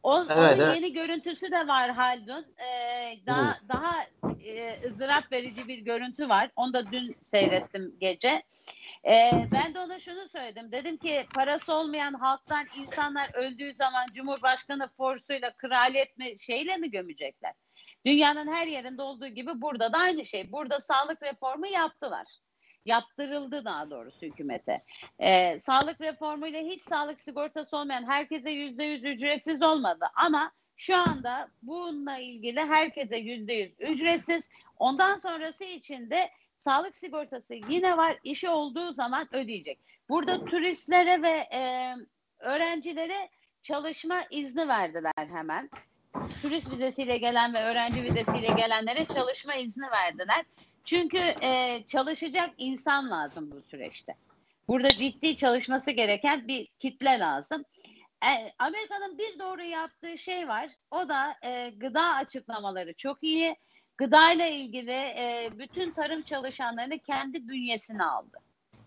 Onun evet. yeni görüntüsü de var Haldun. Daha ızdırap verici bir görüntü var. Onu da dün seyrettim gece. Ben de ona şunu söyledim. Dedim ki parası olmayan halktan insanlar öldüğü zaman Cumhurbaşkanı forsuyla kraliyet mi şeyle mi gömecekler? Dünyanın her yerinde olduğu gibi burada da aynı şey. Burada sağlık reformu yaptılar. Yaptırıldı daha doğrusu hükümete. Sağlık reformuyla hiç sağlık sigortası olmayan herkese %100 ücretsiz olmadı. Ama şu anda bununla ilgili herkese %100 ücretsiz. Ondan sonrası için de sağlık sigortası yine var. İşi olduğu zaman ödeyecek. Burada turistlere ve öğrencilere çalışma izni verdiler hemen. Turist vizesiyle gelen ve öğrenci vizesiyle gelenlere çalışma izni verdiler. Çünkü çalışacak insan lazım bu süreçte. Burada ciddi çalışması gereken bir kitle lazım. Amerika'nın bir doğru yaptığı şey var. O da gıda açıklamaları çok iyi. Gıdayla ilgili bütün tarım çalışanlarını kendi bünyesine aldı.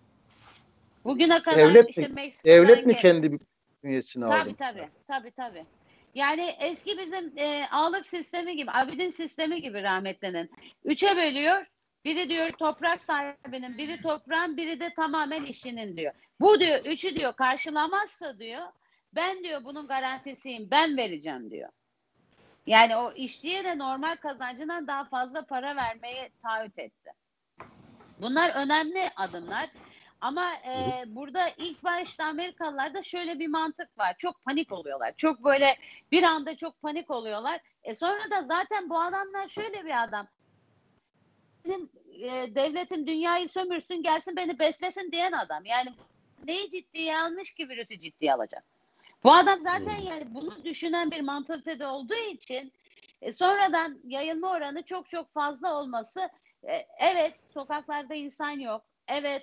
Bugüne kadar devlet mi kendi bünyesine aldı? Tabii. Yani eski bizim ağalık sistemi gibi, abidin sistemi gibi rahmetlinin. 3'e bölüyor. Biri diyor toprak sahibinin, biri toprağın, biri de tamamen işçinin diyor. Bu diyor 3'ü diyor karşılamazsa diyor, ben diyor bunun garantisiyim, ben vereceğim diyor. Yani o işçiye de normal kazancından daha fazla para vermeye taahhüt etti. Bunlar önemli adımlar. Ama burada ilk başta Amerikalılarda şöyle bir mantık var. Çok panik oluyorlar. Çok böyle bir anda çok panik oluyorlar. Sonra da zaten bu adamlar şöyle bir adam. Benim devletim dünyayı sömürsün, gelsin beni beslesin diyen adam. Yani neyi ciddiye almış ki virüsü ciddiye alacak? Bu adam zaten yani bunu düşünen bir mantalitede olduğu için sonradan yayılma oranı çok çok fazla olması, evet sokaklarda insan yok, evet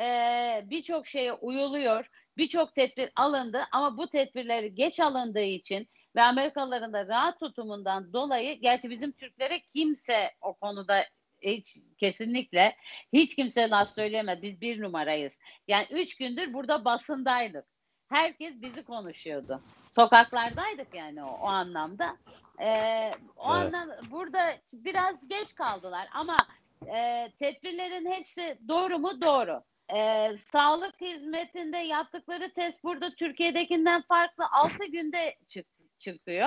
birçok şeye uyuluyor, birçok tedbir alındı ama bu tedbirleri geç alındığı için ve Amerikalıların da rahat tutumundan dolayı, gerçi bizim Türklere kimse o konuda kesinlikle hiç kimse laf söyleyemez, biz bir numarayız. Yani 3 gündür burada basındaydık. Herkes bizi konuşuyordu. Sokaklardaydık yani o anlamda. Anlam burada biraz geç kaldılar ama tedbirlerin hepsi doğru mu? Doğru. Sağlık hizmetinde yaptıkları test burada Türkiye'dekinden farklı 6 günde çıkıyor.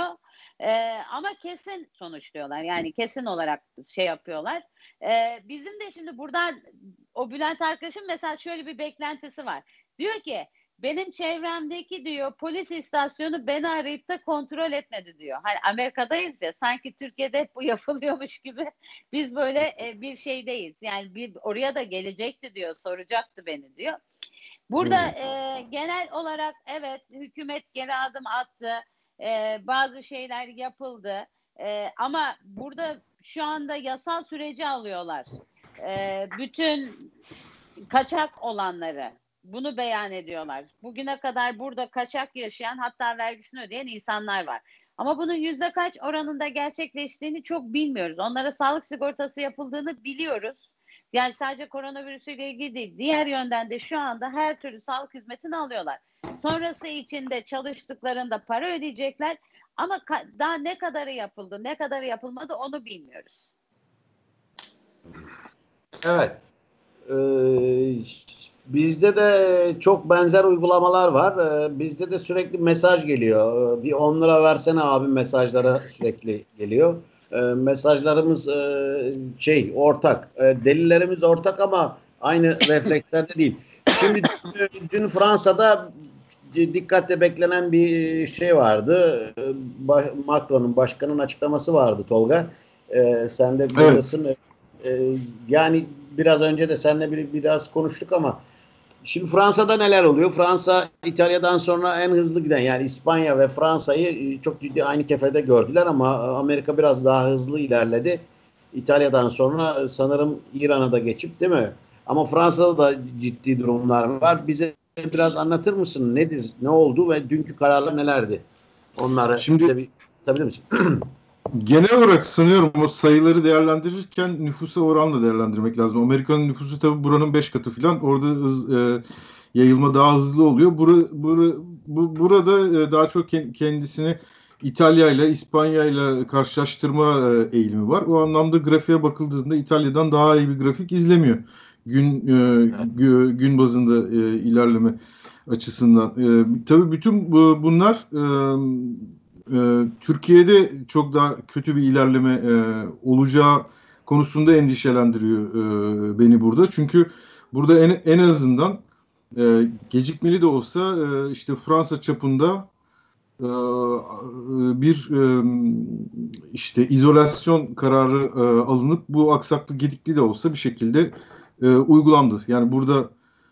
Ama kesin sonuçluyorlar. Yani kesin olarak şey yapıyorlar. Bizim de şimdi buradan o Bülent arkadaşım mesela şöyle bir beklentisi var. Diyor ki benim çevremdeki diyor polis istasyonu beni arayıp da kontrol etmedi diyor. Hani Amerika'dayız ya, sanki Türkiye'de hep bu yapılıyormuş gibi biz böyle bir şeydeyiz. Yani oraya da gelecekti diyor, soracaktı beni diyor. Burada genel olarak evet hükümet geri adım attı. Bazı şeyler yapıldı. Ama burada şu anda yasal süreci alıyorlar. Bütün kaçak olanları. Bunu beyan ediyorlar. Bugüne kadar burada kaçak yaşayan, hatta vergisini ödeyen insanlar var. Ama bunun yüzde kaç oranında gerçekleştiğini çok bilmiyoruz. Onlara sağlık sigortası yapıldığını biliyoruz. Yani sadece koronavirüsüyle ilgili değil. Diğer yönden de şu anda her türlü sağlık hizmetini alıyorlar. Sonrası için de çalıştıklarında para ödeyecekler. Ama daha ne kadarı yapıldı, ne kadarı yapılmadı onu bilmiyoruz. Evet. Bizde de çok benzer uygulamalar var. Bizde de sürekli mesaj geliyor. Bir 10 lira versene abi mesajlara sürekli geliyor. Mesajlarımız ortak. Delillerimiz ortak ama aynı reflekslerde değil. Şimdi dün Fransa'da dikkatle beklenen bir şey vardı. Macron'un, başkanın açıklaması vardı Tolga. Sen de biliyorsun. Evet. Yani biraz önce de seninle biraz konuştuk ama şimdi Fransa'da neler oluyor? Fransa İtalya'dan sonra en hızlı giden, yani İspanya ve Fransa'yı çok ciddi aynı kefede gördüler ama Amerika biraz daha hızlı ilerledi. İtalya'dan sonra sanırım İran'a da geçip, değil mi? Ama Fransa'da da ciddi durumlar var. Bize biraz anlatır mısın? Nedir? Ne oldu ve dünkü kararlar nelerdi? Onları şimdi bize bir anlatabilir misin? Genel olarak sanıyorum o sayıları değerlendirirken nüfusa oranla değerlendirmek lazım. Amerika'nın nüfusu tabii buranın 5 katı falan. Orada yayılma daha hızlı oluyor. Burada daha çok kendisini İtalya ile İspanya ile karşılaştırma eğilimi var. O anlamda grafiğe bakıldığında İtalya'dan daha iyi bir grafik izlemiyor. Gün bazında ilerleme açısından. Tabii bütün bunlar Türkiye'de çok daha kötü bir ilerleme olacağı konusunda endişelendiriyor beni burada. Çünkü burada en azından gecikmeli de olsa işte Fransa çapında bir işte izolasyon kararı alınıp bu aksaklı gedikli de olsa bir şekilde uygulandı. Yani burada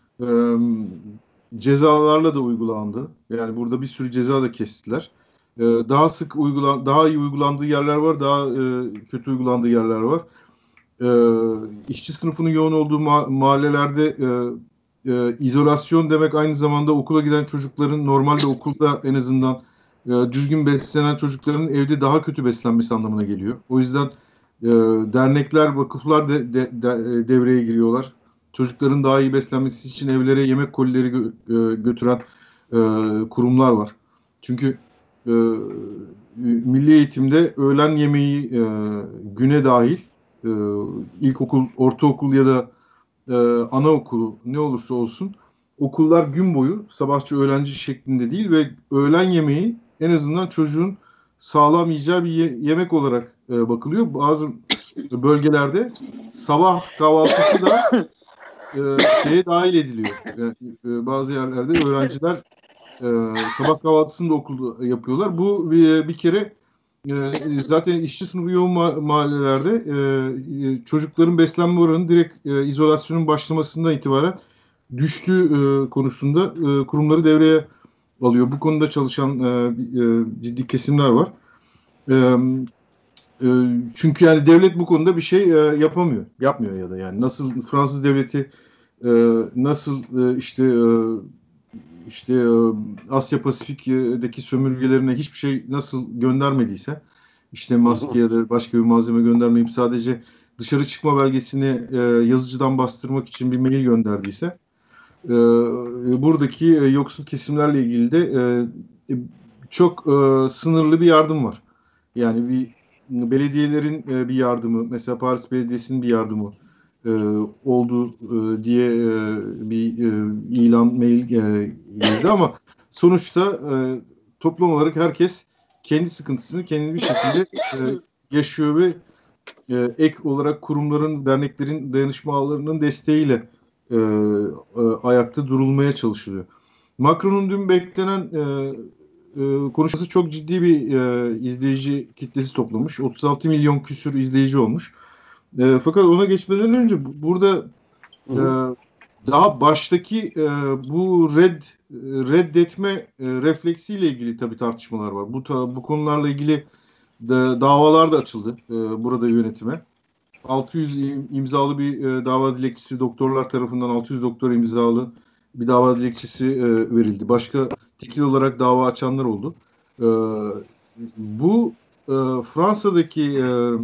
cezalarla da uygulandı. Yani burada bir sürü ceza da kestiler. Daha sık daha iyi uygulandığı yerler var, daha kötü uygulandığı yerler var. İşçi sınıfının yoğun olduğu mahallelerde izolasyon demek aynı zamanda okula giden çocukların normalde okulda en azından düzgün beslenen çocukların evde daha kötü beslenmesi anlamına geliyor. O yüzden dernekler, vakıflar devreye giriyorlar. Çocukların daha iyi beslenmesi için evlere yemek kolileri götüren kurumlar var. Çünkü milli eğitimde öğlen yemeği güne dahil ilkokul, ortaokul ya da anaokulu ne olursa olsun okullar gün boyu sabahçı öğlenci şeklinde değil ve öğlen yemeği en azından çocuğun sağlam yiyeceği bir yemek olarak bakılıyor. Bazı bölgelerde sabah kahvaltısı da şeye dahil ediliyor. Yani, bazı yerlerde öğrenciler sabah kahvaltısını da okulda yapıyorlar. Bu bir kere zaten işçi sınıfı yoğun mahallelerde çocukların beslenme oranı direkt izolasyonun başlamasından itibaren düştüğü konusunda kurumları devreye alıyor. Bu konuda çalışan ciddi kesimler var. Çünkü yani devlet bu konuda bir şey yapmıyor ya da yani nasıl Fransız devleti nasıl Asya Pasifik'teki sömürgelerine hiçbir şey nasıl göndermediyse işte maske ya da başka bir malzeme göndermeyip sadece dışarı çıkma belgesini yazıcıdan bastırmak için bir mail gönderdiyse buradaki yoksul kesimlerle ilgili de çok sınırlı bir yardım var. Yani bir belediyelerin bir yardımı, mesela Paris Belediyesi'nin bir yardımı oldu diye bir ilan, mail geldi ama sonuçta toplum olarak herkes kendi sıkıntısını kendi bir şekilde yaşıyor ve ek olarak kurumların, derneklerin, dayanışma ağlarının desteğiyle ayakta durulmaya çalışılıyor. Macron'un dün beklenen konuşması çok ciddi bir izleyici kitlesi toplamış. 36 milyon küsür izleyici olmuş. Fakat ona geçmeden önce burada daha baştaki bu reddetme refleksiyle ilgili tabii tartışmalar var. Bu konularla ilgili davalar da açıldı burada yönetime. 600 imzalı bir dava dilekçesi doktorlar tarafından 600 doktor imzalı bir dava dilekçesi verildi. Başka tekil olarak dava açanlar oldu. Bu Fransa'daki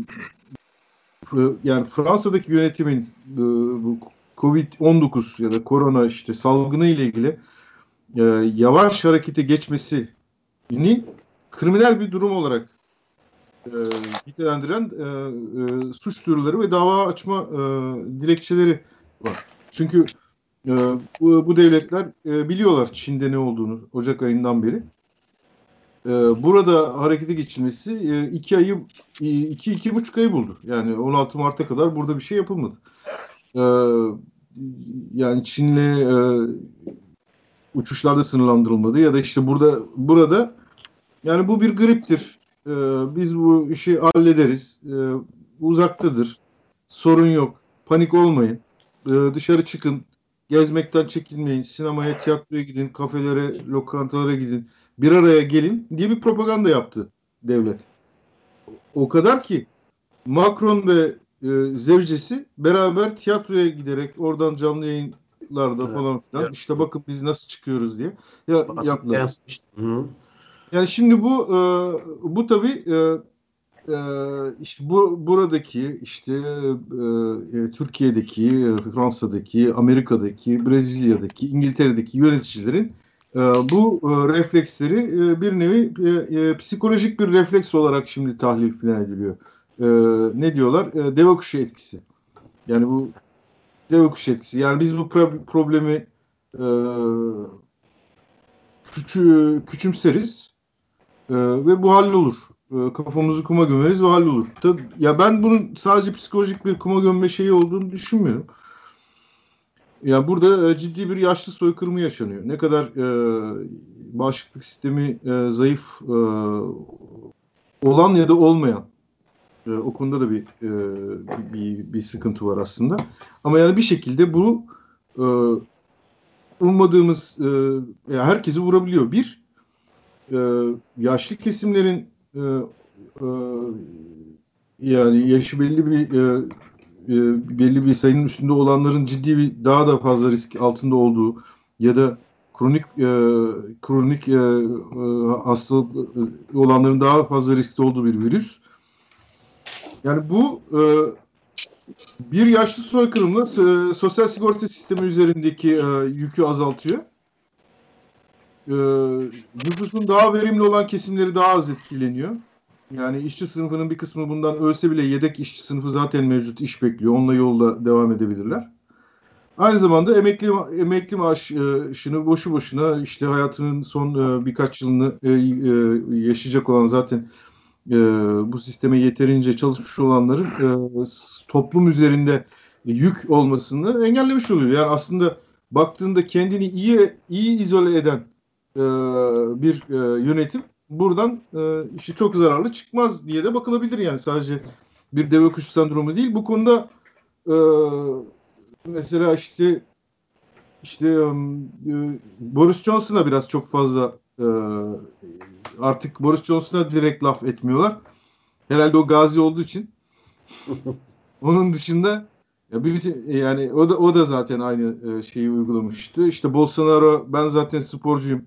yani Fransa'daki yönetimin bu Covid-19 ya da korona işte salgını ile ilgili yavaş harekete geçmesini kriminal bir durum olarak nitelendiren suç duyuruları ve dava açma dilekçeleri var. Çünkü bu devletler biliyorlar Çin'de ne olduğunu Ocak ayından beri. Burada harekete geçilmesi 2,5 ayı buldu. Yani 16 Mart'a kadar burada bir şey yapılmadı. Yani Çin'le uçuşlarda sınırlandırılmadı ya da işte burada yani bu bir griptir. Biz bu işi hallederiz. Uzaktadır. Sorun yok. Panik olmayın. Dışarı çıkın. Gezmekten çekinmeyin. Sinemaya, tiyatroya gidin. Kafelere, lokantalara gidin. Bir araya gelin diye bir propaganda yaptı devlet. O kadar ki Macron ve zevcesi beraber tiyatroya giderek oradan canlı yayınlarda falan filan işte bakın biz nasıl çıkıyoruz diye yaptılar. Yani şimdi bu tabii işte buradaki işte Türkiye'deki, Fransa'daki, Amerika'daki, Brezilya'daki, İngiltere'deki yöneticilerin Bu refleksleri bir nevi psikolojik bir refleks olarak şimdi tahlil falan ediliyor. Ne diyorlar? Deve kuşu etkisi. Yani bu deve kuşu etkisi. Yani biz bu problemi küçümseriz ve bu hallolur. Kafamızı kuma gömeriz ve hallolur. Tabii, ya ben bunun sadece psikolojik bir kuma gömme şeyi olduğunu düşünmüyorum. Yani burada ciddi bir yaşlı soykırımı yaşanıyor. Ne kadar bağışıklık sistemi zayıf olan ya da olmayan o konuda da bir sıkıntı var aslında. Ama yani bir şekilde bu ummadığımız yani herkesi vurabiliyor. Yaşlı kesimlerin yani yaşı belli bir sayının üstünde olanların ciddi bir daha da fazla risk altında olduğu ya da kronik hastalık olanların daha fazla riskli olduğu bir virüs. Yani bu bir yaşlı soykırımla sosyal sigorta sistemi üzerindeki yükü azaltıyor. Nüfusun daha verimli olan kesimleri daha az etkileniyor. Yani işçi sınıfının bir kısmı bundan ölse bile yedek işçi sınıfı zaten mevcut, iş bekliyor. Onunla yolda devam edebilirler. Aynı zamanda emekli maaşını boşu boşuna işte hayatının son birkaç yılını yaşayacak olan zaten bu sisteme yeterince çalışmış olanların toplum üzerinde yük olmasını engellemiş oluyor. Yani aslında baktığında kendini iyi izole eden bir yönetim buradan işte çok zararlı çıkmaz diye de bakılabilir. Yani sadece bir deve kuşu sendromu değil. Bu konuda mesela işte Boris Johnson'a biraz çok fazla artık Boris Johnson'a direkt laf etmiyorlar. Herhalde o gazi olduğu için. Onun dışında yani o da zaten aynı şeyi uygulamıştı. İşte Bolsonaro ben zaten sporcuyum.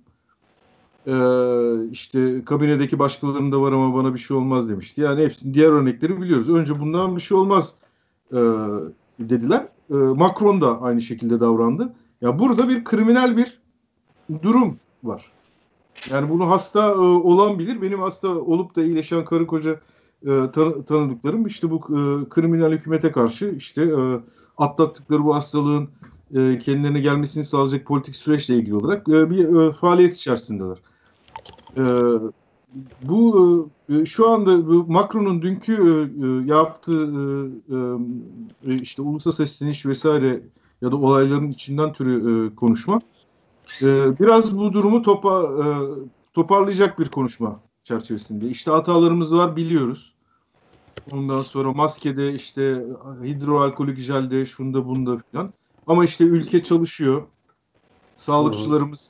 İşte kabinedeki başkalarının da var ama bana bir şey olmaz demişti. Yani hepsinin diğer örnekleri biliyoruz. Önce bundan bir şey olmaz dediler. Macron da aynı şekilde davrandı. Ya burada bir kriminal bir durum var. Yani bunu hasta olan bilir. Benim hasta olup da iyileşen karı koca tanıdıklarım işte bu kriminal hükümete karşı işte atlattıkları bu hastalığın kendilerine gelmesini sağlayacak politik süreçle ilgili olarak bir faaliyet içerisindeler. Bu şu anda bu Macron'un dünkü yaptığı işte ulusal sesleniş vesaire ya da olayların içinden türü konuşma biraz bu durumu toparlayacak bir konuşma çerçevesinde. İşte hatalarımız var biliyoruz. Ondan sonra maskede işte hidroalkolik jelde şunda bunda falan. Ama işte ülke çalışıyor. Sağlıkçılarımız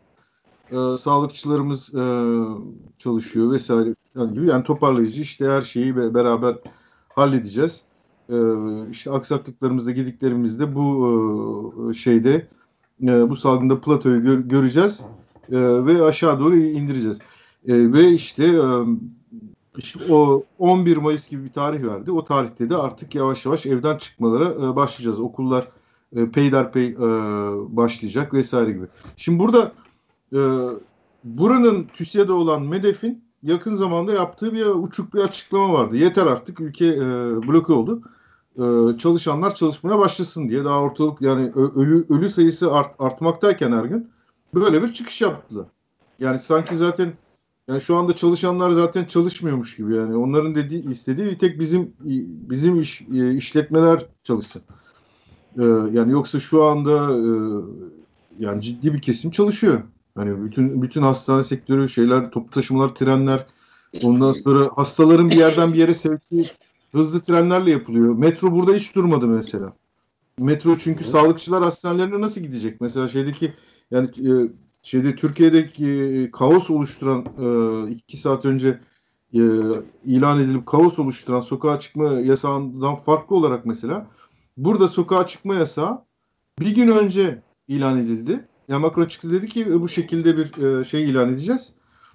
çalışıyor vesaire gibi. Yani toparlayıcı işte her şeyi beraber halledeceğiz. İşte aksaklıklarımızda gediklerimizde bu şeyde bu salgında platoyu göreceğiz ve aşağı doğru indireceğiz. Ve işte o 11 Mayıs gibi bir tarih verdi. O tarihte de artık yavaş yavaş evden çıkmalara başlayacağız. Okullar peyderpey başlayacak vesaire gibi. Şimdi burada buranın TÜSİAD'da olan MEDEF'in yakın zamanda yaptığı bir uçuk bir açıklama vardı. Yeter artık ülke bloke oldu. Çalışanlar çalışmaya başlasın diye. Daha ortalık yani ölü sayısı artmaktayken her gün böyle bir çıkış yaptılar. Yani sanki zaten yani şu anda çalışanlar zaten çalışmıyormuş gibi yani onların istediği bir tek bizim işletmeler çalışsın. Yani yoksa şu anda yani ciddi bir kesim çalışıyor. Hani bütün hastane sektörü şeyler, toplu taşımalar, trenler, ondan sonra hastaların bir yerden bir yere sevki hızlı trenlerle yapılıyor. Metro burada hiç durmadı mesela. Metro çünkü sağlıkçılar hastanelerine nasıl gidecek? Mesela yani Türkiye'deki kaos oluşturan 2 saat önce ilan edilip kaos oluşturan sokağa çıkma yasağından farklı olarak mesela burada sokağa çıkma yasağı bir gün önce ilan edildi. Yani Macron çıktı dedi ki bu şekilde bir şey ilan edeceğiz.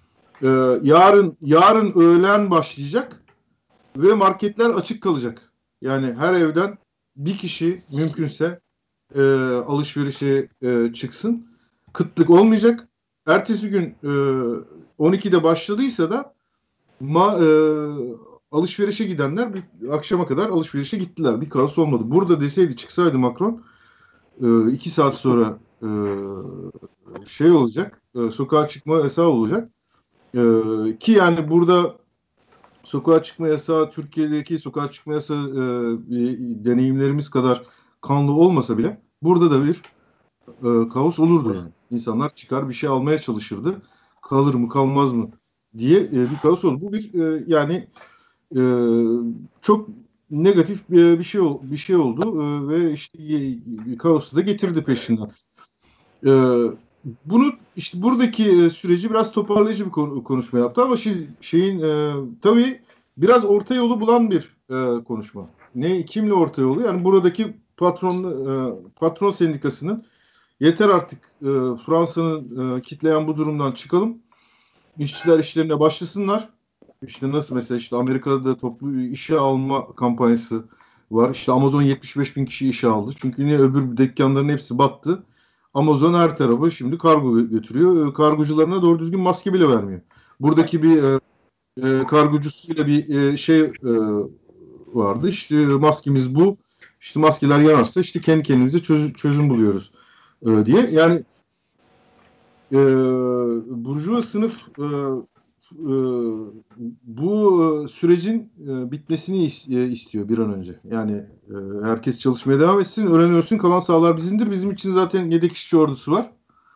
Yarın öğlen başlayacak ve marketler açık kalacak. Yani her evden bir kişi mümkünse alışverişe çıksın. Kıtlık olmayacak. ertesi gün 12'de başladıysa da alışverişe gidenler akşama kadar alışverişe gittiler. Bir kaos olmadı. Burada deseydi, çıksaydı Macron 2 saat sonra şey olacak, sokağa çıkma yasağı olacak. Ki yani burada sokağa çıkma yasağı, Türkiye'deki sokağa çıkma yasağı deneyimlerimiz kadar kanlı olmasa bile burada da bir kaos olurdu yani. İnsanlar çıkar bir şey almaya çalışırdı. Kalır mı kalmaz mı diye bir kaos oldu. Bu bir yani çok negatif bir şey oldu ve işte kaosu da getirdi peşinden. Bunu işte buradaki süreci biraz toparlayıcı bir konuşma yaptı ama tabii biraz orta yolu bulan bir konuşma. Kimle orta yolu? Yani buradaki patron sendikasının yeter artık Fransa'nın kitleyen bu durumdan çıkalım. İşçiler işlerine başlasınlar. İşte nasıl mesela işte Amerika'da da toplu işe alma kampanyası var. İşte Amazon 75.000 kişi işe aldı. Çünkü niye öbür dükkanların hepsi battı. Amazon her tarafa şimdi kargo götürüyor. Kargocularına doğru düzgün maske bile vermiyor. Buradaki bir kargocusuyla bir vardı. İşte maskemiz bu. İşte maskeler yanarsa işte kendi kendimize çözüm buluyoruz diye. Yani burjuva sınıf bu sürecin bitmesini istiyor bir an önce. Yani herkes çalışmaya devam etsin, ölen ölsün, kalan sağlar bizimdir. Bizim için zaten yedek işçi ordusu var.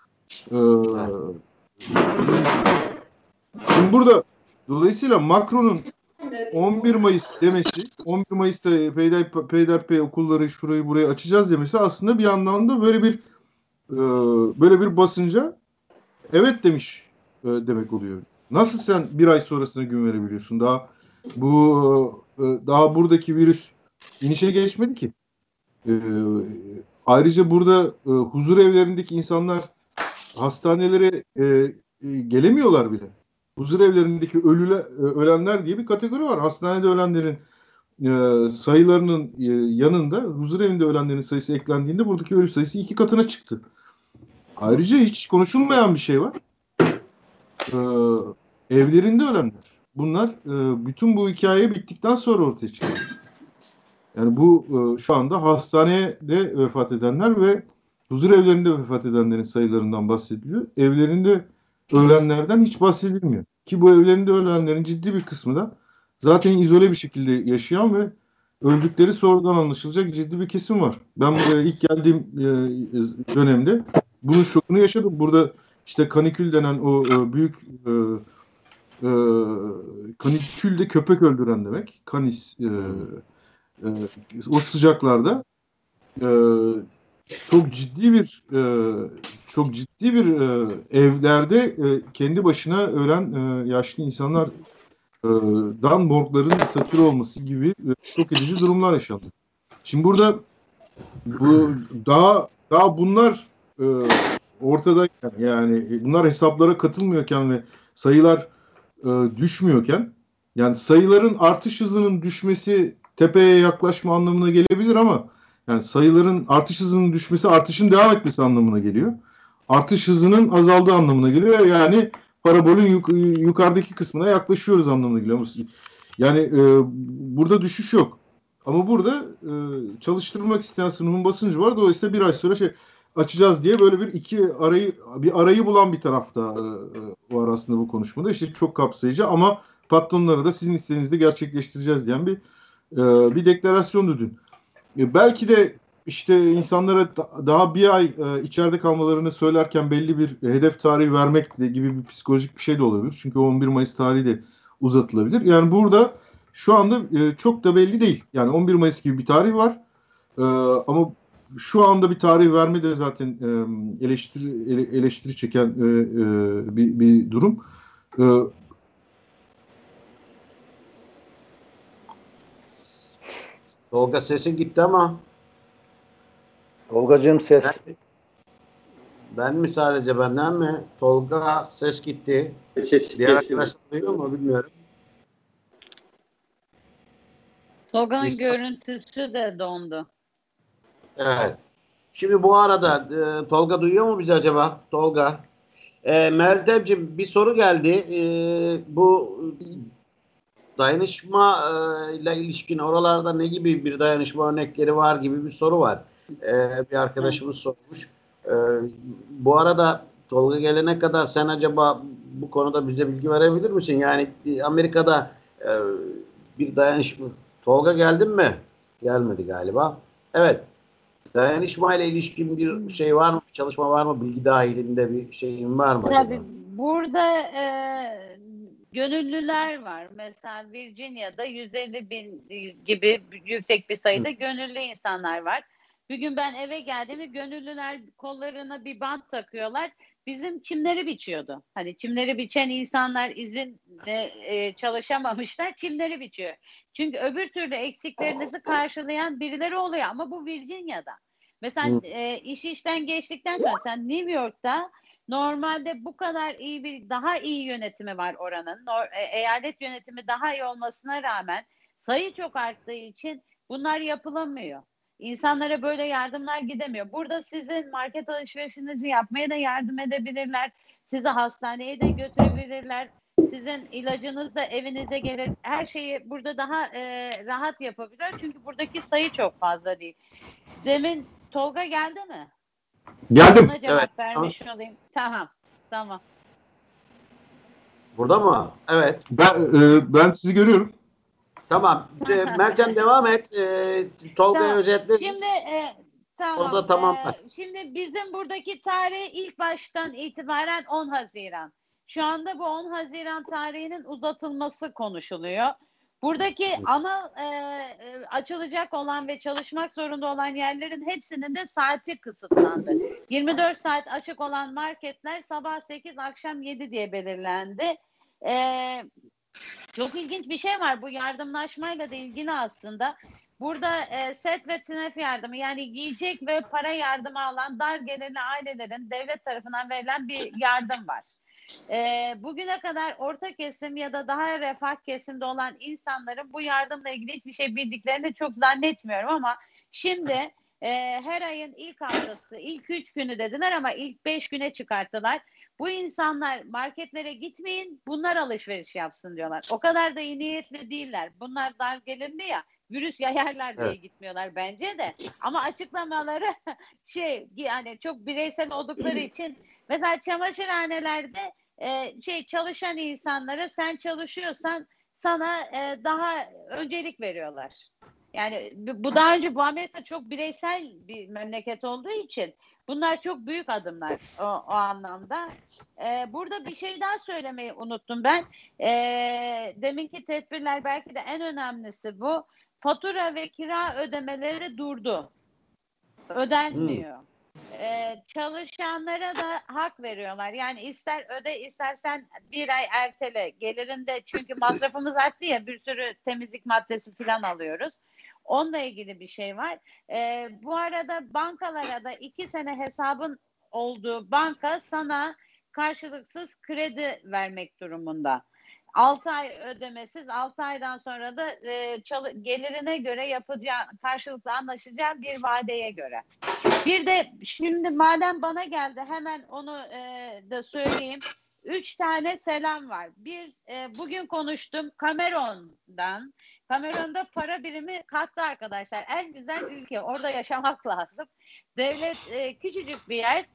Şimdi burada dolayısıyla Macron'un 11 Mayıs demesi, 11 Mayıs'ta peyderpey okulları şurayı burayı açacağız demesi aslında bir anlamda böyle bir basınca evet demiş demek oluyor. Nasıl sen bir ay sonrasına gün verebiliyorsun? Daha buradaki virüs inişe geçmedi ki. Ayrıca burada huzur evlerindeki insanlar hastanelere gelemiyorlar bile. Huzur evlerindeki ölenler diye bir kategori var. Hastanede ölenlerin sayılarının yanında huzur evinde ölenlerin sayısı eklendiğinde buradaki ölü sayısı 2 katına çıktı. Ayrıca hiç konuşulmayan bir şey var. Evlerinde ölenler. Bunlar bütün bu hikaye bittikten sonra ortaya çıkıyor. Yani bu şu anda hastanede vefat edenler ve huzur evlerinde vefat edenlerin sayılarından bahsediliyor. Evlerinde ölenlerden hiç bahsedilmiyor. Ki bu evlerinde ölenlerin ciddi bir kısmı da zaten izole bir şekilde yaşayan ve öldükleri sonradan anlaşılacak ciddi bir kesim var. Ben buraya ilk geldiğim dönemde bunun şokunu yaşadım. Burada işte kanikül denen o büyük kanikül de köpek öldüren demek. Kanis o sıcaklarda çok ciddi bir evlerde kendi başına ölen yaşlı insanlar dan morgların satürre olması gibi şok edici durumlar yaşandı. Şimdi burada daha bunlar ortadayken, yani bunlar hesaplara katılmıyorken ve sayılar düşmüyorken, yani sayıların artış hızının düşmesi tepeye yaklaşma anlamına gelebilir ama yani sayıların artış hızının düşmesi artışın devam etmesi anlamına geliyor. Artış hızının azaldığı anlamına geliyor. Yani parabolün yukarıdaki kısmına yaklaşıyoruz anlamına geliyor. Yani burada düşüş yok. Ama burada çalıştırılmak isteyen sınıfın basıncı var. Dolayısıyla bir ay sonra açacağız diye böyle bir arayı bulan bir tarafta var aslında bu konuşmada. İşte çok kapsayıcı ama patronlara da sizin istediğinizde gerçekleştireceğiz diyen bir deklarasyondu dün. Belki de işte insanlara daha bir ay içeride kalmalarını söylerken belli bir hedef tarihi vermek gibi bir psikolojik bir şey de olabilir. Çünkü 11 Mayıs tarihi de uzatılabilir. Yani burada şu anda çok da belli değil. Yani 11 Mayıs gibi bir tarih var. Ama şu anda bir tarih verme de zaten eleştiri çeken bir durum. Tolga sesin gitti ama. Tolgacığım ses. Ben mi sadece, benden mi? Tolga ses gitti. Diğer arkadaşlar duyuyor mu bilmiyorum. Tolga'nın görüntüsü de dondu. Evet. Şimdi bu arada Tolga duyuyor mu bizi acaba? Tolga. Meltemciğim bir soru geldi. Bu dayanışma ile ilişkin oralarda ne gibi bir dayanışma örnekleri var gibi bir soru var. Bir arkadaşımız sormuş. Bu arada Tolga gelene kadar sen acaba bu konuda bize bilgi verebilir misin? Yani Amerika'da bir dayanışma... Tolga geldin mi? Gelmedi galiba. Evet. Dayanışma ile ilişkin bir şey var mı? Çalışma var mı? Bilgi dahilinde bir şeyin var mı? Tabii Acaba? burada gönüllüler var. Mesela Virginia'da 150 bin gibi yüksek bir sayıda gönüllü insanlar var. Bir gün ben eve geldiğimde gönüllüler kollarına bir bant takıyorlar. Bizim çimleri biçiyordu. Hani çimleri biçen insanlar izinle çalışamamışlar. Çimleri biçiyor. Çünkü öbür türlü eksiklerinizi karşılayan birileri oluyor. Ama bu Virginia'da. Mesela iş işten geçtikten sonra sen New York'ta normalde bu kadar iyi daha iyi yönetimi var oranın. Eyalet yönetimi daha iyi olmasına rağmen sayı çok arttığı için bunlar yapılamıyor. İnsanlara böyle yardımlar gidemiyor. Burada sizin market alışverişinizi yapmaya da yardım edebilirler. Sizi hastaneye de götürebilirler. Sizin ilacınız da evinize gelir. Her şeyi burada daha rahat yapabilir. Çünkü buradaki sayı çok fazla değil. Demin Tolga geldi mi? Geldim. Ona cevap vermiş olayım. Tamam. Burada mı? Evet. Ben sizi görüyorum. Tamam. Meltem devam et. Tolga'yı Tamam. özetle. Şimdi tamam. Orada tamamlar. Şimdi bizim buradaki tarih ilk baştan itibaren 10 Haziran. Şu anda bu 10 Haziran tarihinin uzatılması konuşuluyor. Buradaki ana açılacak olan ve çalışmak zorunda olan yerlerin hepsinin de saati kısıtlandı. 24 saat açık olan marketler sabah 8, akşam 7 diye belirlendi. Çok ilginç bir şey var. Bu yardımlaşmayla da ilgili aslında. Burada SET ve TİNEF yardımı, yani yiyecek ve para yardımı alan dar gelirli ailelerin devlet tarafından verilen bir yardım var. Bugüne kadar orta kesim ya da daha refah kesimde olan insanların bu yardımla ilgili hiçbir şey bildiklerini çok zannetmiyorum ama şimdi her ayın ilk haftası, ilk 3 günü dediler ama ilk 5 güne çıkarttılar. Bu insanlar marketlere gitmeyin, bunlar alışveriş yapsın diyorlar. O kadar da iyi niyetli değiller. Bunlar dar gelirli ya, virüs yayarlar diye gitmiyorlar bence de. Ama açıklamaları yani çok bireysel oldukları için mesela çamaşırhanelerde çalışan insanlara sen çalışıyorsan sana daha öncelik veriyorlar. Yani bu daha önce bu Amerika çok bireysel bir memleket olduğu için bunlar çok büyük adımlar o anlamda. Burada bir şey daha söylemeyi unuttum ben. Deminki tedbirler belki de en önemlisi bu. Fatura ve kira ödemeleri durdu. Ödenmiyor. Çalışanlara da hak veriyorlar. Yani ister öde, istersen bir ay ertele gelirinde, çünkü masrafımız arttı ya, bir sürü temizlik maddesi falan alıyoruz. Onunla ilgili bir şey var. Bu arada bankalara da 2 sene hesabın olduğu banka sana karşılıksız kredi vermek durumunda. 6 ay ödemesiz, 6 aydan sonra da gelirine göre yapacağın, karşılıklı anlaşacağın bir vadeye göre. Bir de şimdi madem bana geldi hemen onu da söyleyeyim. 3 tane selam var. Bugün konuştum Cameron'dan. Cameron'da para birimi kalktı arkadaşlar. En güzel ülke. Orada yaşamak lazım. Devlet küçücük bir yer.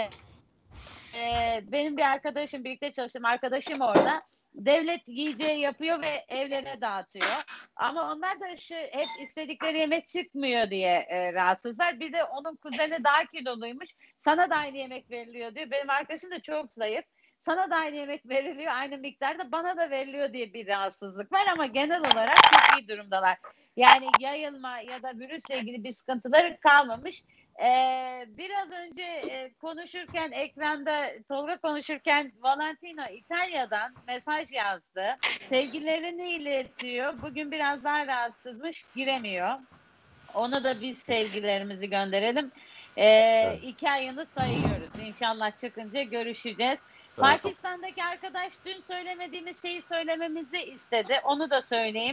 Benim bir arkadaşım, birlikte çalıştığım arkadaşım orada. Devlet yiyeceği yapıyor ve evlerine dağıtıyor. Ama onlar da hep istedikleri yemek çıkmıyor diye rahatsızlar. Bir de onun kuzeni daha kiloluymuş. Sana da aynı yemek veriliyor diyor. Benim arkadaşım da çok zayıf. Sana da aynı yemek veriliyor, aynı miktarda bana da veriliyor diye bir rahatsızlık var ama genel olarak çok iyi durumdalar. Yani yayılma ya da virüsle ilgili bir sıkıntıları kalmamış. Biraz önce konuşurken ekranda Tolga konuşurken Valentino İtalya'dan mesaj yazdı. Sevgilerini iletiyor. Bugün biraz daha rahatsızmış, giremiyor. Ona da biz sevgilerimizi gönderelim. 2 ayını sayıyoruz. İnşallah çıkınca görüşeceğiz. Pakistan'daki arkadaş dün söylemediğimiz şeyi söylememizi istedi. Onu da söyleyeyim.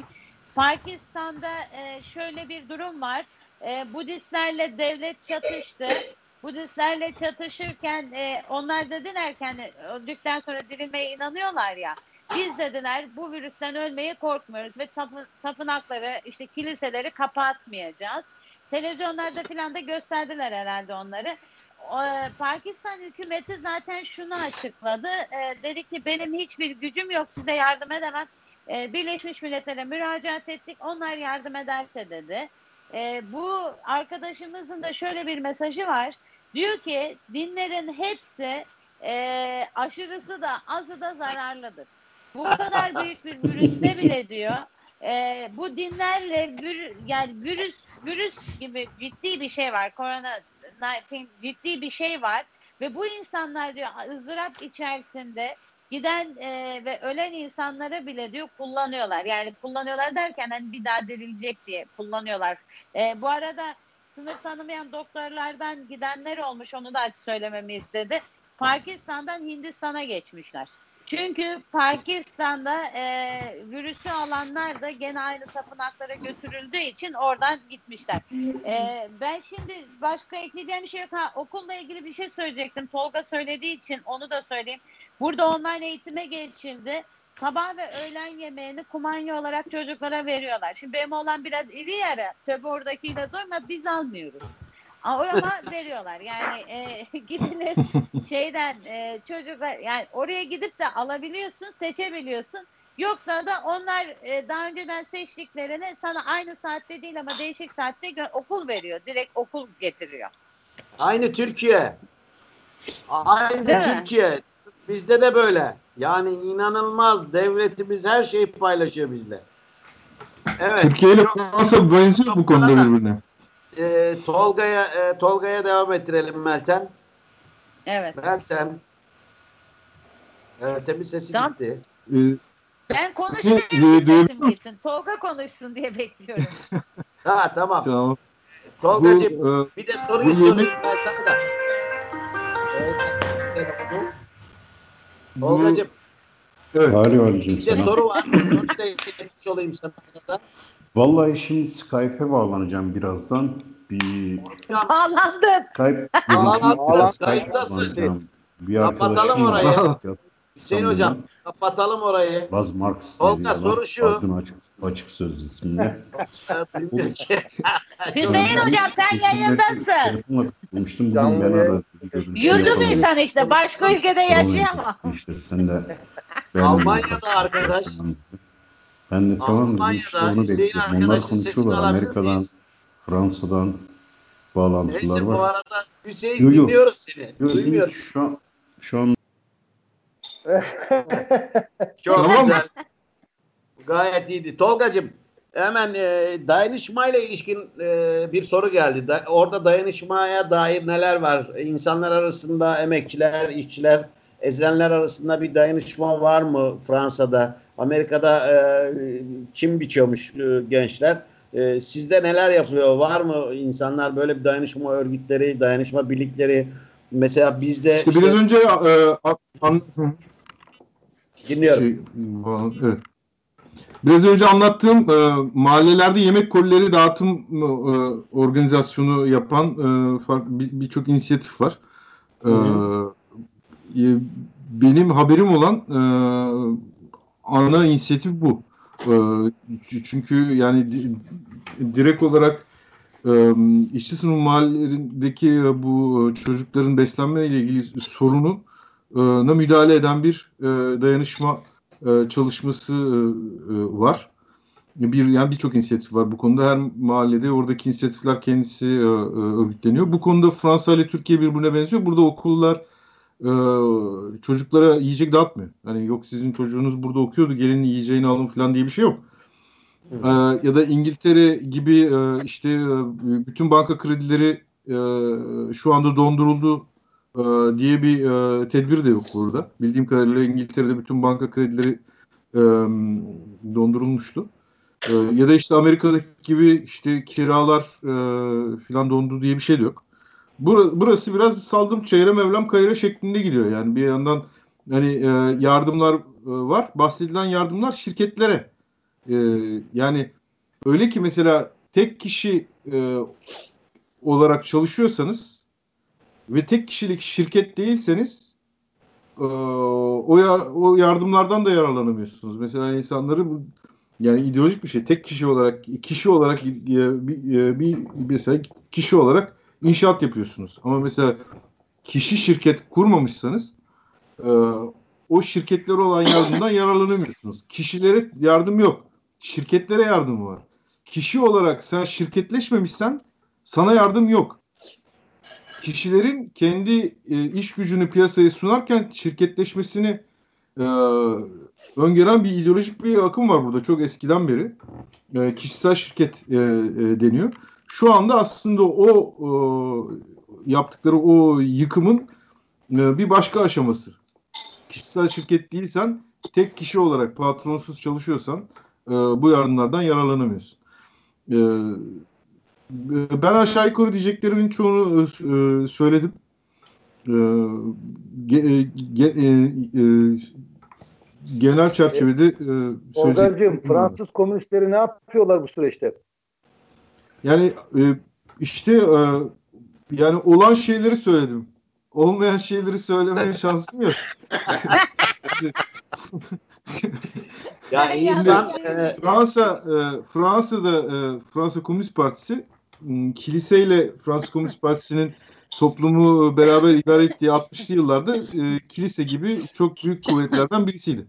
Pakistan'da şöyle bir durum var. Budistlerle devlet çatıştı. Budistlerle çatışırken onlar dediler ki hani öldükten sonra dirilmeye inanıyorlar ya. Biz dediler bu virüsten ölmeye korkmuyoruz ve tapınakları işte kiliseleri kapatmayacağız. Televizyonlarda filan da gösterdiler herhalde onları. Pakistan hükümeti zaten şunu açıkladı. Dedi ki benim hiçbir gücüm yok, size yardım edemem. Birleşmiş Milletler'e müracaat ettik. Onlar yardım ederse dedi. Bu arkadaşımızın da şöyle bir mesajı var. Diyor ki dinlerin hepsi aşırısı da azı da zararlıdır. Bu kadar büyük bir virüste bile diyor bu dinlerle yani virüs gibi ciddi bir şey var. Korona-19 ciddi bir şey var ve bu insanlar diyor ızdırap içerisinde giden ve ölen insanları bile diyor kullanıyorlar. Yani kullanıyorlar derken hani bir daha dirilecek diye kullanıyorlar. Bu arada sınır tanımayan doktorlardan gidenler olmuş, onu da söylememi istedi. Pakistan'dan Hindistan'a geçmişler. Çünkü Pakistan'da virüsü alanlar da gene aynı tapınaklara götürüldüğü için oradan gitmişler. Ben şimdi başka ekleyeceğim bir şey yok. Okulla ilgili bir şey söyleyecektim. Tolga söylediği için onu da söyleyeyim. Burada online eğitime geçildi. Sabah ve öğlen yemeğini kumanya olarak çocuklara veriyorlar. Şimdi benim oğlan biraz iri yarı. Tabii oradakiyle doyma, biz almıyoruz. Ama veriyorlar. Yani gidilir şeyden çocuklar yani oraya gidip de alabiliyorsun, seçebiliyorsun. Yoksa da onlar daha önceden seçtiklerini sana aynı saatte değil ama değişik saatte okul veriyor. Direkt okul getiriyor. Aynı Türkiye. Aynı Değil mi? Türkiye. Bizde de böyle. Yani inanılmaz. Devletimiz her şeyi paylaşıyor bizle. Evet. Türkiye ile Fransa benziyor bu konuda birbirine. Tolga'ya devam ettirelim Meltem. Evet. Meltem'in sesi Tamam. gitti. Ben konuşmayayım, sesim gitsin. Tolga konuşsun diye bekliyorum. Tamam. Tolgacığım bir de soruyu sorayım ben sana da. Tolgacığım. Evet. Bir de soru var. Soruyu da iletmiş olayım sana da. Vallahi şimdi Skype'e bağlanacağım birazdan. Bağlandık. Skype'tasın. Bir kapatalım orayı. Hüseyin Hocam kapatalım orayı. Baz Marx. Tolga soru şu. Açık söz isminde. Hüseyin Hocam sen yayındasın. Bulmuştum bugün ben aradım. Yurdum insan işte. Başka ülkede yaşayamam. İşte sen de. Almanya'da arkadaş. Ben de tamam mı? Almanya'da onu Hüseyin bekliyorum. Onlar arkadaşın sesini konuşuyorlar. alabilir Amerika'dan, miyiz? Fransa'dan bağlantılar Neyse bu var. arada Hüseyin dinliyoruz seni. Duymuyoruz. Şu an Çok güzel. Gayet iyiydi. Tolgacığım hemen dayanışmayla ilişkin bir soru geldi. Orada dayanışmaya dair neler var? İnsanlar arasında emekçiler, işçiler, ezilenler arasında bir dayanışma var mı Fransa'da? Amerika'da çim biçiyormuş gençler. Sizde neler yapıyor? Var mı insanlar böyle bir dayanışma örgütleri, dayanışma birlikleri? Mesela bizde İşte biraz önce dinliyorum. Evet. Biraz önce anlattığım mahallelerde yemek kolileri dağıtım organizasyonu yapan birçok inisiyatif var. Benim haberim olan ana inisiyatif bu. Çünkü yani direkt olarak işçi sınıf mahallelerindeki bu çocukların beslenme ile ilgili sorununa müdahale eden bir dayanışma çalışması var. Birçok inisiyatif var bu konuda. Her mahallede oradaki inisiyatifler kendisi örgütleniyor. Bu konuda Fransa ile Türkiye birbirine benziyor. Burada okullar çocuklara yiyecek dağıtmıyor. Yani yok sizin çocuğunuz burada okuyordu gelin yiyeceğini alın falan diye bir şey yok. Ya da İngiltere gibi işte bütün banka kredileri şu anda donduruldu diye bir tedbir de yok burada. Bildiğim kadarıyla İngiltere'de bütün banka kredileri dondurulmuştu. Ya da işte Amerika'daki gibi işte kiralar falan dondu diye bir şey de yok. Burası biraz saldım çeyre mevlam kayıra şeklinde gidiyor. Yani bir yandan hani yardımlar var. Bahsedilen yardımlar şirketlere. Yani öyle ki mesela tek kişi olarak çalışıyorsanız ve tek kişilik şirket değilseniz o yardımlardan da yararlanamıyorsunuz. Mesela insanları yani ideolojik bir şey. Tek kişi olarak mesela kişi olarak inşaat yapıyorsunuz. Ama mesela kişi şirket kurmamışsanız o şirketlere olan yardımdan yararlanamıyorsunuz. Kişilere yardım yok. Şirketlere yardım var. Kişi olarak sen şirketleşmemişsen sana yardım yok. Kişilerin kendi iş gücünü piyasaya sunarken şirketleşmesini öngören bir ideolojik bir akım var burada çok eskiden beri. Kişisel şirket deniyor. Şu anda aslında o yaptıkları o yıkımın bir başka aşaması. Kişisel şirket değilsen, tek kişi olarak patronsuz çalışıyorsan bu yardımlardan yararlanamıyorsun. Ben aşağı yukarı diyeceklerimin çoğunu söyledim. Genel çerçevede Olgacığım, Fransız komünistleri ne yapıyorlar bu süreçte? Yani işte yani olan şeyleri söyledim. Olmayan şeyleri söylemeye şansım yok. Yani insan Fransa'da Fransa Komünist Partisi kiliseyle Fransa Komünist Partisi'nin toplumu beraber idare ettiği 60'lı yıllarda kilise gibi çok büyük kuvvetlerden birisiydi.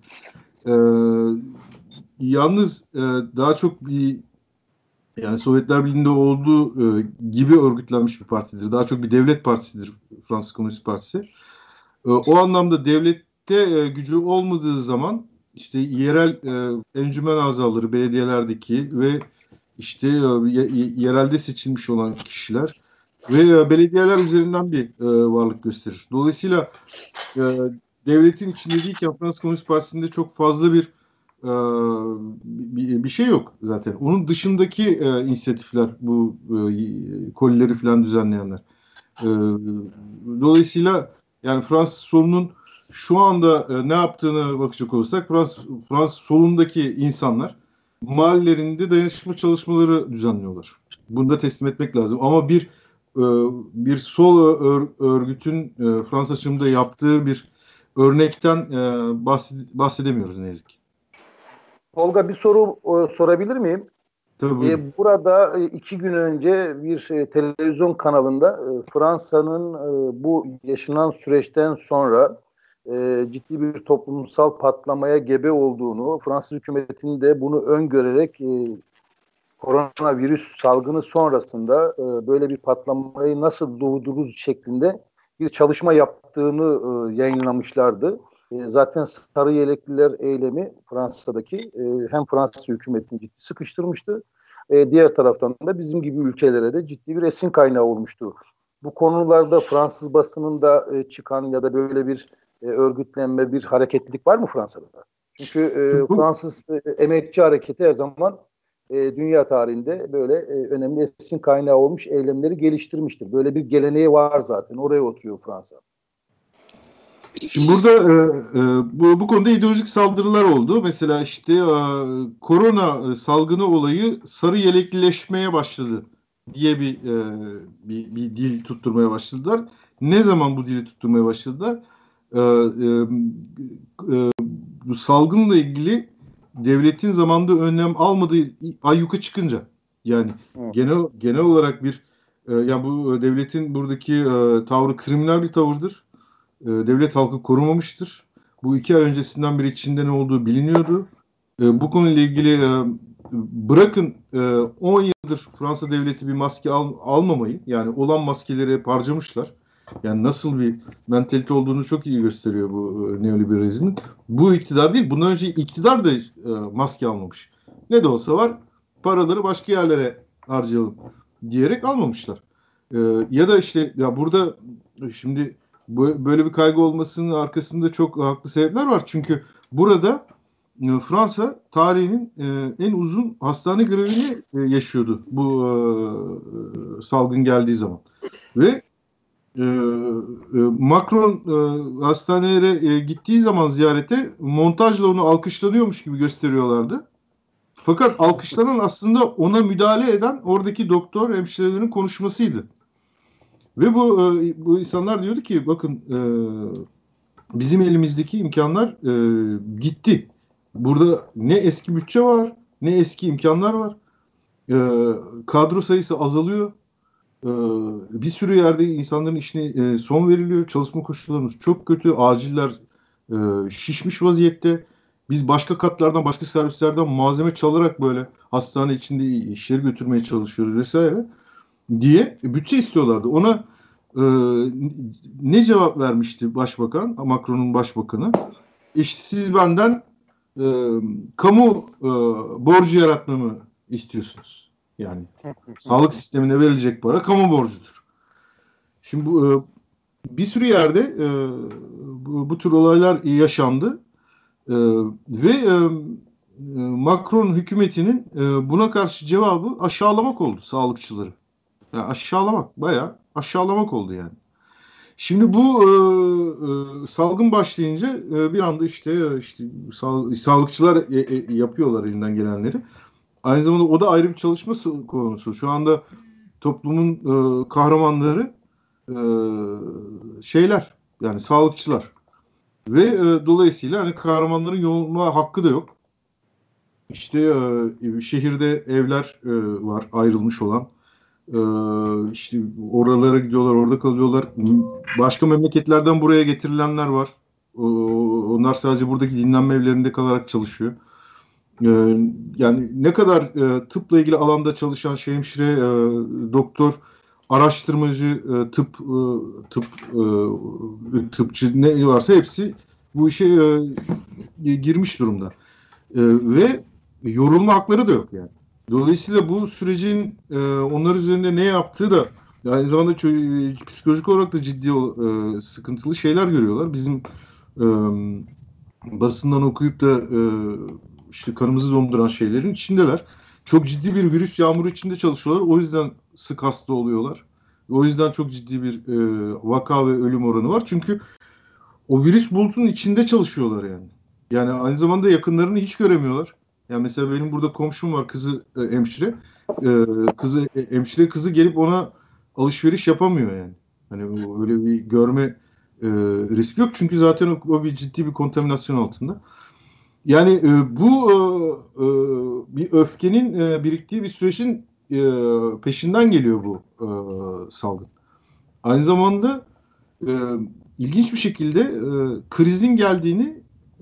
Yalnız daha çok bir yani Sovyetler Birliği'nde olduğu gibi örgütlenmiş bir partidir. Daha çok bir devlet partisidir Fransız Komünist Partisi. O anlamda devlette gücü olmadığı zaman işte yerel encümen azaları belediyelerdeki ve işte yerelde seçilmiş olan kişiler ve belediyeler üzerinden bir varlık gösterir. Dolayısıyla devletin içinde değilken Fransız Komünist Partisi'nde çok fazla bir şey yok zaten. Onun dışındaki inisiyatifler bu kolileri falan düzenleyenler. Dolayısıyla yani Fransız solunun şu anda ne yaptığını bakacak olursak Fransız solundaki insanlar mahallelerinde dayanışma çalışmaları düzenliyorlar. Bunu da teslim etmek lazım. Ama bir sol örgütün Fransız açımında yaptığı bir örnekten bahsedemiyoruz ne yazık ki. Tolga, bir soru sorabilir miyim? Tabii. Burada 2 gün önce bir televizyon kanalında Fransa'nın bu yaşanan süreçten sonra ciddi bir toplumsal patlamaya gebe olduğunu, Fransız hükümetinin de bunu öngörerek koronavirüs salgını sonrasında böyle bir patlamayı nasıl durdururuz şeklinde bir çalışma yaptığını yayınlamışlardı. Zaten sarı yelekliler eylemi Fransa'daki hem Fransız hükümetini ciddi sıkıştırmıştı. Diğer taraftan da bizim gibi ülkelere de ciddi bir esin kaynağı olmuştu. Bu konularda Fransız basınında çıkan ya da böyle bir örgütlenme, bir hareketlilik var mı Fransa'da? Çünkü Fransız emekçi hareketi her zaman dünya tarihinde böyle önemli esin kaynağı olmuş eylemleri geliştirmiştir. Böyle bir geleneği var zaten. Oraya oturuyor Fransa. Şimdi burada bu konuda ideolojik saldırılar oldu. Mesela işte korona salgını olayı sarı yeleklileşmeye başladı diye bir dil tutturmaya başladılar. Ne zaman bu dili tutturmaya başladılar? Bu salgınla ilgili devletin zamanında önlem almadığı ayyuka çıkınca yani genel olarak yani bu devletin buradaki tavrı kriminal bir tavırdır. Devlet halkı korumamıştır. Bu 2 ay öncesinden beri içinde ne olduğu biliniyordu. Bu konuyla ilgili bırakın 10 yıldır Fransa devleti bir maske almamayı yani olan maskeleri hep harcamışlar. Yani nasıl bir mentalite olduğunu çok iyi gösteriyor bu neoliberalizmin. Bu iktidar değil. Bundan önce iktidar da maske almamış. Ne de olsa var paraları başka yerlere harcayalım diyerek almamışlar. Ya da işte ya burada şimdi böyle bir kaygı olmasının arkasında çok haklı sebepler var. Çünkü burada Fransa tarihinin en uzun hastane grevini yaşıyordu bu salgın geldiği zaman. Ve Macron hastanelere gittiği zaman ziyarete montajla onu alkışlanıyormuş gibi gösteriyorlardı. Fakat alkışlanan aslında ona müdahale eden oradaki doktor, hemşirelerin konuşmasıydı. Ve bu insanlar diyordu ki bakın bizim elimizdeki imkanlar gitti. Burada ne eski bütçe var, ne eski imkanlar var. Kadro sayısı azalıyor. Bir sürü yerde insanların işine son veriliyor. Çalışma koşullarımız çok kötü. Aciller şişmiş vaziyette. Biz başka katlardan, başka servislerden malzeme çalarak böyle hastane içinde işleri götürmeye çalışıyoruz vesaire diye bütçe istiyorlardı. Ona ne cevap vermişti Başbakan, Macron'un başbakanı? İşte siz benden kamu borcu yaratmamı istiyorsunuz. Yani sağlık sistemine verilecek para kamu borcudur. Şimdi bir sürü yerde bu tür olaylar yaşandı ve Macron hükümetinin buna karşı cevabı aşağılamak oldu sağlıkçıları. Yani aşağılamak, bayağı aşağılamak oldu yani. Şimdi bu salgın başlayınca bir anda işte sağlıkçılar yapıyorlar elinden gelenleri. Aynı zamanda o da ayrı bir çalışma konusu. Şu anda toplumun kahramanları şeyler, yani sağlıkçılar. Ve dolayısıyla hani kahramanların yoğunluğa hakkı da yok. İşte şehirde evler var ayrılmış olan. İşte oralara gidiyorlar, orada kalıyorlar. Başka memleketlerden buraya getirilenler var. Onlar sadece buradaki dinlenme evlerinde kalarak çalışıyor. Yani ne kadar tıpla ilgili alanda çalışan hemşire, doktor, araştırmacı, tıpçı ne varsa hepsi bu işe girmiş durumda. Ve yorulma hakları da yok yani. Dolayısıyla bu sürecin onlar üzerinde ne yaptığı da aynı zamanda psikolojik olarak da ciddi sıkıntılı şeyler görüyorlar. Bizim basından okuyup da işte kanımızı donduran şeylerin içindeler. Çok ciddi bir virüs yağmuru içinde çalışıyorlar. O yüzden sık hasta oluyorlar. O yüzden çok ciddi bir vaka ve ölüm oranı var. Çünkü o virüs bulutunun içinde çalışıyorlar yani. Yani aynı zamanda yakınlarını hiç göremiyorlar. Yani mesela benim burada komşum var, kızı hemşire. Hemşire kızı gelip ona alışveriş yapamıyor yani. Hani öyle bir görme riski yok. Çünkü zaten o bir ciddi bir kontaminasyon altında. Yani bu bir öfkenin biriktiği bir sürecin peşinden geliyor bu salgın. Aynı zamanda ilginç bir şekilde krizin geldiğini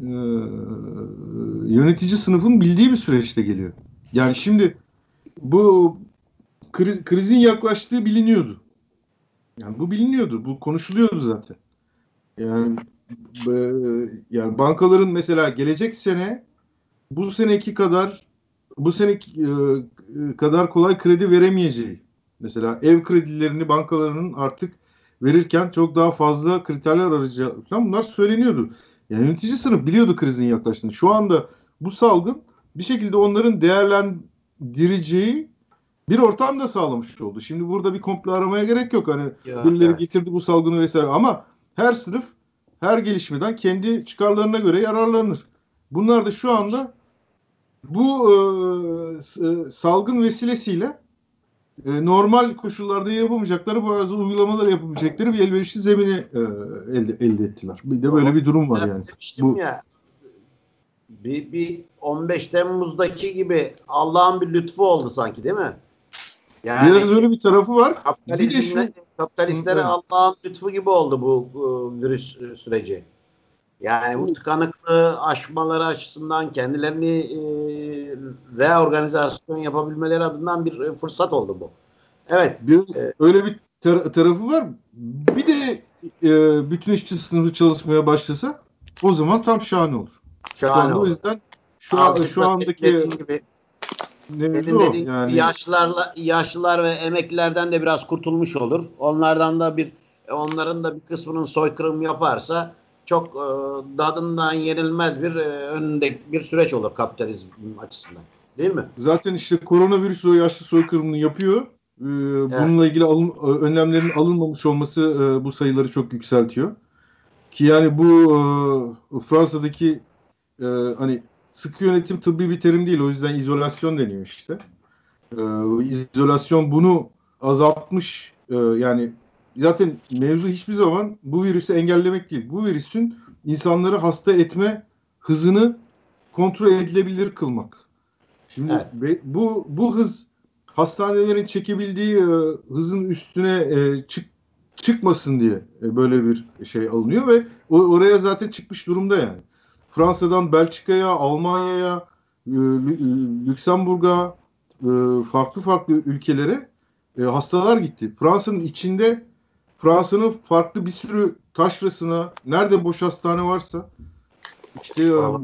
yönetici sınıfın bildiği bir süreçte geliyor. Yani şimdi bu krizin yaklaştığı biliniyordu. Yani bu biliniyordu, bu konuşuluyordu zaten. Yani bankaların mesela gelecek sene bu seneki kadar kolay kredi veremeyeceği, mesela ev kredilerini bankalarının artık verirken çok daha fazla kriterler arayacağı falan, bunlar söyleniyordu. Yani yönetici sınıf biliyordu krizin yaklaştığını. Şu anda bu salgın bir şekilde onların değerlendireceği bir ortam da sağlamış oldu. Şimdi burada bir komplo aramaya gerek yok. Hani birileri getirdi bu salgını vesaire, ama her sınıf her gelişmeden kendi çıkarlarına göre yararlanır. Bunlar da şu anda bu salgın vesilesiyle normal koşullarda yapamayacakları bazı uygulamalar yapabilecekleri bir elverişli zemini elde ettiler. Bir de böyle bir durum var yani. Bu ya, bir 15 Temmuz'daki gibi Allah'ın bir lütfu oldu sanki, değil mi? Yani biraz öyle bir tarafı var. Bir de kapitalistlere Allah'ın lütfu gibi oldu bu virüs süreci. Yani bu tıkanıklığı aşmaları açısından kendilerini reorganizasyon yapabilmeleri adından bir fırsat oldu bu. Evet. Öyle bir tarafı var. Bir de bütün işçi sınıfı çalışmaya başlasa o zaman tam şahane olur. Şahane olur. O yüzden şu andaki mevzu o. Yani yaşlılar ve emeklilerden de biraz kurtulmuş olur. Onlardan da onların da bir kısmının soykırım yaparsa çok tadından yenilmez bir önünde bir süreç olur kapitalizm açısından. Değil mi? Zaten işte koronavirüs o yaşlı soykırımını yapıyor. Bununla ilgili önlemlerin alınmamış olması bu sayıları çok yükseltiyor. Ki yani bu Fransa'daki hani sıkı yönetim tıbbi bir terim değil. O yüzden izolasyon deniyor işte. İzolasyon bunu azaltmış. Yani zaten mevzu hiçbir zaman bu virüsü engellemek değil. Bu virüsün insanları hasta etme hızını kontrol edilebilir kılmak. Şimdi bu hız hastanelerin çekebildiği hızın üstüne çıkmasın diye böyle bir şey alınıyor ve oraya zaten çıkmış durumda yani. Fransa'dan Belçika'ya, Almanya'ya, Lüksemburg'a, farklı ülkelere hastalar gitti. Fransa'nın farklı bir sürü taşrasına, nerede boş hastane varsa işte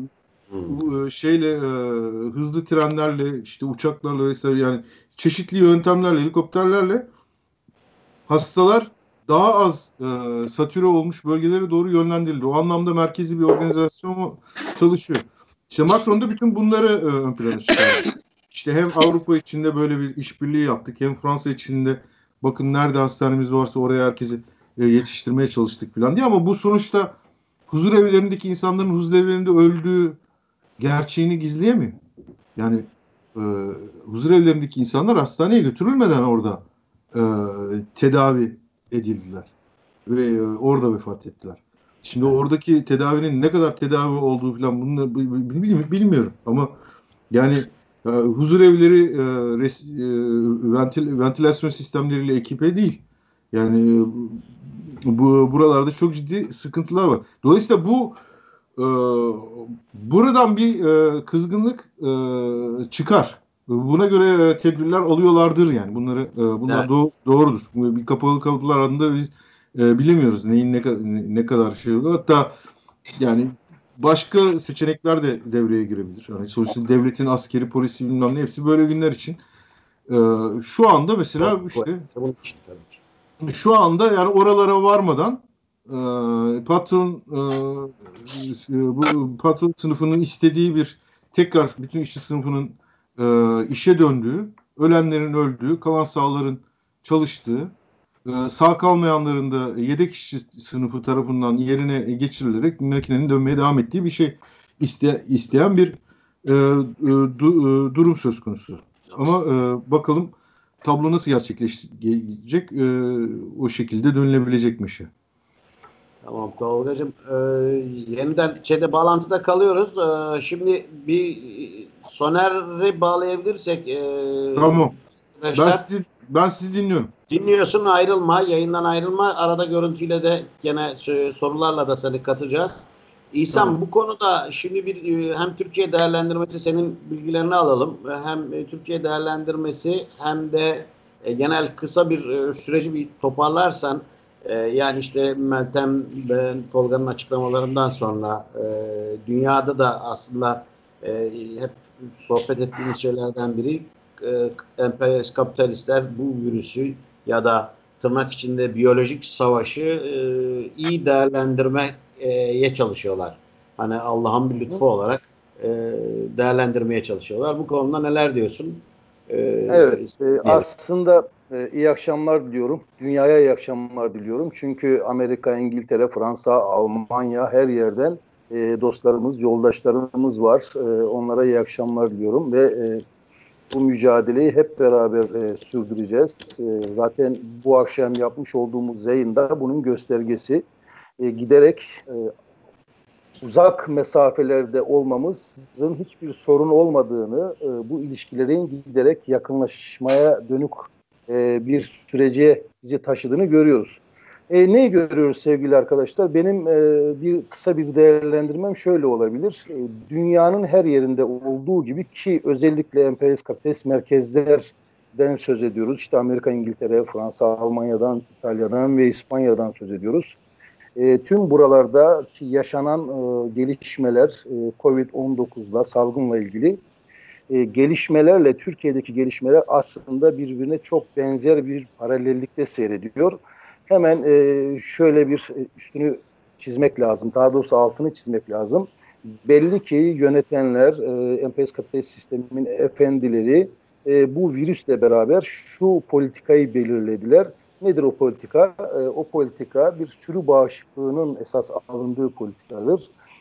hızlı trenlerle, işte uçaklarla vesaire, yani çeşitli yöntemlerle, helikopterlerle hastalar daha az satüre olmuş bölgelere doğru yönlendirildi. O anlamda merkezi bir organizasyon çalışıyor. İşte Macron da bütün bunları ön plana çıkardı. İşte hem Avrupa içinde böyle bir işbirliği yaptık, hem Fransa içinde bakın nerede hastanemiz varsa oraya herkesi yetiştirmeye çalıştık falan diye, ama bu sonuçta huzur evlerindeki insanların huzur evlerinde öldüğü gerçeğini gizleyemiyor. Yani huzur evlerindeki insanlar hastaneye götürülmeden orada tedavi edildiler ve orada vefat ettiler. Şimdi oradaki tedavinin ne kadar tedavi olduğu falan bunları bilmiyorum, ama yani huzur evleri ventilasyon sistemleriyle ekipe değil. Yani buralarda çok ciddi sıkıntılar var. Dolayısıyla buradan bir kızgınlık çıkar. Buna göre tedbirler alıyorlardır yani. Bunlar doğrudur. Bir kapalı kapılar ardında biz bilemiyoruz neyin ne kadar şey olur. Hatta yani başka seçenekler de devreye girebilir. Yani sonuçta devletin askeri, polisi bilmem ne hepsi böyle günler için. Şu anda mesela işte şu anda yani oralara varmadan bu patron sınıfının istediği bir tekrar bütün işçi sınıfının işe döndüğü, ölenlerin öldüğü, kalan sağların çalıştığı, sağ kalmayanların da yedek işçi sınıfı tarafından yerine geçirilerek makinenin dönmeye devam ettiği bir şey isteyen bir durum söz konusu. Ama bakalım tablo nasıl gerçekleşecek, o şekilde dönülebilecek mi işe? Tamam Tolga'cığım. Yeniden bağlantıda kalıyoruz. Şimdi bir Soner'i bağlayabilirsek. Tamam. Ben sizi dinliyorum. Dinliyorsun, ayrılma. Yayından ayrılma. Arada görüntüyle de gene sorularla da seni katacağız. İhsan, tamam. Bu konuda şimdi hem Türkiye değerlendirmesi, senin bilgilerini alalım. Hem Türkiye değerlendirmesi hem de genel kısa bir süreci bir toparlarsan, yani işte Meltem ve Tolga'nın açıklamalarından sonra dünyada da aslında hep sohbet ettiğimiz şeylerden biri, emperyalist kapitalistler bu virüsü ya da tırnak içinde biyolojik savaşı iyi değerlendirmeye çalışıyorlar. Hani Allah'ın bir lütfu olarak değerlendirmeye çalışıyorlar. Bu konuda neler diyorsun? Evet, aslında iyi akşamlar diliyorum. Dünyaya iyi akşamlar diliyorum. Çünkü Amerika, İngiltere, Fransa, Almanya, her yerden dostlarımız, yoldaşlarımız var. Onlara iyi akşamlar diliyorum ve bu mücadeleyi hep beraber sürdüreceğiz. Zaten bu akşam yapmış olduğumuz yayında bunun göstergesi. Giderek uzak mesafelerde olmamızın hiçbir sorun olmadığını, bu ilişkilerin giderek yakınlaşmaya dönük bir sürece bizi taşıdığını görüyoruz. Neyi görüyoruz sevgili arkadaşlar? Benim kısa bir değerlendirmem şöyle olabilir. Dünyanın her yerinde olduğu gibi, ki özellikle emperyalist kapitalist merkezlerden söz ediyoruz. İşte Amerika, İngiltere, Fransa, Almanya'dan, İtalya'dan ve İspanya'dan söz ediyoruz. Tüm buralardaki yaşanan gelişmeler, Covid-19'la, salgınla ilgili gelişmelerle Türkiye'deki gelişmeler aslında birbirine çok benzer bir paralellikte seyrediyor. Hemen şöyle bir üstünü çizmek lazım, daha doğrusu altını çizmek lazım. Belli ki yönetenler, emperyalist kapitalist sistemin efendileri bu virüsle beraber şu politikayı belirlediler. Nedir o politika? O politika bir sürü bağışıklığının esas alındığı politikadır.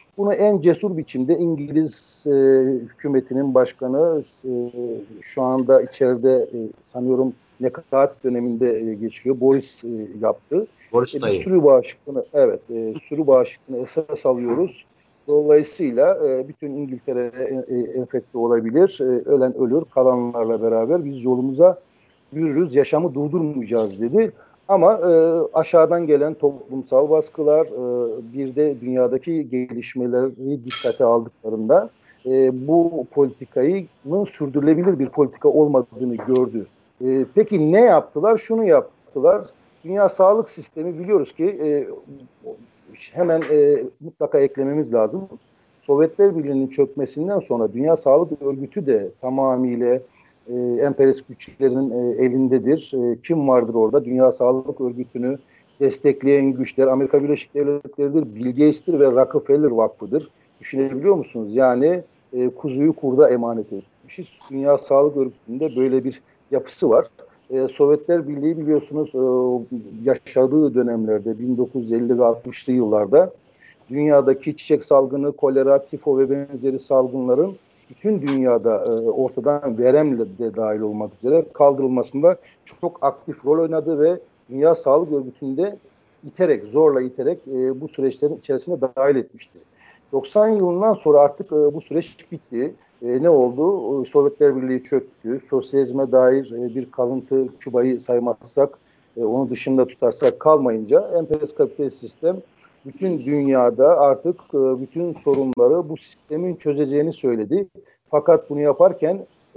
Bunu en cesur biçimde İngiliz hükümetinin başkanı şu anda içeride sanıyorum nekaat döneminde geçiyor. Boris yaptı. Boris Biz sürü bağışıklığını sürü bağışıklığını esas alıyoruz. Dolayısıyla bütün İngiltere enfekte olabilir. Ölen ölür. Kalanlarla beraber biz yolumuza yürürüz. Yaşamı durdurmayacağız dedi. Ama aşağıdan gelen toplumsal baskılar, bir de dünyadaki gelişmeleri dikkate aldıklarında bu politikanın sürdürülebilir bir politika olmadığını gördü. Peki ne yaptılar? Şunu yaptılar. Dünya Sağlık Sistemi biliyoruz ki hemen mutlaka eklememiz lazım. Sovyetler Birliği'nin çökmesinden sonra Dünya Sağlık Örgütü de tamamıyla emperyalist güçlerin elindedir. Kim vardır orada? Dünya Sağlık Örgütü'nü destekleyen güçler Amerika Birleşik Devletleri'dir, Bill Gates'tir ve Rockefeller Vakfı'dır. Düşünebiliyor musunuz? Yani kuzuyu kurda emanet etmişiz. Dünya Sağlık Örgütü'nde böyle bir yapısı var. Sovyetler Birliği biliyorsunuz yaşadığı dönemlerde 1950 ve 60'lı yıllarda dünyadaki çiçek salgını, kolera, tifo ve benzeri salgınların bütün dünyada ortadan veremle de dahil olmak üzere kaldırılmasında çok aktif rol oynadı ve Dünya Sağlık Örgütü'nde zorla iterek bu süreçlerin içerisine dahil etmişti. 90 yılından sonra artık bu süreç bitti. Ne oldu? Sovyetler Birliği çöktü. Sosyalizme dair bir kalıntı Küba'yı saymazsak, onu dışında tutarsak kalmayınca emperyalist kapitalist sistem bütün dünyada artık bütün sorunları bu sistemin çözeceğini söyledi. Fakat bunu yaparken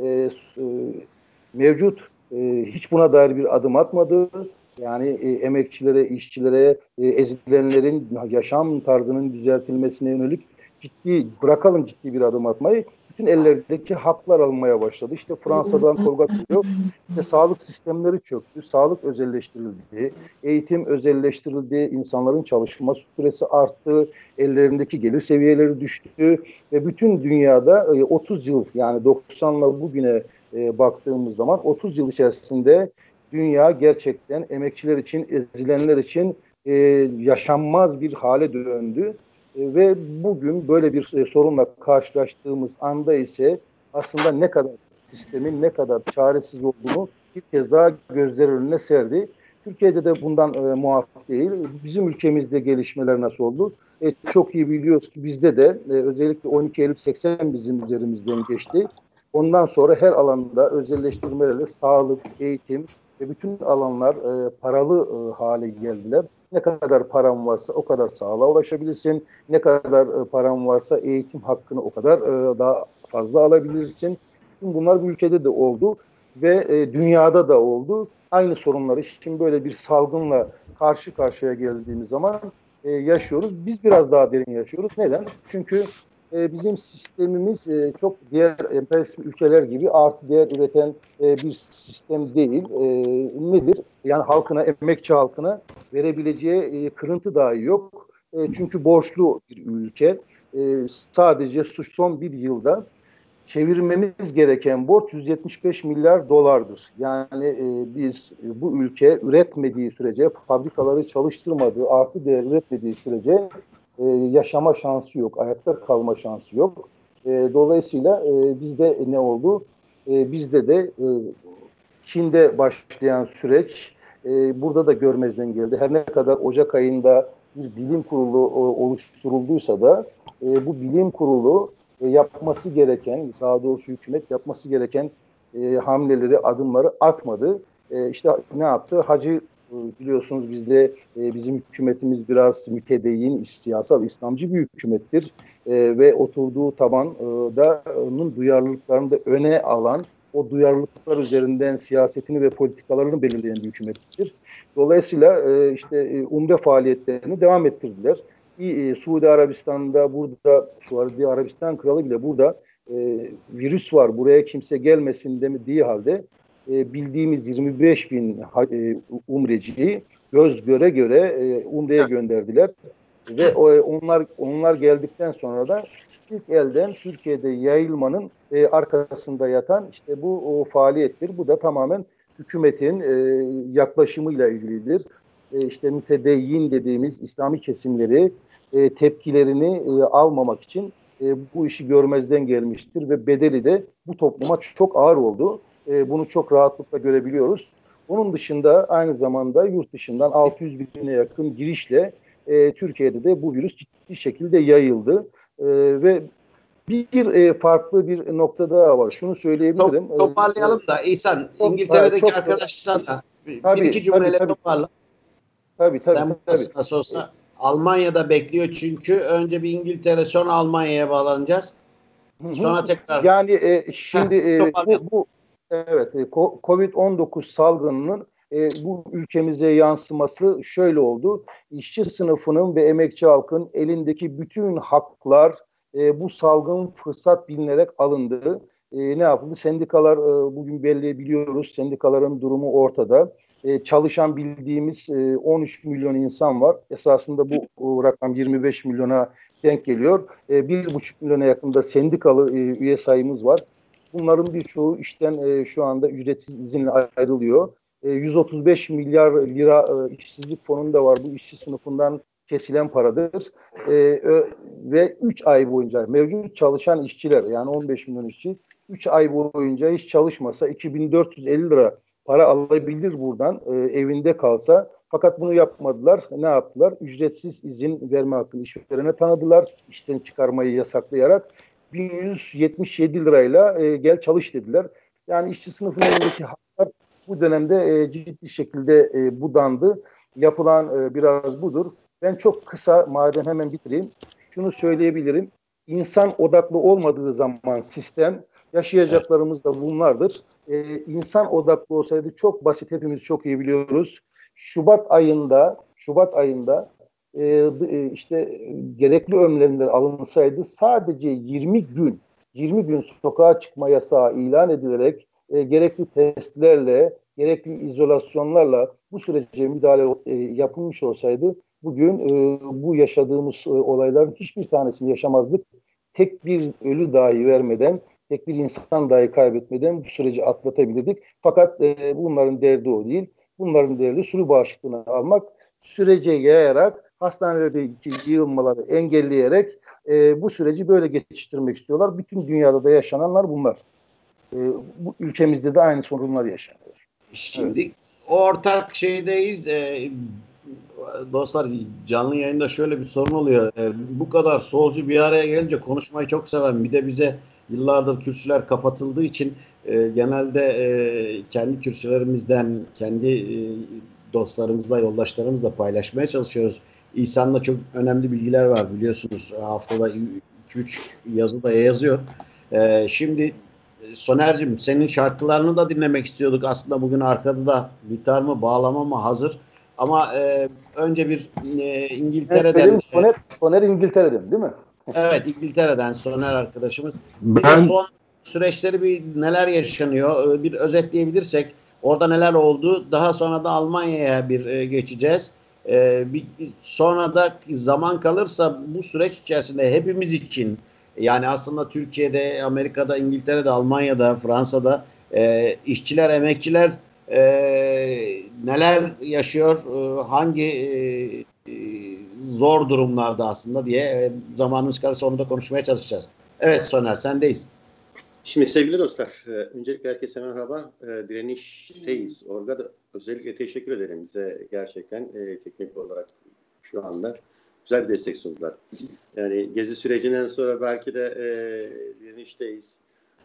mevcut hiç buna dair bir adım atmadı. Yani emekçilere, işçilere, ezilenlerin yaşam tarzının düzeltilmesine yönelik bırakalım ciddi bir adım atmayı. Bütün ellerindeki haklar alınmaya başladı. İşte Fransa'dan Tolga Tülüyor. İşte sağlık sistemleri çöktü. Sağlık özelleştirildi. Eğitim özelleştirildi. İnsanların çalışma süresi arttı. Ellerindeki gelir seviyeleri düştü. Ve bütün dünyada 30 yıl yani 90'la bugüne baktığımız zaman 30 yıl içerisinde dünya gerçekten emekçiler için, ezilenler için yaşanmaz bir hale döndü. Ve bugün böyle bir sorunla karşılaştığımız anda ise aslında ne kadar sistemin ne kadar çaresiz olduğunu bir kez daha gözler önüne serdi. Türkiye'de de bundan muaf değil. Bizim ülkemizde gelişmeler nasıl oldu? Çok iyi biliyoruz ki bizde de özellikle 12 Eylül 80 bizim üzerimizden geçti. Ondan sonra her alanda özelleştirmelerle sağlık, eğitim ve bütün alanlar paralı hale geldiler. Ne kadar param varsa o kadar sağlığa ulaşabilirsin. Ne kadar param varsa eğitim hakkını o kadar daha fazla alabilirsin. Bunlar bu ülkede de oldu ve dünyada da oldu. Aynı sorunları şimdi böyle bir salgınla karşı karşıya geldiğimiz zaman yaşıyoruz. Biz biraz daha derin yaşıyoruz. Neden? Çünkü bizim sistemimiz çok diğer emperyalist ülkeler gibi artı değer üreten bir sistem değil. Nedir? Yani halkına, emekçi halkına verebileceği kırıntı dahi yok. Çünkü borçlu bir ülke. Sadece son bir yılda çevirmemiz gereken borç 175 milyar dolardır. Yani biz bu ülke üretmediği sürece, fabrikaları çalıştırmadığı, artı değer üretmediği sürece yaşama şansı yok, ayakta kalma şansı yok. Dolayısıyla bizde ne oldu? Bizde de Çin'de başlayan süreç burada da görmezden geldi. Her ne kadar Ocak ayında bir bilim kurulu oluşturulduysa da bu bilim kurulu yapması gereken, daha doğrusu hükümet yapması gereken hamleleri, adımları atmadı. İşte ne yaptı? Hacı biliyorsunuz bizde bizim hükümetimiz biraz mütedeyyin, siyasal İslamcı bir hükümettir. Ve oturduğu tabanın duyarlılıklarını da öne alan, o duyarlılıklar üzerinden siyasetini ve politikalarını belirleyen bir hükümettir. Dolayısıyla işte umre faaliyetlerini devam ettirdiler. Suudi Arabistan'da burada, Suudi Arabistan kralı bile burada virüs var, buraya kimse gelmesin demediği halde bildiğimiz 25 bin umreciyi göz göre göre umreye gönderdiler. Ve onlar geldikten sonra da ilk elden Türkiye'de yayılmanın arkasında yatan işte bu faaliyettir. Bu da tamamen hükümetin yaklaşımıyla ilgilidir. İşte mütedeyyin dediğimiz İslami kesimleri tepkilerini almamak için bu işi görmezden gelmiştir ve bedeli de bu topluma çok ağır oldu. Bunu çok rahatlıkla görebiliyoruz. Onun dışında aynı zamanda yurt dışından 600 bine yakın girişle Türkiye'de de bu virüs ciddi şekilde yayıldı. Ve farklı bir nokta daha var. Şunu söyleyebilirim. Toparlayalım da İhsan, İngiltere'deki arkadaşlarla bir iki cümleyle toparla. Sen nasıl olsa Almanya'da bekliyor çünkü önce bir İngiltere sonra Almanya'ya bağlanacağız. Sonra tekrar. Yani şimdi Covid-19 salgınının bu ülkemize yansıması şöyle oldu. İşçi sınıfının ve emekçi halkın elindeki bütün haklar bu salgın fırsat bilinerek alındı. Ne yapıldı? Sendikalar bugün belli biliyoruz. Sendikaların durumu ortada. Çalışan bildiğimiz 13 milyon insan var. Esasında bu rakam 25 milyona denk geliyor. 1,5 milyona yakında sendikalı üye sayımız var. Bunların birçoğu işten şu anda ücretsiz izinle ayrılıyor. 135 milyar lira işsizlik fonunda var. Bu işçi sınıfından kesilen paradır. Ve 3 ay boyunca mevcut çalışan işçiler, yani 15 milyon işçi 3 ay boyunca hiç çalışmasa 2450 lira para alabilir buradan evinde kalsa. Fakat bunu yapmadılar. Ne yaptılar? Ücretsiz izin verme hakkını işverene tanıdılar. İşten çıkarmayı yasaklayarak 1177 lirayla gel çalış dediler. Yani işçi sınıfının elindeki haklar bu dönemde ciddi şekilde budandı. Yapılan biraz budur. Ben çok kısa, madem hemen bitireyim, şunu söyleyebilirim. İnsan odaklı olmadığı zaman sistem, yaşayacaklarımız da bunlardır. İnsan odaklı olsaydı çok basit, hepimiz çok iyi biliyoruz. Şubat ayında işte gerekli önlemler alınsaydı sadece 20 gün sokağa çıkma yasağı ilan edilerek gerekli testlerle, gerekli izolasyonlarla bu sürece müdahale yapılmış olsaydı bugün bu yaşadığımız olayların hiçbir tanesini yaşamazdık. Tek bir ölü dahi vermeden, tek bir insan dahi kaybetmeden bu süreci atlatabilirdik. Fakat bunların derdi o değil. Bunların derdi sürü bağışıklığını almak, sürece yayarak, hastanelerdeki yığılmaları engelleyerek bu süreci böyle geçiştirmek istiyorlar. Bütün dünyada da yaşananlar bunlar. Bu ülkemizde de aynı sorunlar yaşanıyor. Şimdi ortak şeydeyiz. Dostlar, canlı yayında şöyle bir sorun oluyor. Bu kadar solcu bir araya gelince konuşmayı çok seven, bir de bize yıllardır kürsüler kapatıldığı için genelde kendi kürsülerimizden, kendi dostlarımızla, yoldaşlarımızla paylaşmaya çalışıyoruz. İhsan'la çok önemli bilgiler var biliyorsunuz. Haftada 2-3 yazı da yazıyor. Şimdi Soner'cim, senin şarkılarını da dinlemek istiyorduk. Aslında bugün arkada da gitar mı, bağlama mı hazır. Ama önce bir İngiltere'den... Soner İngiltere'den değil mi? Evet, İngiltere'den Soner arkadaşımız. Bize son süreçleri neler yaşanıyor bir özetleyebilirsek, orada neler oldu, daha sonra da Almanya'ya bir geçeceğiz. Sonra da zaman kalırsa bu süreç içerisinde hepimiz için, yani aslında Türkiye'de, Amerika'da, İngiltere'de, Almanya'da, Fransa'da işçiler, emekçiler neler yaşıyor, hangi zor durumlarda aslında diye zamanımız kalırsa onu da konuşmaya çalışacağız. Evet Soner, sendeyiz. Şimdi sevgili dostlar, öncelikle herkese merhaba. Direnişteyiz. Orada da özellikle teşekkür ederim bize, gerçekten teknik olarak şu anda güzel bir destek sundular. Yani gezi sürecinden sonra belki de direnişteyiz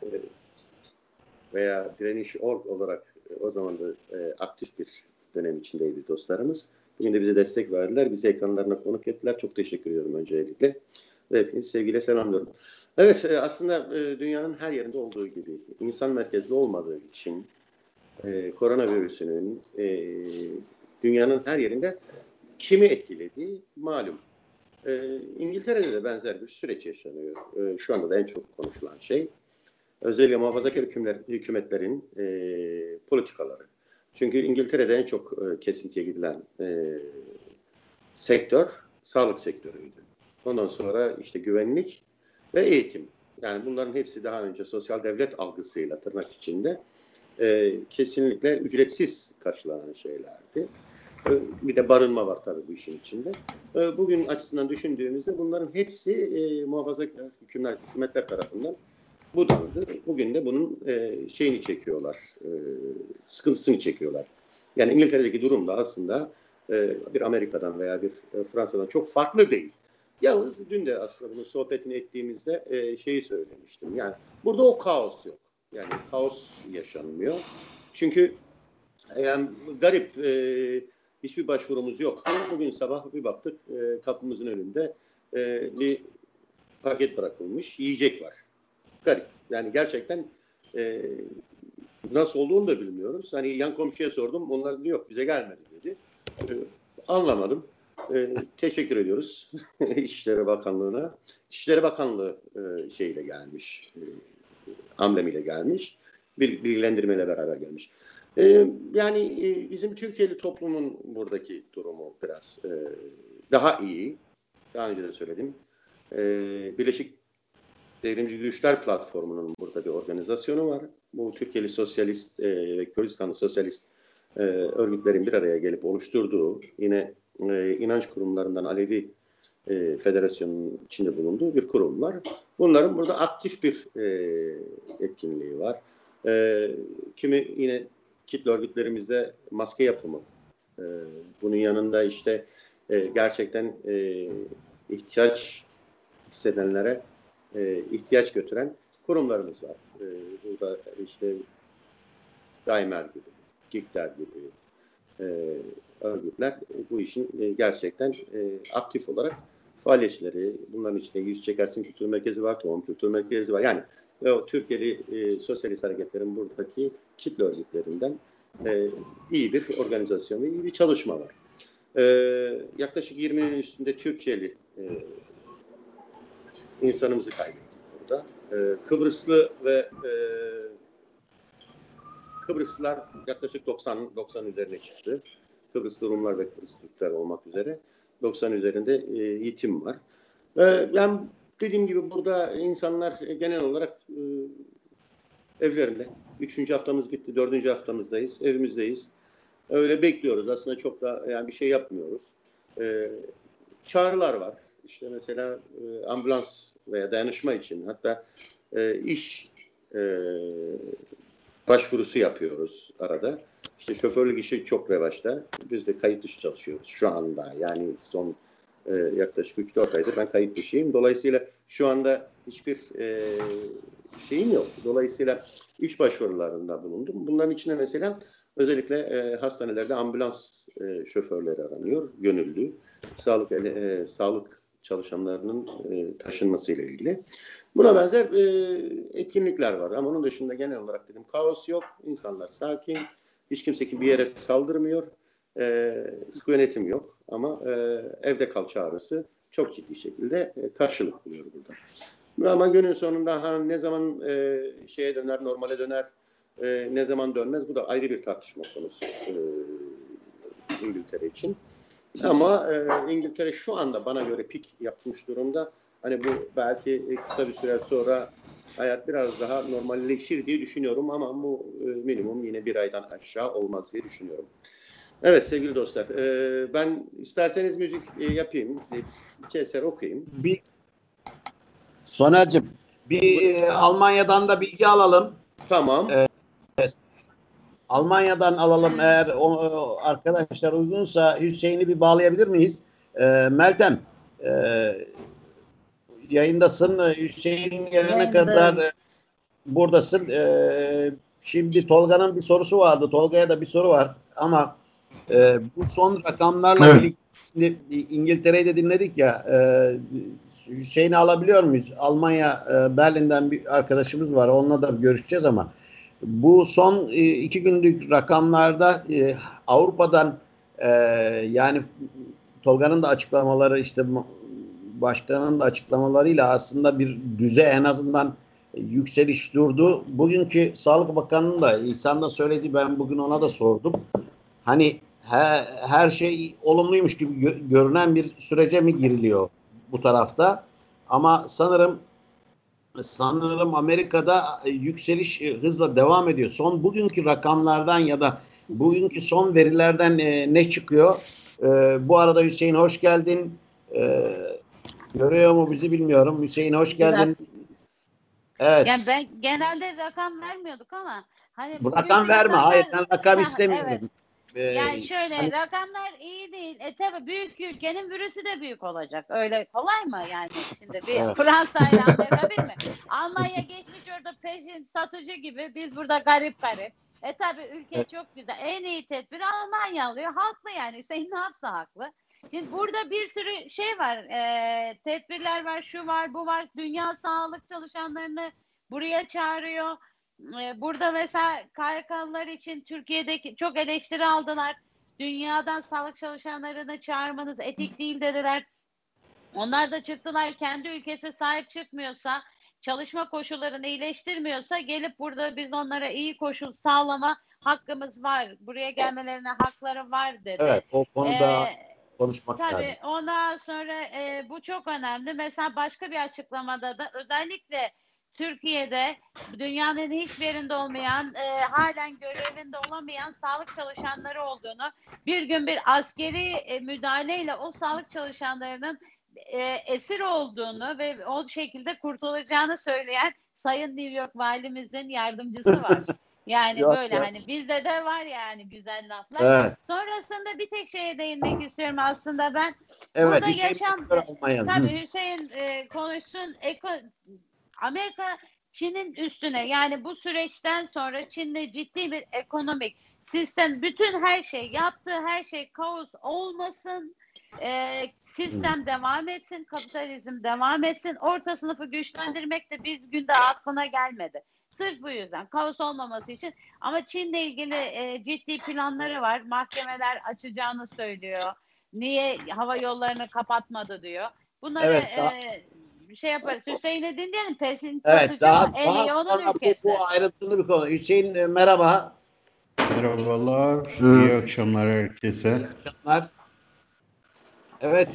veya direniş.org olarak o zaman da aktif bir dönem içindeydi dostlarımız. Bugün de bize destek verdiler. Bizi ekranlarına konuk ettiler. Çok teşekkür ediyorum öncelikle. Ve hepinizi sevgiyle selamlıyorum. Evet, aslında dünyanın her yerinde olduğu gibi insan merkezli olmadığı için koronavirüsünün dünyanın her yerinde kimi etkilediği malum. İngiltere'de de benzer bir süreç yaşanıyor. Şu anda da en çok konuşulan şey özellikle muhafazakar hükümetlerin politikaları. Çünkü İngiltere'de en çok kesintiye gidilen sektör sağlık sektörüydü. Ondan sonra işte güvenlik ve eğitim. Yani bunların hepsi daha önce sosyal devlet algısıyla tırnak içinde kesinlikle ücretsiz karşılanan şeylerdi. Bir de barınma var tabii bu işin içinde. Bugün açısından düşündüğümüzde bunların hepsi muhafazakar hükümetler tarafından budandı. Bugün de bunun şeyini çekiyorlar, sıkıntısını çekiyorlar. Yani İngiltere'deki durum da aslında bir Amerika'dan veya bir Fransa'dan çok farklı değil. Yalnız dün de aslında bunun sohbetini ettiğimizde şeyi söylemiştim. Yani burada o kaos yok. Yani kaos yaşanmıyor. Çünkü yani garip hiçbir başvurumuz yok. Bugün sabah bir baktık kapımızın önünde bir paket bırakılmış, yiyecek var. Garip. Yani gerçekten nasıl olduğunu da bilmiyoruz. Hani yan komşuya sordum. Onlar diyor yok bize gelmedi dedi. Anlamadım. Teşekkür ediyoruz İçişleri Bakanlığı'na. İçişleri Bakanlığı şeyle gelmiş. Amblemiyle gelmiş. Bilgilendirmeyle beraber gelmiş. Yani bizim Türkiye'li toplumun buradaki durumu biraz daha iyi. Daha önce de söyledim. Birleşik Devrimci Güçler Platformu'nun burada bir organizasyonu var. Bu Türkiye'li sosyalist ve Kürdistanlı sosyalist örgütlerin bir araya gelip oluşturduğu, yine inanç kurumlarından Alevi Federasyonu'nun içinde bulunduğu bir kurum var. Bunların burada aktif bir etkinliği var. Kimi yine kitle örgütlerimizde maske yapımı. Bunun yanında işte gerçekten ihtiyaç hissedenlere ihtiyaç götüren kurumlarımız var. Burada işte Daimer gibi, GİKDER gibi örgütler bu işin gerçekten aktif olarak faaliyetçileri, bunların içinde Yüz Çekersin Kültür Merkezi var, Tohum Kültür Merkezi var. Yani o Türkiye'li sosyalist hareketlerin buradaki kitle örgütlerinden iyi bir organizasyon ve iyi bir çalışma var. Yaklaşık 20'nin üstünde Türkiye'li insanımızı kaybettik burada. Kıbrıslı ve Kıbrıslılar yaklaşık 90 üzerine çıktı. Kıbrıslı Rumlar ve Kıbrıslı Türkler olmak üzere 90 üzerinde yetim var. Yani dediğim gibi burada insanlar genel olarak evlerinde. 3. haftamız bitti, 4. haftamızdayız, evimizdeyiz. Öyle bekliyoruz. Aslında çok da yani bir şey yapmıyoruz. Çağrılar var. İşte mesela ambulans veya dayanışma için hatta iş başvurusu yapıyoruz arada. İşte şoförlük işi çok revaçta. Biz de kayıt dışı çalışıyoruz şu anda. Yani son yaklaşık 3-4 aydır ben kayıt dışıyım. Dolayısıyla şu anda hiçbir şeyim yok. Dolayısıyla iş başvurularında bulundum. Bunların içinde mesela özellikle hastanelerde ambulans şoförleri aranıyor. Gönüllü. Sağlık çalışanlarının taşınmasıyla ilgili. Buna benzer etkinlikler var. Ama onun dışında genel olarak dedim kaos yok. İnsanlar sakin. Hiç kimse ki bir yere saldırmıyor. Sıkı yönetim yok. Ama evde kal çağrısı çok ciddi şekilde karşılık buluyor burada. Ama günün sonunda ne zaman şeye döner, normale döner, ne zaman dönmez bu da ayrı bir tartışma konusu İngiltere için. Ama İngiltere şu anda bana göre pik yapmış durumda. Hani bu belki kısa bir süre sonra hayat biraz daha normalleşir diye düşünüyorum ama bu minimum yine bir aydan aşağı olmaz diye düşünüyorum. Evet sevgili dostlar, ben isterseniz müzik yapayım, size iki eser okuyayım. Soner'cim bir Almanya'dan da bilgi alalım. Tamam. Almanya'dan alalım eğer o arkadaşlar uygunsa Hüseyin'i bir bağlayabilir miyiz? Meltem yayındasın. Hüseyin gelene kadar buradasın. Şimdi Tolga'nın bir sorusu vardı. Tolga'ya da bir soru var ama bu son rakamlarla birlikte İngiltere'yi de dinledik ya. Hüseyin'i alabiliyor muyuz? Almanya Berlin'den bir arkadaşımız var. Onunla da görüşeceğiz ama bu son 2 günlük rakamlarda Avrupa'dan yani Tolga'nın da açıklamaları işte başkanın da açıklamalarıyla aslında bir düze en azından yükseliş durdu. Bugünkü Sağlık Bakanı'nın da İhsan da söyledi, ben bugün ona da sordum. Hani her şey olumluymuş gibi görünen bir sürece mi giriliyor bu tarafta? Ama sanırım Amerika'da yükseliş hızla devam ediyor. Son bugünkü rakamlardan ya da bugünkü son verilerden ne çıkıyor? Bu arada Hüseyin hoş geldin. Görüyor mu bizi bilmiyorum. Hüseyin hoş geldin. Evet. Yani ben genelde rakam vermiyorduk ama hani Bu rakam verme. Hayır, ben rakam istemiyorum. Evet. Yani şöyle hani, rakamlar iyi değil. Tabii büyük ülkenin virüsü de büyük olacak. Öyle kolay mı yani şimdi bir Fransa ile Amerika değil mi? Almanya geçmiş orada peşin satıcı gibi. Biz burada garip. Tabii ülke çok güzel. En iyi tedbiri Almanya alıyor. Haklı yani. Hüseyin ne yapsa haklı. Şimdi burada bir sürü şey var. Tedbirler var, şu var, bu var. Dünya sağlık çalışanlarını buraya çağırıyor. Burada mesela KYK'lılar için Türkiye'deki çok eleştiri aldılar. Dünyadan sağlık çalışanlarını çağırmanız etik değil dediler. Onlar da çıktılar, kendi ülkesi sahip çıkmıyorsa, çalışma koşullarını iyileştirmiyorsa gelip burada biz onlara iyi koşul sağlama hakkımız var. Buraya gelmelerine hakları var dedi. Evet, o konuda konuşmak tabii, lazım. Ondan sonra bu çok önemli. Mesela başka bir açıklamada da özellikle Türkiye'de dünyanın hiçbir yerinde olmayan, halen görevinde olamayan sağlık çalışanları olduğunu, bir gün bir askeri müdahaleyle o sağlık çalışanlarının esir olduğunu ve o şekilde kurtulacağını söyleyen Sayın New York Valimizin yardımcısı var. Yani böyle hani bizde de var yani güzel laflar. Evet. Sonrasında bir tek şeye değinmek istiyorum aslında ben. Evet, burada Hüseyin tabii Hüseyin konuşsun. Amerika Çin'in üstüne, yani bu süreçten sonra Çin'le ciddi bir ekonomik sistem, bütün her şey, yaptığı her şey kaos olmasın, sistem devam etsin, kapitalizm devam etsin, orta sınıfı güçlendirmek de bir günde aklına gelmedi. Sırf bu yüzden, kaos olmaması için. Ama Çin'le ilgili ciddi planları var. Mahkemeler açacağını söylüyor. Niye hava yollarını kapatmadı diyor. Bunları şey yaparız. Hüseyin'i dinleyelim. Pesin evet, daha sonra bu ayrıntılı bir konu. Hüseyin merhaba. Merhabalar. İyi akşamlar herkese. İyi akşamlar. Evet,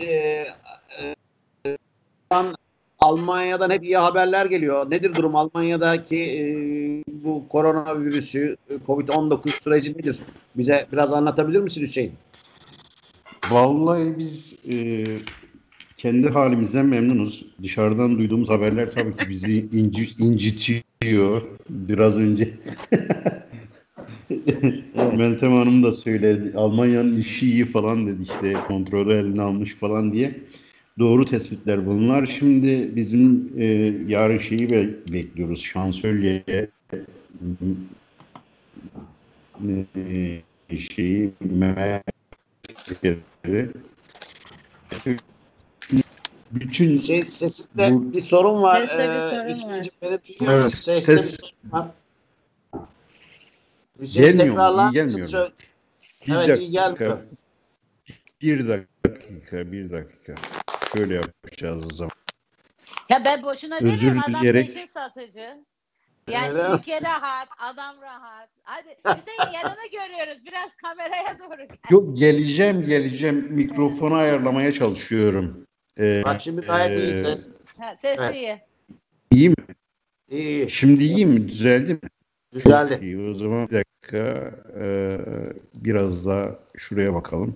Almanya'dan hep iyi haberler geliyor. Nedir durum Almanya'daki bu koronavirüsü, Covid-19 süreci nedir? Bize biraz anlatabilir misin Hüseyin? Vallahi biz kendi halimizden memnunuz. Dışarıdan duyduğumuz haberler tabii ki bizi incitiyor. Biraz önce Meltem Hanım da söyledi. Almanya'nın işi iyi falan dedi, işte kontrolü eline almış falan diye. Doğru tespitler bunlar. Şimdi bizim yarın şeyi bekliyoruz. Şansölye bütün sesinde bir sorun var. Ses gelmiyor. İyi gelmiyor. Bir dakika. Şöyle yapacağız o zaman. Ya ben boşuna demiyorum, adam peşin satıcı. Yani ülke rahat, adam rahat. Hadi Hüseyin, yanını görüyoruz. Biraz kameraya doğru gel. Yok, geleceğim. Mikrofonu ayarlamaya çalışıyorum. Bak şimdi gayet iyi ses. Ses iyi. İyi mi? İyi. Şimdi iyi mi? Düzeldi mi? Düzeldi. Çok iyi. O zaman bir dakika. Biraz daha şuraya bakalım.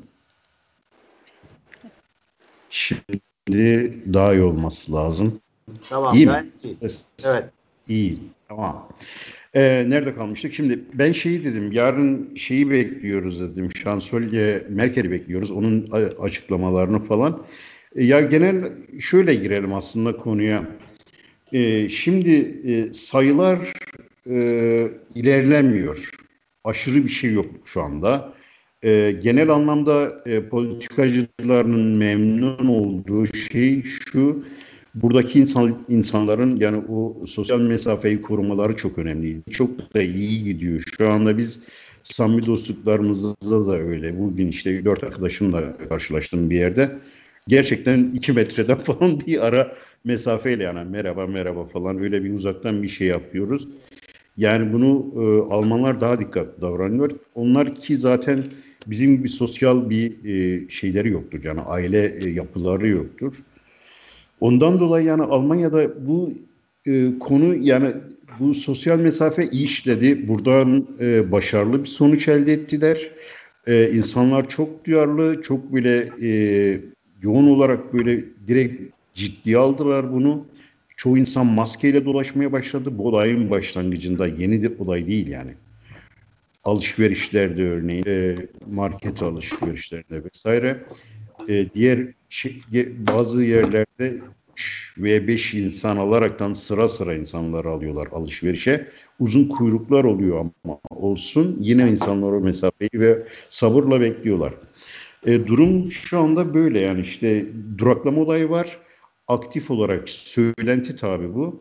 Şimdi daha iyi olması lazım. Tamam. İyi mi? Evet. İyi. Tamam. Nerede kalmıştık? Şimdi ben dedim. Yarın bekliyoruz dedim. Şansölye Merkel'i bekliyoruz. Onun açıklamalarını falan. Ya genel şöyle girelim aslında konuya. Şimdi sayılar ilerlemiyor. Aşırı bir şey yok şu anda. Genel anlamda politikacıların memnun olduğu şey şu: buradaki insanların yani o sosyal mesafeyi korumaları çok önemli. Çok da iyi gidiyor. Şu anda biz samimi dostluklarımızda da öyle. Bugün işte 4 arkadaşımla karşılaştım bir yerde. Gerçekten 2 metreden falan bir ara mesafeyle, yani merhaba falan, öyle bir uzaktan bir şey yapıyoruz. Yani bunu Almanlar daha dikkatli davranıyor. Onlar ki zaten bizim gibi sosyal bir şeyleri yoktur. Yani aile yapıları yoktur. Ondan dolayı yani Almanya'da bu konu yani bu sosyal mesafe iyi işledi. Buradan başarılı bir sonuç elde ettiler. İnsanlar çok duyarlı, çok böyle yoğun olarak böyle direkt ciddiye aldılar bunu. Çoğu insan maskeyle dolaşmaya başladı. Bu olayın başlangıcında, yeni de olay değil yani. Alışverişlerde örneğin, market alışverişlerinde vesaire. Diğer bazı yerlerde 3 ve 5 insan alaraktan sıra sıra insanları alıyorlar alışverişe. Uzun kuyruklar oluyor ama olsun. Yine insanlar o mesafeyi ve sabırla bekliyorlar. Durum şu anda böyle yani işte duraklama olayı var. Aktif olarak söylenti tabii bu.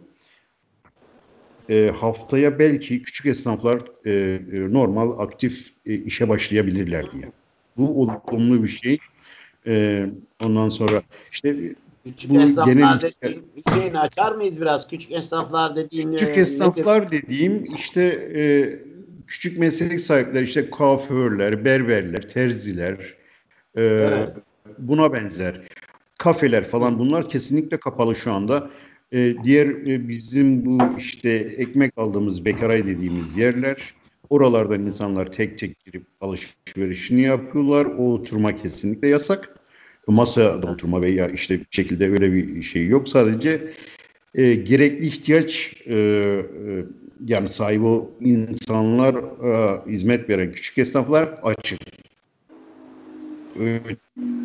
Haftaya belki küçük esnaflar normal aktif işe başlayabilirler diye. Bu olumlu bir şey. Ondan sonra işte Küçük bu esnaflar genel dediğin, Hüseyin açar mıyız biraz? Küçük esnaflar dediğin küçük nedir? esnaflar dediğim işte küçük meslek sahipleri işte kuaförler, berberler, terziler, Evet. buna benzer kafeler falan bunlar kesinlikle kapalı şu anda. Diğer bizim bu işte ekmek aldığımız bekaray dediğimiz yerler oralardan insanlar tek tek girip alışverişini yapıyorlar. O oturma kesinlikle yasak. Masada oturma veya işte bir şekilde öyle bir şey yok. Sadece gerekli ihtiyaç yani sahibi o insanlar hizmet veren küçük esnaflar açık. Öyle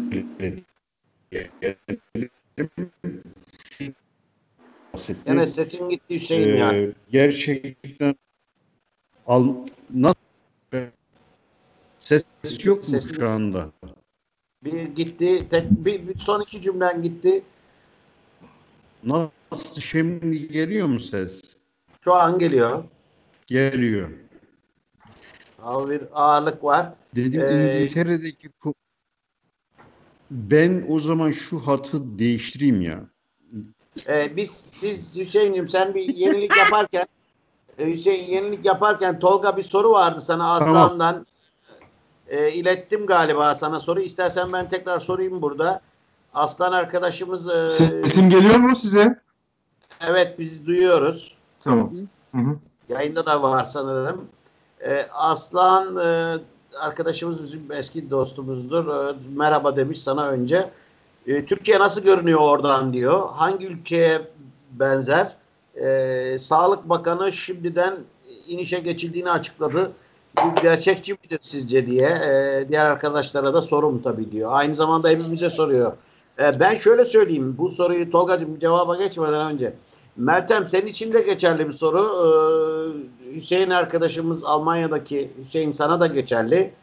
Yine sesin gitti Hüseyin ya. gerçekten nasıl ses yok mu Sesin şu anda? bir gitti. Bir son iki cümlen gitti. Nasıl şimdi geliyor mu ses? Şu an geliyor. Geliyor. Ama bir ağırlık var. Dedim İngiltere'deki ben o zaman şu hatı değiştireyim ya. Biz Hüseyin'cim sen bir yenilik yaparken Tolga bir soru vardı sana Aslan'dan. İlettim galiba sana soru. İstersen ben tekrar sorayım burada. Aslan arkadaşımız Sesim geliyor mu size? evet biz duyuyoruz. Tamam. Hı-hı. Yayında da var sanırım. Aslan arkadaşımız bizim eski dostumuzdur. Merhaba demiş sana önce. Türkiye nasıl görünüyor oradan diyor. Hangi ülkeye benzer? Sağlık Bakanı şimdiden inişe geçildiğini açıkladı. Bu gerçekçi midir sizce diye. Diğer arkadaşlara da sorum tabii diyor. Aynı zamanda hepimize soruyor. Ben şöyle söyleyeyim. Bu soruyu Tolgacığım cevaba geçmeden önce. Meltem senin için de geçerli bir soru. Hüseyin arkadaşımız Almanya'daki Hüseyin sana da geçerli.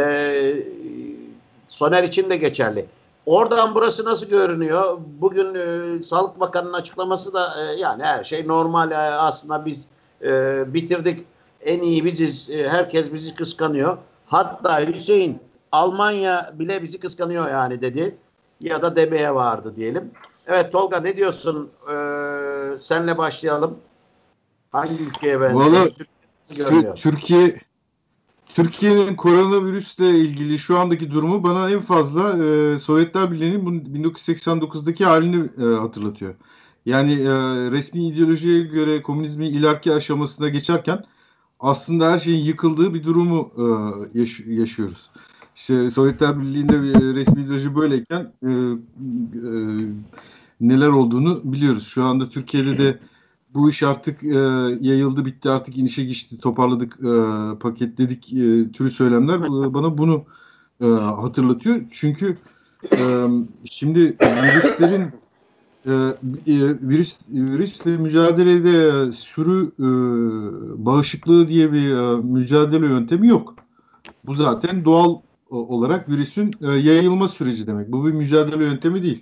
Soner için de geçerli. Oradan burası nasıl görünüyor? Bugün Sağlık Bakanı'nın açıklaması da yani her şey normal. Aslında biz bitirdik. En iyi biziz. Herkes bizi kıskanıyor. Hatta Hüseyin Almanya bile bizi kıskanıyor yani dedi. Ya da demeye vardı diyelim. Evet Tolga ne diyorsun? Senle başlayalım. Hangi ülkeye benziyor? Valla Türkiye'nin koronavirüsle ilgili şu andaki durumu bana en fazla Sovyetler Birliği'nin 1989'daki halini hatırlatıyor. Yani resmi ideolojiye göre komünizmin ileriki aşamasına geçerken aslında her şeyin yıkıldığı bir durumu yaşıyoruz. İşte Sovyetler Birliği'nde resmi ideoloji böyleyken neler olduğunu biliyoruz. Şu anda Türkiye'de de bu iş artık yayıldı, bitti, artık inişe geçti, toparladık, paketledik türü söylemler bana bunu hatırlatıyor. Çünkü şimdi virüslerin virüsle mücadelede sürü bağışıklığı diye bir mücadele yöntemi yok. Bu zaten doğal olarak virüsün yayılma süreci demek. Bu bir mücadele yöntemi değil.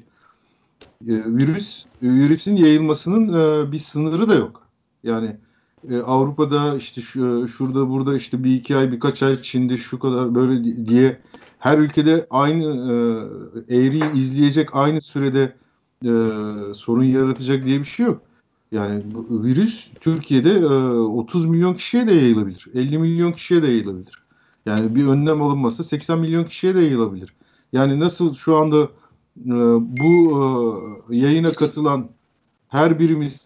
Virüsün yayılmasının bir sınırı da yok. Yani Avrupa'da işte şurada burada işte bir iki ay birkaç ay Çin'de şu kadar böyle diye her ülkede aynı eğriyi izleyecek aynı sürede sorun yaratacak diye bir şey yok. Yani bu virüs Türkiye'de 30 milyon kişiye de yayılabilir. 50 milyon kişiye de yayılabilir. Yani bir önlem alınmazsa 80 milyon kişiye de yayılabilir. Yani nasıl şu anda bu yayına katılan her birimiz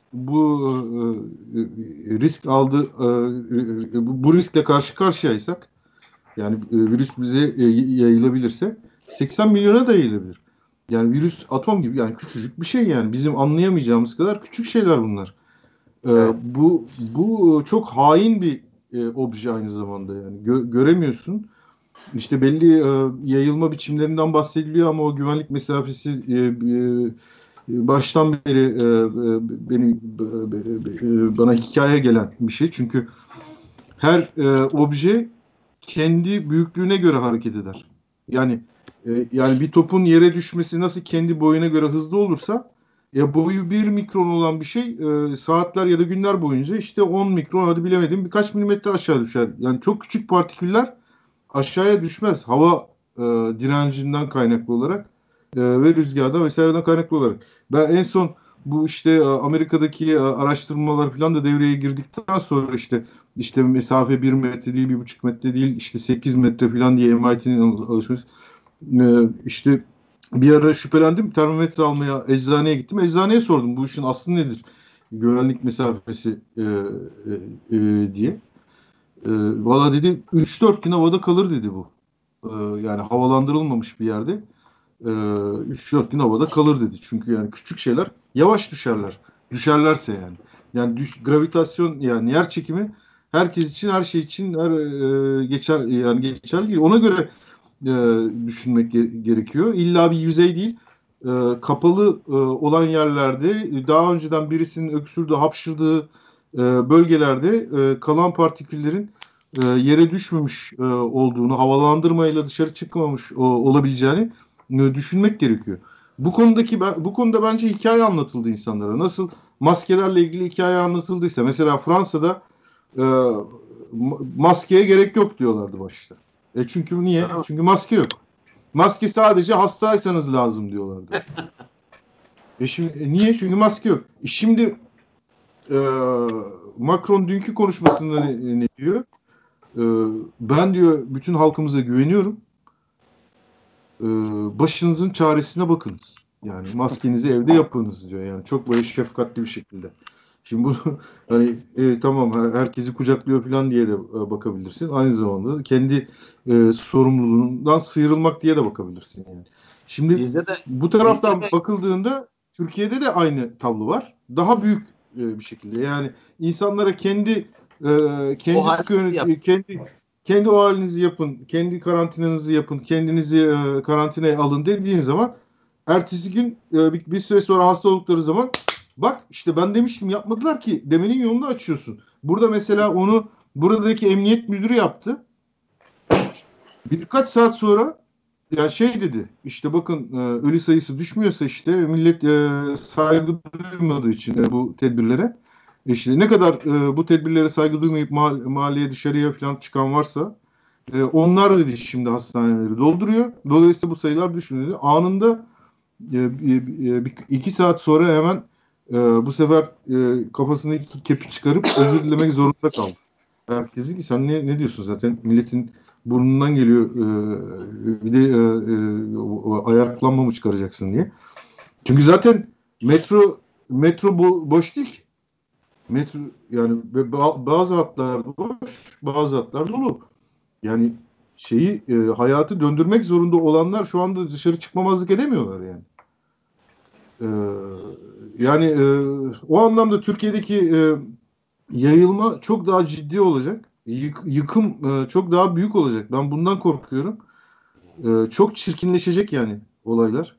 risk bu riskle karşı karşıyaysak, yani virüs bize yayılabilirse 80 milyona da yayılabilir. Yani virüs atom gibi, yani küçücük bir şey, yani bizim anlayamayacağımız kadar küçük şeyler bunlar. Evet. Bu çok hain bir obje aynı zamanda, yani göremiyorsun. İşte belli yayılma biçimlerinden bahsediliyor ama o güvenlik mesafesi baştan beri bana hikaye gelen bir şey. Çünkü her obje kendi büyüklüğüne göre hareket eder. Yani bir topun yere düşmesi nasıl kendi boyuna göre hızlı olursa, boyu 1 mikron olan bir şey saatler ya da günler boyunca işte 10 mikron, hadi bilemedim birkaç milimetre aşağı düşer. Yani çok küçük partiküller aşağıya düşmez. Hava direncinden kaynaklı olarak ve rüzgardan vesaireden kaynaklı olarak. Ben en son bu işte Amerika'daki araştırmalar falan da devreye girdikten sonra işte mesafe 1 metre değil, 1,5 metre değil, işte 8 metre falan diye MIT'nin alışması. İşte bir ara şüphelendim. Termometre almaya eczaneye gittim. Eczaneye sordum bu işin aslı nedir? Güvenlik mesafesi diye. Valla dedi 3-4 gün havada kalır dedi bu. Yani havalandırılmamış bir yerde 3-4 gün havada kalır dedi. Çünkü yani küçük şeyler yavaş düşerler. Düşerlerse yani. Yani gravitasyon, yani yer çekimi herkes için, her şey için geçerli değil. Ona göre düşünmek gerekiyor. İlla bir yüzey değil. Kapalı olan yerlerde, daha önceden birisinin öksürdüğü, hapşırdığı bölgelerde kalan partiküllerin yere düşmemiş olduğunu, havalandırmayla dışarı çıkmamış olabileceğini düşünmek gerekiyor. Bu konuda bence hikaye anlatıldı insanlara. Nasıl maskelerle ilgili hikaye anlatıldıysa, mesela Fransa'da maskeye gerek yok diyorlardı başta. Çünkü niye? Çünkü maske yok. Maske sadece hastaysanız lazım diyorlardı. Şimdi niye? Çünkü maske yok. Şimdi Macron dünkü konuşmasında ne diyor? Ben diyor bütün halkımıza güveniyorum. Başınızın çaresine bakınız. Yani maskenizi evde yapınız diyor. Yani çok böyle şefkatli bir şekilde. Şimdi bu hani tamam herkesi kucaklıyor falan diye de bakabilirsin. Aynı zamanda kendi sorumluluğundan sıyrılmak diye de bakabilirsin yani. Şimdi bu taraftan bakıldığında Türkiye'de de aynı tablo var. Daha büyük bir şekilde. Yani insanlara kendi o halinizi yapın, kendi karantinanızı yapın, kendinizi karantinaya alın dediğin zaman ertesi gün bir süre sonra hasta oldukları zaman bak işte ben demiştim yapmadılar ki demenin yolunu açıyorsun. Burada mesela onu buradaki emniyet müdürü yaptı. Birkaç saat sonra ya dedi işte bakın ölü sayısı düşmüyorsa işte millet saygı duymadığı için bu tedbirlere işte ne kadar bu tedbirlere saygı duymayıp mahalleye dışarıya falan çıkan varsa onlar dedi şimdi hastaneleri dolduruyor. Dolayısıyla bu sayılar düşmüyor dedi. Anında 2 saat sonra hemen bu sefer kafasındaki kepi çıkarıp özür dilemek zorunda kaldı. Herkes ki sen ne diyorsun, zaten milletin burnundan geliyor bir de ayaklanma mı çıkaracaksın diye. Çünkü zaten metro boş değil ki. Metro yani bazı hatlar boş, bazı hatlar dolu. Yani hayatı döndürmek zorunda olanlar şu anda dışarı çıkmamazlık edemiyorlar yani. O anlamda Türkiye'deki yayılma çok daha ciddi olacak. Yıkım çok daha büyük olacak. Ben bundan korkuyorum. Çok çirkinleşecek yani olaylar.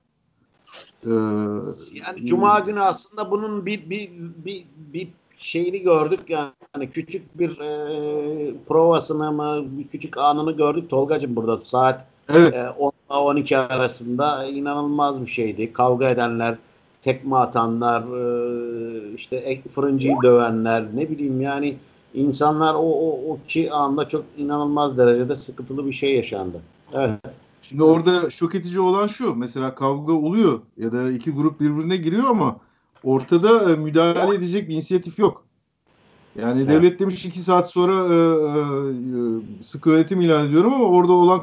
Yani Cuma günü aslında bunun bir şeyini gördük yani küçük bir provasını mı, bir küçük anını gördük Tolgacığım burada saat 10 ile 12 arasında inanılmaz bir şeydi. Kavga edenler, tekme atanlar, işte fırıncıyı dövenler, ne bileyim yani insanlar o ki anda çok inanılmaz derecede sıkıntılı bir şey yaşandı. Evet. Şimdi orada şok edici olan şu, mesela kavga oluyor ya da iki grup birbirine giriyor ama ortada müdahale edecek bir inisiyatif yok. Yani devlet demiş 2 saat sonra sıkı yönetim ilan ediyorum ama orada olan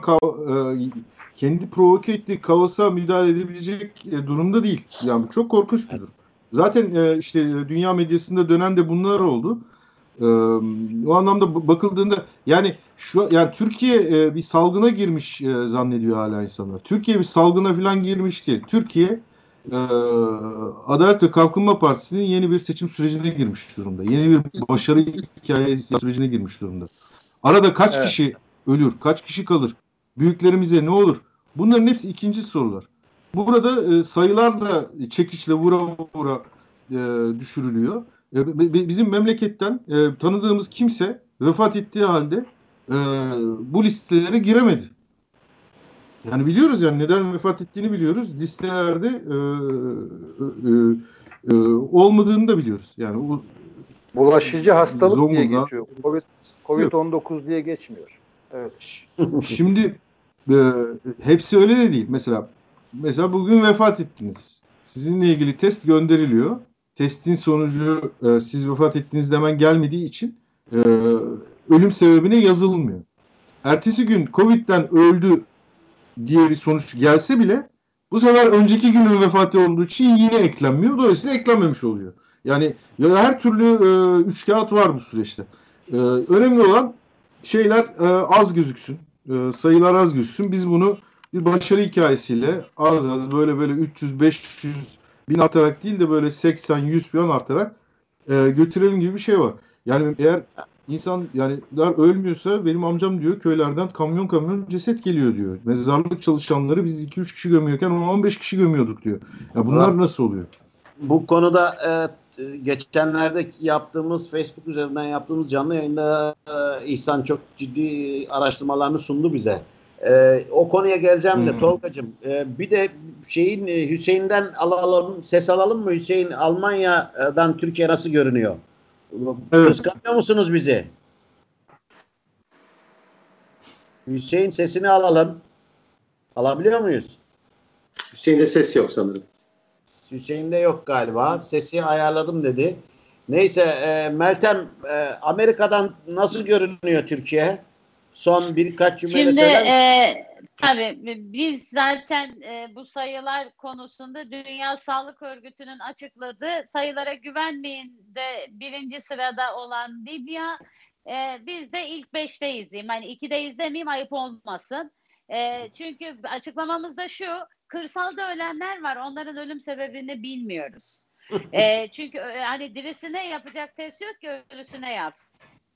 kendi provoke ettiği kaosa müdahale edebilecek durumda değil. Yani çok korkunç bir durum. Zaten işte dünya medyasında dönen de bunlar oldu. O anlamda bakıldığında yani yani Türkiye bir salgına girmiş zannediyor hala insanlar. Türkiye bir salgına falan girmiş değil. Türkiye Adalet ve Kalkınma Partisi'nin yeni bir seçim sürecine girmiş durumda. Yeni bir başarı hikayesi sürecine girmiş durumda. Arada kaç kişi ölür, kaç kişi kalır, büyüklerimize ne olur? Bunların hepsi ikinci sorular. Burada sayılar da çekiçle vura vura düşürülüyor. Bizim memleketten tanıdığımız kimse vefat ettiği halde bu listelere giremedi. Yani biliyoruz yani neden vefat ettiğini biliyoruz. Listelerde olmadığını da biliyoruz. Yani bulaşıcı hastalık Zonguldak, diye geçiyor. Covid-19 diye geçmiyor. Evet. Şimdi hepsi öyle de değil. Mesela bugün vefat ettiniz. Sizinle ilgili test gönderiliyor. Testin sonucu siz vefat ettiniz hemen gelmediği için ölüm sebebine yazılmıyor. Ertesi gün Covid'den öldü diye bir sonuç gelse bile bu sefer önceki günün vefatı olduğu için yine eklenmiyor. Dolayısıyla eklenmemiş oluyor. Yani her türlü üçkağıt var bu süreçte. Önemli olan şeyler az gözüksün. Sayılar az gözüksün. Biz bunu bir başarı hikayesiyle az böyle 300-500 bin artarak değil de böyle 80-100 bin artarak götürelim gibi bir şey var. Yani eğer İnsan yani ölmüyorsa benim amcam diyor köylerden kamyon ceset geliyor diyor. Mezarlık çalışanları biz 2-3 kişi gömüyorken 15 kişi gömüyorduk diyor. Ya bunlar nasıl oluyor? Bu konuda geçenlerde yaptığımız Facebook üzerinden yaptığımız canlı yayında İhsan çok ciddi araştırmalarını sundu bize. O konuya geleceğim de Tolgacığım. Bir de Hüseyin'den ses alalım mı? Hüseyin, Almanya'dan Türkiye nasıl görünüyor? Evet. Kıskanıyor musunuz bizi? Hüseyin sesini alalım. Alabiliyor muyuz? Hüseyin'de ses yok sanırım. Hüseyin'de yok galiba. Sesi ayarladım dedi. Neyse Meltem Amerika'dan nasıl görünüyor Türkiye? Son birkaç cümleyle söyler misin? Tabii biz zaten bu sayılar konusunda Dünya Sağlık Örgütü'nün açıkladığı sayılara güvenmeyin de birinci sırada olan Libya, biz de ilk 5'teyiz diyeyim. Hani 2'deyiz demeyeyim, ayıp olmasın. Çünkü açıklamamızda şu: kırsalda ölenler var, onların ölüm sebebini bilmiyoruz. Çünkü hani dirisine yapacak test yok ki ölüsüne yapsın.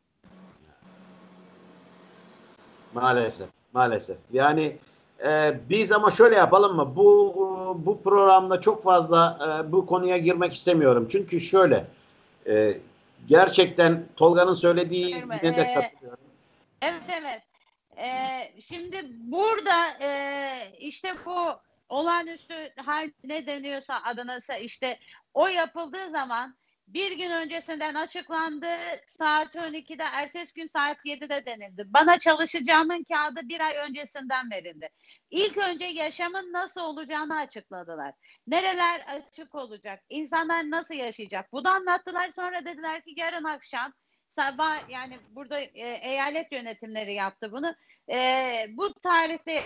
Maalesef. Yani biz ama şöyle yapalım mı? Bu programda çok fazla bu konuya girmek istemiyorum. Çünkü şöyle gerçekten Tolga'nın söylediğine de katılıyorum. Evet. Şimdi burada işte bu olağanüstü hal ne deniyorsa adınasa işte o yapıldığı zaman bir gün öncesinden açıklandı. Saat 12'de, ertesi gün saat 7'de denildi. Bana çalışacağımın kağıdı bir ay öncesinden verildi. İlk önce yaşamın nasıl olacağını açıkladılar. Nereler açık olacak? İnsanlar nasıl yaşayacak? Bunu anlattılar. Sonra dediler ki yarın akşam sabah, yani burada eyalet yönetimleri yaptı bunu. Bu tarihte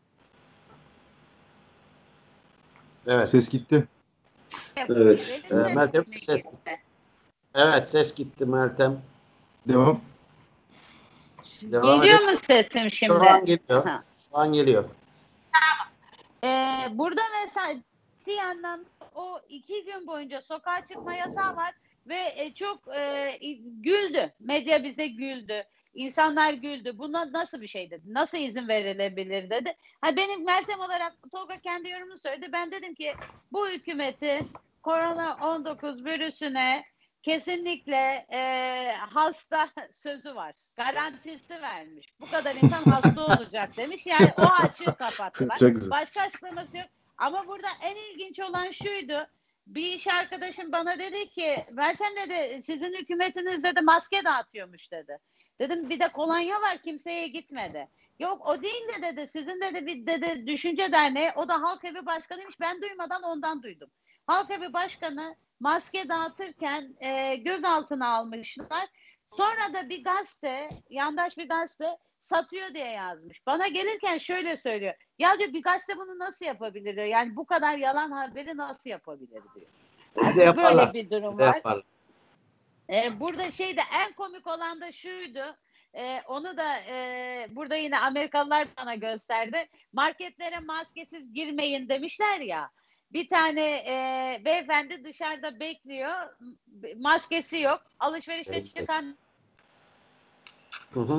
Evet. Ses gitti. Evet. Meltem ses gitti. Evet, ses gitti Meltem. Devam. Geliyor mu sesim şimdi? Şu an geliyor. Tamam. Burada mesela bir yandan o 2 gün boyunca sokağa çıkma yasağı var ve çok güldü. Medya bize güldü. İnsanlar güldü. Buna nasıl bir şey dedi? Nasıl izin verilebilir dedi. Benim Meltem olarak Tolga kendi yorumunu söyledi. Ben dedim ki bu hükümetin korona-19 virüsüne kesinlikle hasta sözü var. Garantisi vermiş. Bu kadar insan hasta olacak demiş. Yani o açığı kapattılar. Başka açıklaması yok. Ama burada en ilginç olan şuydu. Bir iş arkadaşım bana dedi ki Meltem dedi sizin hükümetinizde de maske dağıtıyormuş dedi. Dedim bir de kolonya var, kimseye gitmedi. Yok o değil de dedi sizin dedi bir dedi düşünce derneği, o da Halk Evi Başkanıymış, ben duymadan ondan duydum. Halk Evi Başkanı maske dağıtırken gözaltına almışlar. Sonra da bir gazete, yandaş bir gazete satıyor diye yazmış. Bana gelirken şöyle söylüyor. Ya diyor bir gazete bunu nasıl yapabilir diyor. Yani bu kadar yalan haberi nasıl yapabilir diyor. Hadi yaparlar. Böyle bir durum Hadi var. yaparlar. Burada şeyde en komik olan da şuydu. Onu da burada yine Amerikalılar bana gösterdi. Marketlere maskesiz girmeyin demişler ya. Bir tane beyefendi dışarıda bekliyor. Maskesi yok. Alışverişe Evet. çıkan Hı hı.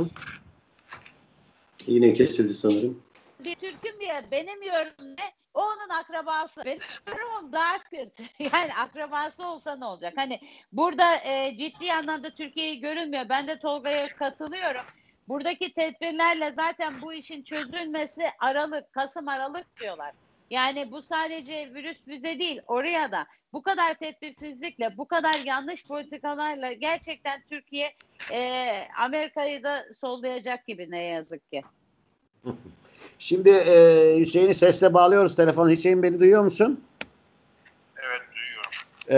Yine kesildi sanırım. bir Türk'üm ya, benim yorumum ne? O onun akrabası. Benim yorumum daha kötü. Yani akrabası olsa ne olacak? Hani burada ciddi anlamda Türkiye'yi görünmüyor. Ben de Tolga'ya katılıyorum. Buradaki tedbirlerle zaten bu işin çözülmesi Kasım Aralık diyorlar. Yani bu sadece virüs bize değil, oraya da. Bu kadar tedbirsizlikle, bu kadar yanlış politikalarla gerçekten Türkiye Amerika'yı da sollayacak gibi, ne yazık ki. Şimdi Hüseyin'i sesle bağlıyoruz telefon. Hüseyin, beni duyuyor musun? Evet, duyuyorum.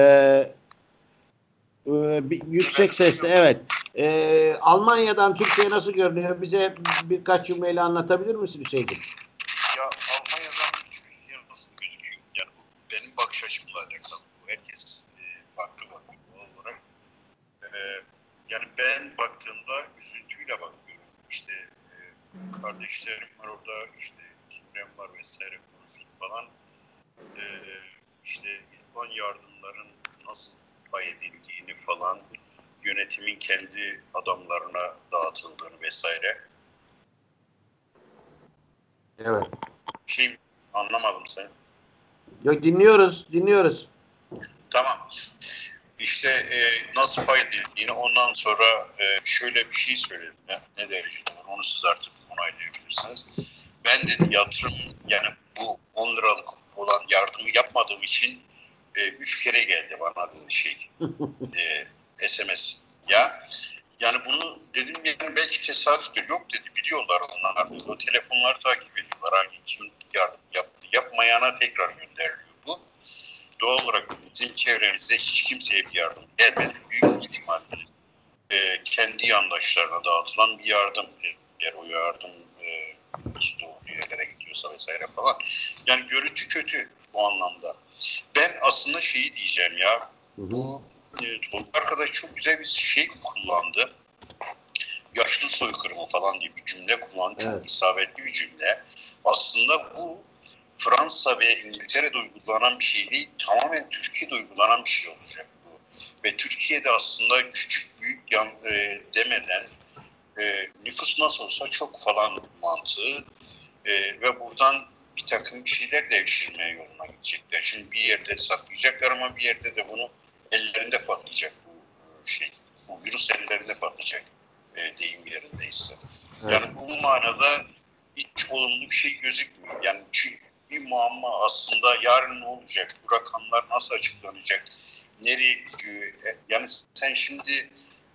Yüksek sesle, evet. Almanya'dan Türkiye nasıl görünüyor? Bize birkaç cümleyle anlatabilir misin Hüseyin'im? Ya Almanya'dan Türkiye nasıl gözüküyor? Yani bu benim bakış açımla alakalı. Bu herkes farklı bakıyor doğal olarak. Yani ben baktığımda üzüntüyle bakıyorum. İşte kardeşlerim var orada, işte kimrem var vesaire konusu falan. İşte ilk yardımların nasıl pay edildiğini falan, yönetimin kendi adamlarına dağıtıldığını vesaire. Evet. Şey anlamadım sen. Yok, dinliyoruz. Tamam. İşte nasıl pay edildiğini, ondan sonra şöyle bir şey söyledim. Ne derecede olur onu siz artık onaylayabilirsiniz. Ben de yatırım, yani bu 10 liralık olan yardımı yapmadığım için 3 kere geldi bana SMS. Ya yani bunu dedim, yani belki tesadüftür. Yok dedi, biliyorlar onlar. O telefonları takip ediyorlar. Hangi kim yardım yaptı. Yapmayana tekrar gönderiliyor bu. Doğal olarak bizim çevremizde hiç kimseye bir yardım gelmedi. Büyük ihtimalle kendi yandaşlarına dağıtılan bir yardım. Eğer o yardım doğru yerlere gidiyorsa vesaire falan. Yani görüntü kötü bu anlamda. Ben aslında şeyi diyeceğim ya. Bu Tolga arkadaş çok güzel bir şey kullandı. Yaşlı soykırımı falan diye bir cümle kullandı. Çok isabetli bir cümle. Aslında bu Fransa ve İngiltere'de uygulanan bir şey değil, tamamen Türkiye'de uygulanan bir şey olacak bu. Ve Türkiye'de aslında küçük büyük demeden nüfus nasıl olsa çok falan mantığı ve buradan bir takım şeyler devşirmeye yoluna gidecekler. Şimdi bir yerde saklayacaklar ama bir yerde de bunu ellerinde patlayacak bu şey. Bu virüs ellerinde patlayacak deyim yerindeyse. Yani bu manada hiç olumlu bir şey gözükmüyor. Yani çünkü bir muamma aslında, yarın ne olacak? Bu rakamlar nasıl açıklanacak? Nereye gidiyor? Yani sen şimdi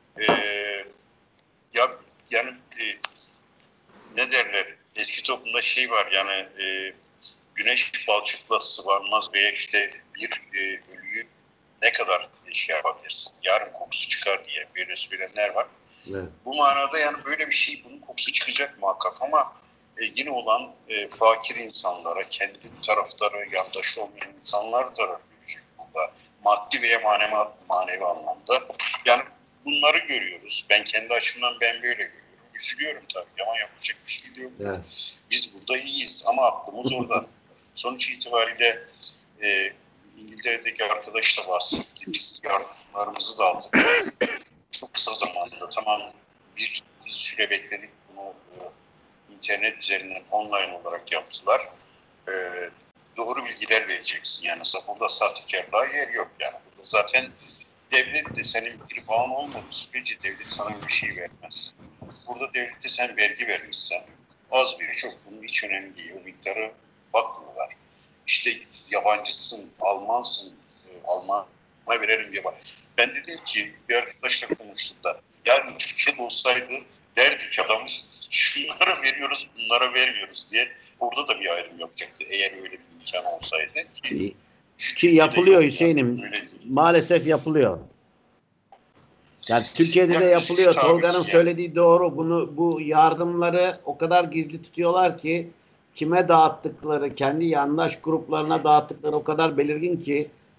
ne derler? Eski toplumda şey var yani güneş balçıkla sıvanmaz veya işte bir ölüyü ne kadar şey yapabilirsin? Yarın kokusu çıkar diye böyle söyleyenler var. Evet. Bu manada yani böyle bir şey, bunun kokusu çıkacak muhakkak ama yine olan fakir insanlara, kendi taraftarı, yandaşı olmayan insanlar zarar görecek burada. Maddi veya manevi anlamda. Yani bunları görüyoruz. Ben kendi açımdan böyle görüyorum. Üzülüyorum tabii ama yapacak bir şey yok. Evet. Biz burada iyiyiz ama aklımız orada. Sonuç itibariyle İngiltere'deki arkadaş da bahsetti. Biz yardımlarımızı da aldık. Çok kısa zamanda tamam bir süre bekledik. Bunu internet üzerinden online olarak yaptılar. Doğru bilgiler vereceksin. Yani burada sahtekarlığa yer yok. Yani burada zaten devlet de senin bir bağın olmadığı sürece devlet sana bir şey vermez. Burada devlette sen vergi vermişsen az bir çok bunun hiç önemli değil. O miktarı bakmıyorlar. İşte yabancısın, Almansın, Alman'a verelim diye bak. Ben dedim ki bir arkadaşla konuştuk da yarın Türkiye'de olsaydı derdik adamız şunlara veriyoruz, bunlara vermiyoruz diye. Orada da bir ayrım yapacaktı eğer öyle bir imkan olsaydı. Ki yapılıyor Hüseyin'im. Maalesef yapılıyor. Yani Türkiye'de de yapılıyor. Tolga'nın söylediği doğru. Bu yardımları o kadar gizli tutuyorlar ki kime dağıttıkları, kendi yandaş gruplarına dağıttıkları o kadar belirgin ki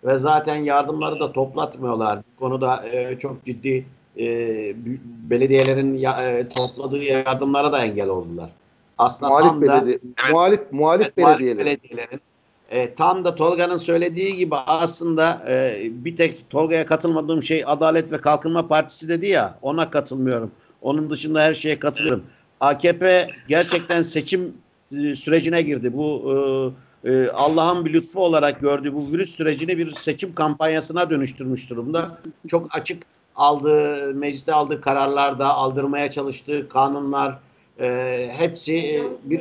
ve zaten yardımları da toplatmıyorlar. Bu konuda çok ciddi belediyelerin topladığı yardımlara da engel oldular. Aslında muhalif belediyelerin tam da Tolga'nın söylediği gibi aslında bir tek Tolga'ya katılmadığım şey Adalet ve Kalkınma Partisi dedi ya, ona katılmıyorum. Onun dışında her şeye katılıyorum. AKP gerçekten seçim sürecine girdi. Bu Allah'ın bir lütfu olarak gördüğü bu virüs sürecini bir seçim kampanyasına dönüştürmüş durumda. Çok açık mecliste aldığı kararlarda, aldırmaya çalıştığı kanunlar hepsi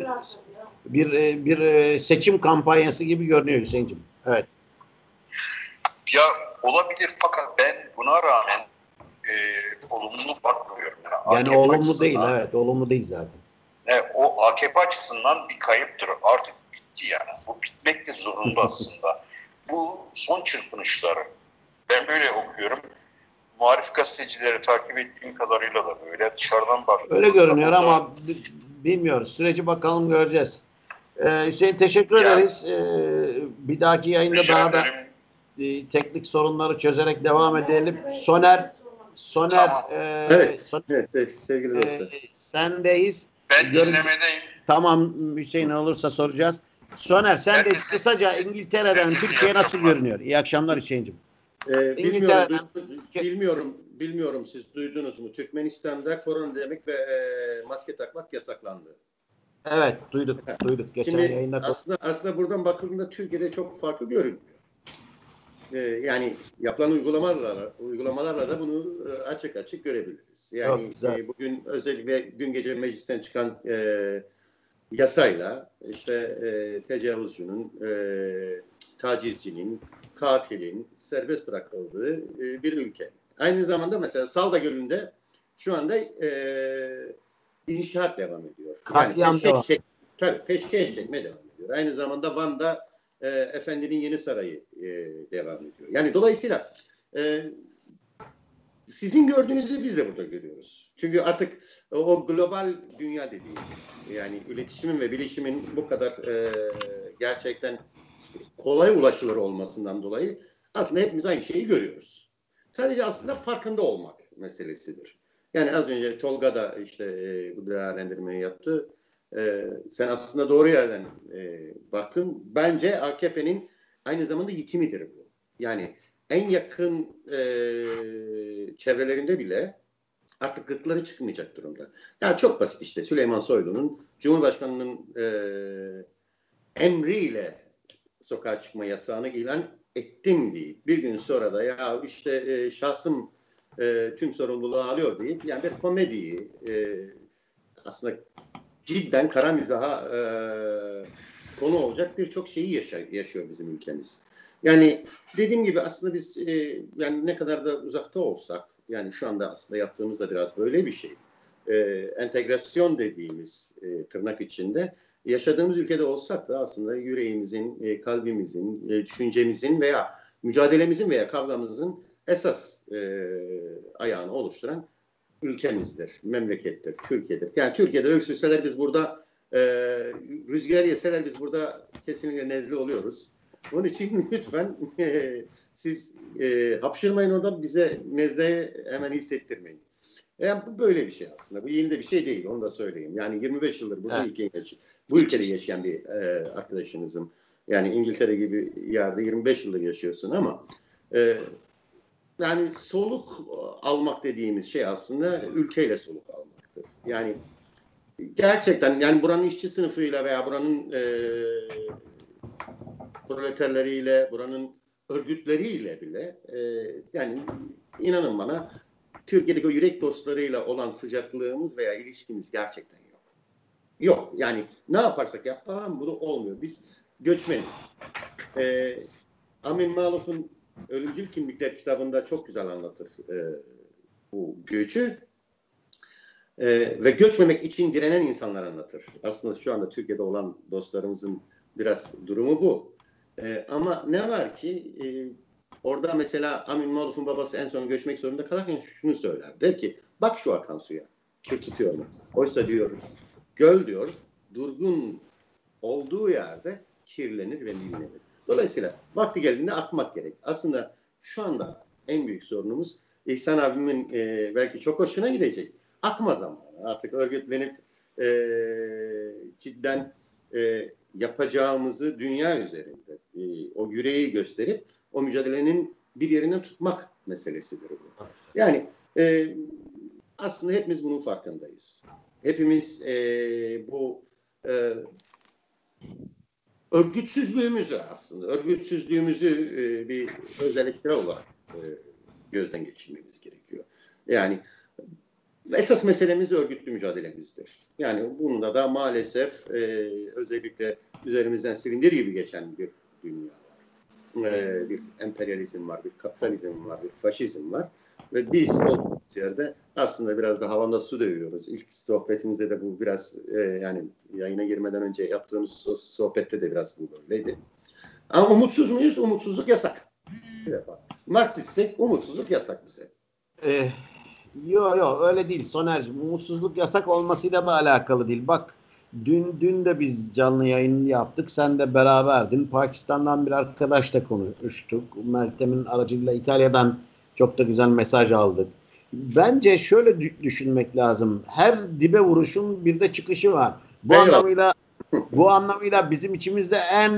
bir seçim kampanyası gibi görünüyor Hüseyin'cim. Evet. Ya olabilir fakat ben buna rağmen olumlu bakmıyorum. Yani olumlu değil, evet. Olumlu değil zaten. O AKP açısından bir kayıptır. Artık bitti yani. Bu bitmek de zorunda aslında. Bu son çırpınışları. Ben böyle okuyorum. Muhalif gazetecileri takip ettiğim kadarıyla da böyle dışarıdan bakıyorum. Öyle görünüyor ama bilmiyoruz. Süreci bakalım göreceğiz. Hüseyin teşekkür ederiz. Bir dahaki yayında daha da teknik sorunları çözerek devam edelim. Soner tamam. Evet sevgili dostlar. Sendeyiz. Ben dinlemedeyim. Tamam Hüseyin olursa soracağız. Soner sen de kısaca İngiltere'den Türkiye nasıl görünüyor? İyi akşamlar Hüseyin'cim. Bilmiyorum siz duydunuz mu? Türkmenistan'da korona demek ve maske takmak yasaklandı. Evet duyduk. Geçen Şimdi yayında. Aslında buradan bakıldığında Türkiye'de çok farklı görünmüyor. Yani yapılan uygulamalarla da bunu açık görebiliriz. Yani bugün özellikle dün gece meclisten çıkan yasayla işte tecavüzcünün, tacizcinin, katilin serbest bırakıldığı bir ülke. Aynı zamanda mesela Salda Gölü'nde şu anda inşaat devam ediyor. Peşkeş çekme devam ediyor. Aynı zamanda Van'da Efendinin Yeni Sarayı devam ediyor. Yani dolayısıyla sizin gördüğünüzü biz de burada görüyoruz. Çünkü artık o global dünya dediğimiz yani iletişimin ve bilişimin bu kadar gerçekten kolay ulaşılır olmasından dolayı aslında hepimiz aynı şeyi görüyoruz. Sadece aslında farkında olmak meselesidir. Yani az önce Tolga da işte bu değerlendirmeyi yaptı. Sen aslında doğru yerden baktın. Bence AKP'nin aynı zamanda yitimidir bu. Yani en yakın çevrelerinde bile artık gıkları çıkmayacak durumda. Yani çok basit işte Süleyman Soylu'nun Cumhurbaşkanı'nın emriyle sokağa çıkma yasağını ilan ettim deyip bir gün sonra da ya işte şahsım tüm sorumluluğu alıyor deyip yani bir komediyi aslında cidden kara mizaha konu olacak birçok şeyi yaşıyor bizim ülkemiz. Yani dediğim gibi aslında biz yani ne kadar da uzakta olsak yani şu anda aslında yaptığımız da biraz böyle bir şey. Entegrasyon dediğimiz tırnak içinde yaşadığımız ülkede olsak da aslında yüreğimizin, kalbimizin, düşüncemizin veya mücadelemizin veya kavgamızın esas ayağını oluşturan ülkemizdir, memlekettir, Türkiye'dir. Yani Türkiye'de öksürseler biz burada, rüzgar yeseler biz burada kesinlikle nezle oluyoruz. Onun için lütfen siz hapşırmayın orada bize nezleyi hemen hissettirmeyin. Yani bu böyle bir şey aslında. Bu yeni de bir şey değil, onu da söyleyeyim. Yani 25 yıldır bu ülkede yaşayan bir arkadaşınızım. Yani İngiltere gibi yerde 25 yıldır yaşıyorsun ama yani soluk almak dediğimiz şey aslında ülkeyle soluk almaktır. Yani gerçekten yani buranın işçi sınıfıyla veya buranın proleterleriyle, buranın örgütleriyle bile yani inanın bana Türkiye'deki o yürek dostlarıyla olan sıcaklığımız veya ilişkimiz gerçekten yok. Yok. Yani ne yaparsak yapalım bu da olmuyor. Biz göçmeniz. Amin Maluf'un Ölümcül Kimlikler kitabında çok güzel anlatır bu göçü. Ve göçmemek için direnen insanlar anlatır. Aslında şu anda Türkiye'de olan dostlarımızın biraz durumu bu. Ama ne var ki orada mesela Amin Maluf'un babası en son göçmek zorunda kalırken şunu söyler. Der ki bak şu akan suya kir tutuyor mu? Oysa diyor göl diyor durgun olduğu yerde kirlenir ve milinir. Dolayısıyla vakti geldiğinde atmak gerek. Aslında şu anda en büyük sorunumuz İhsan abimin belki çok hoşuna gidecek. Atma zamanı. Artık örgütlenip cidden yapacağımızı dünya üzerinde o yüreği gösterip o mücadelenin bir yerinden tutmak meselesidir bu. Yani aslında hepimiz bunun farkındayız. Hepimiz bu örgütsüzlüğümüzü bir özellikler olarak gözden geçirmemiz gerekiyor. Yani esas meselemiz örgütlü mücadelemizdir. Yani bunda da maalesef özellikle üzerimizden silindir gibi geçen bir dünya var. Bir emperyalizm var, bir kapitalizm var, bir faşizm var. Ve biz o yerde aslında biraz da havanda su dövüyoruz. İlk sohbetimizde de bu biraz yani yayına girmeden önce yaptığımız sohbette de biraz bu böyleydi. Ama umutsuz muyuz? Umutsuzluk yasak. Bir defa. Marksistsek umutsuzluk yasak bize. Yok öyle değil Soner'cim. Umutsuzluk yasak olmasıyla da alakalı değil. Bak dün de biz canlı yayın yaptık. Sen de beraberdin. Pakistan'dan bir arkadaşla konuştuk. Meltem'in aracılığıyla İtalya'dan çok da güzel mesaj aldık. Bence şöyle düşünmek lazım. Her dibe vuruşun bir de çıkışı var. Bu anlamıyla bizim içimizde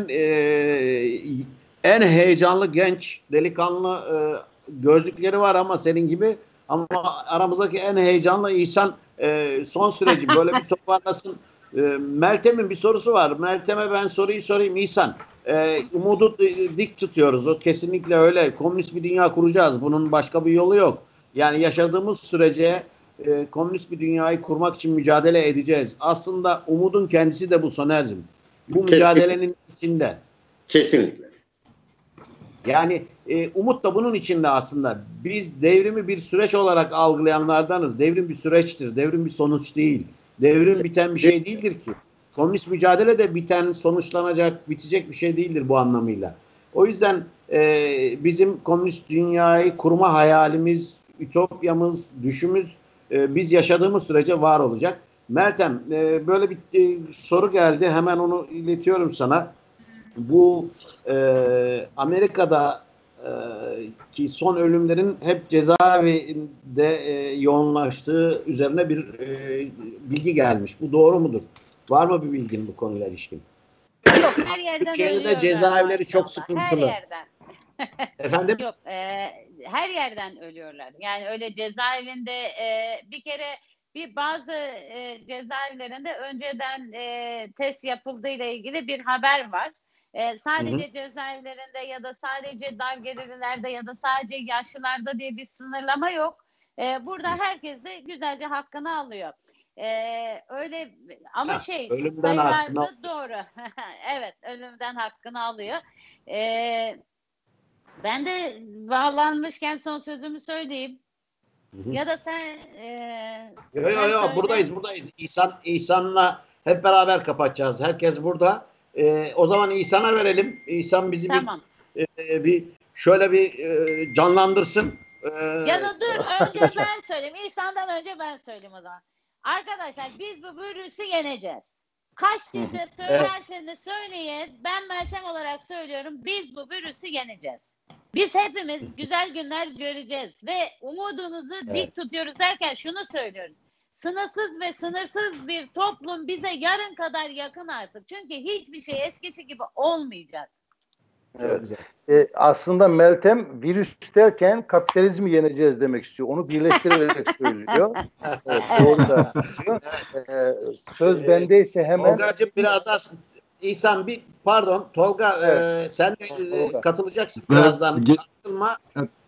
en heyecanlı genç delikanlı gözlükleri var ama senin gibi, ama aramızdaki en heyecanlı İhsan son süreci böyle bir toparlasın. Meltem'in bir sorusu var. Meltem'e ben soruyu sorayım İhsan. Umudu dik tutuyoruz. O kesinlikle öyle. Komünist bir dünya kuracağız. Bunun başka bir yolu yok. Yani yaşadığımız sürece komünist bir dünyayı kurmak için mücadele edeceğiz. Aslında umudun kendisi de bu Soner'cim. Bu mücadelenin içinde. Kesinlikle. Yani umut da bunun içinde aslında. Biz devrimi bir süreç olarak algılayanlardanız. Devrim bir süreçtir. Devrim bir sonuç değil. Devrim biten bir şey değildir ki. Komünist mücadele de biten, sonuçlanacak, bitecek bir şey değildir bu anlamıyla. O yüzden bizim komünist dünyayı kurma hayalimiz, ütopyamız, düşümüz biz yaşadığımız sürece var olacak. Meltem, böyle bir soru geldi. Hemen onu iletiyorum sana. Bu Amerika'da ki son ölümlerin hep cezaevinde yoğunlaştığı üzerine bir bilgi gelmiş. Bu doğru mudur? Var mı bir bilgin bu konuyla ilişkin? Yok, her yerden Türkiye'de cezaevleri çok sıkıntılı. Her yerden. Efendim? Yok, her yerden ölüyorlar. Yani öyle cezaevinde bir kere bazı cezaevlerinde önceden test yapıldığı ile ilgili bir haber var. Sadece cezaevlerinde ya da sadece dar gelirlilerde ya da sadece yaşlılarda diye bir sınırlama yok. Burada herkes de güzelce hakkını alıyor. Öyle ama ölümden hakkını doğru. Evet, ölümden hakkını alıyor. Ben de bağlanmışken son sözümü söyleyeyim. Hı-hı. Ya da sen Yok, buradayız. İhsan'la hep beraber kapatacağız. Herkes burada. O zaman İhsan'a verelim. İhsan bizi tamam. bir şöyle bir canlandırsın. Ya da dur önce ben söyleyeyim. İhsan'dan önce ben söyleyeyim o zaman. Arkadaşlar biz bu virüsü yeneceğiz. Kaç dilde söylerseniz söyleyin. Ben Meltem olarak söylüyorum. Biz bu virüsü yeneceğiz. Biz hepimiz güzel günler göreceğiz ve umudumuzu dik tutuyoruz derken şunu söylüyoruz. Sınırsız ve sınırsız bir toplum bize yarın kadar yakın artık. Çünkü hiçbir şey eskisi gibi olmayacak. Evet. Aslında Meltem virüs derken kapitalizmi yeneceğiz demek istiyor. Onu birleştirerek söylüyor. Evet, doğru da söz bendeyse hemen. Tolga'cığım biraz daha İhsan pardon Tolga sen de katılacaksın birazdan. Katılma.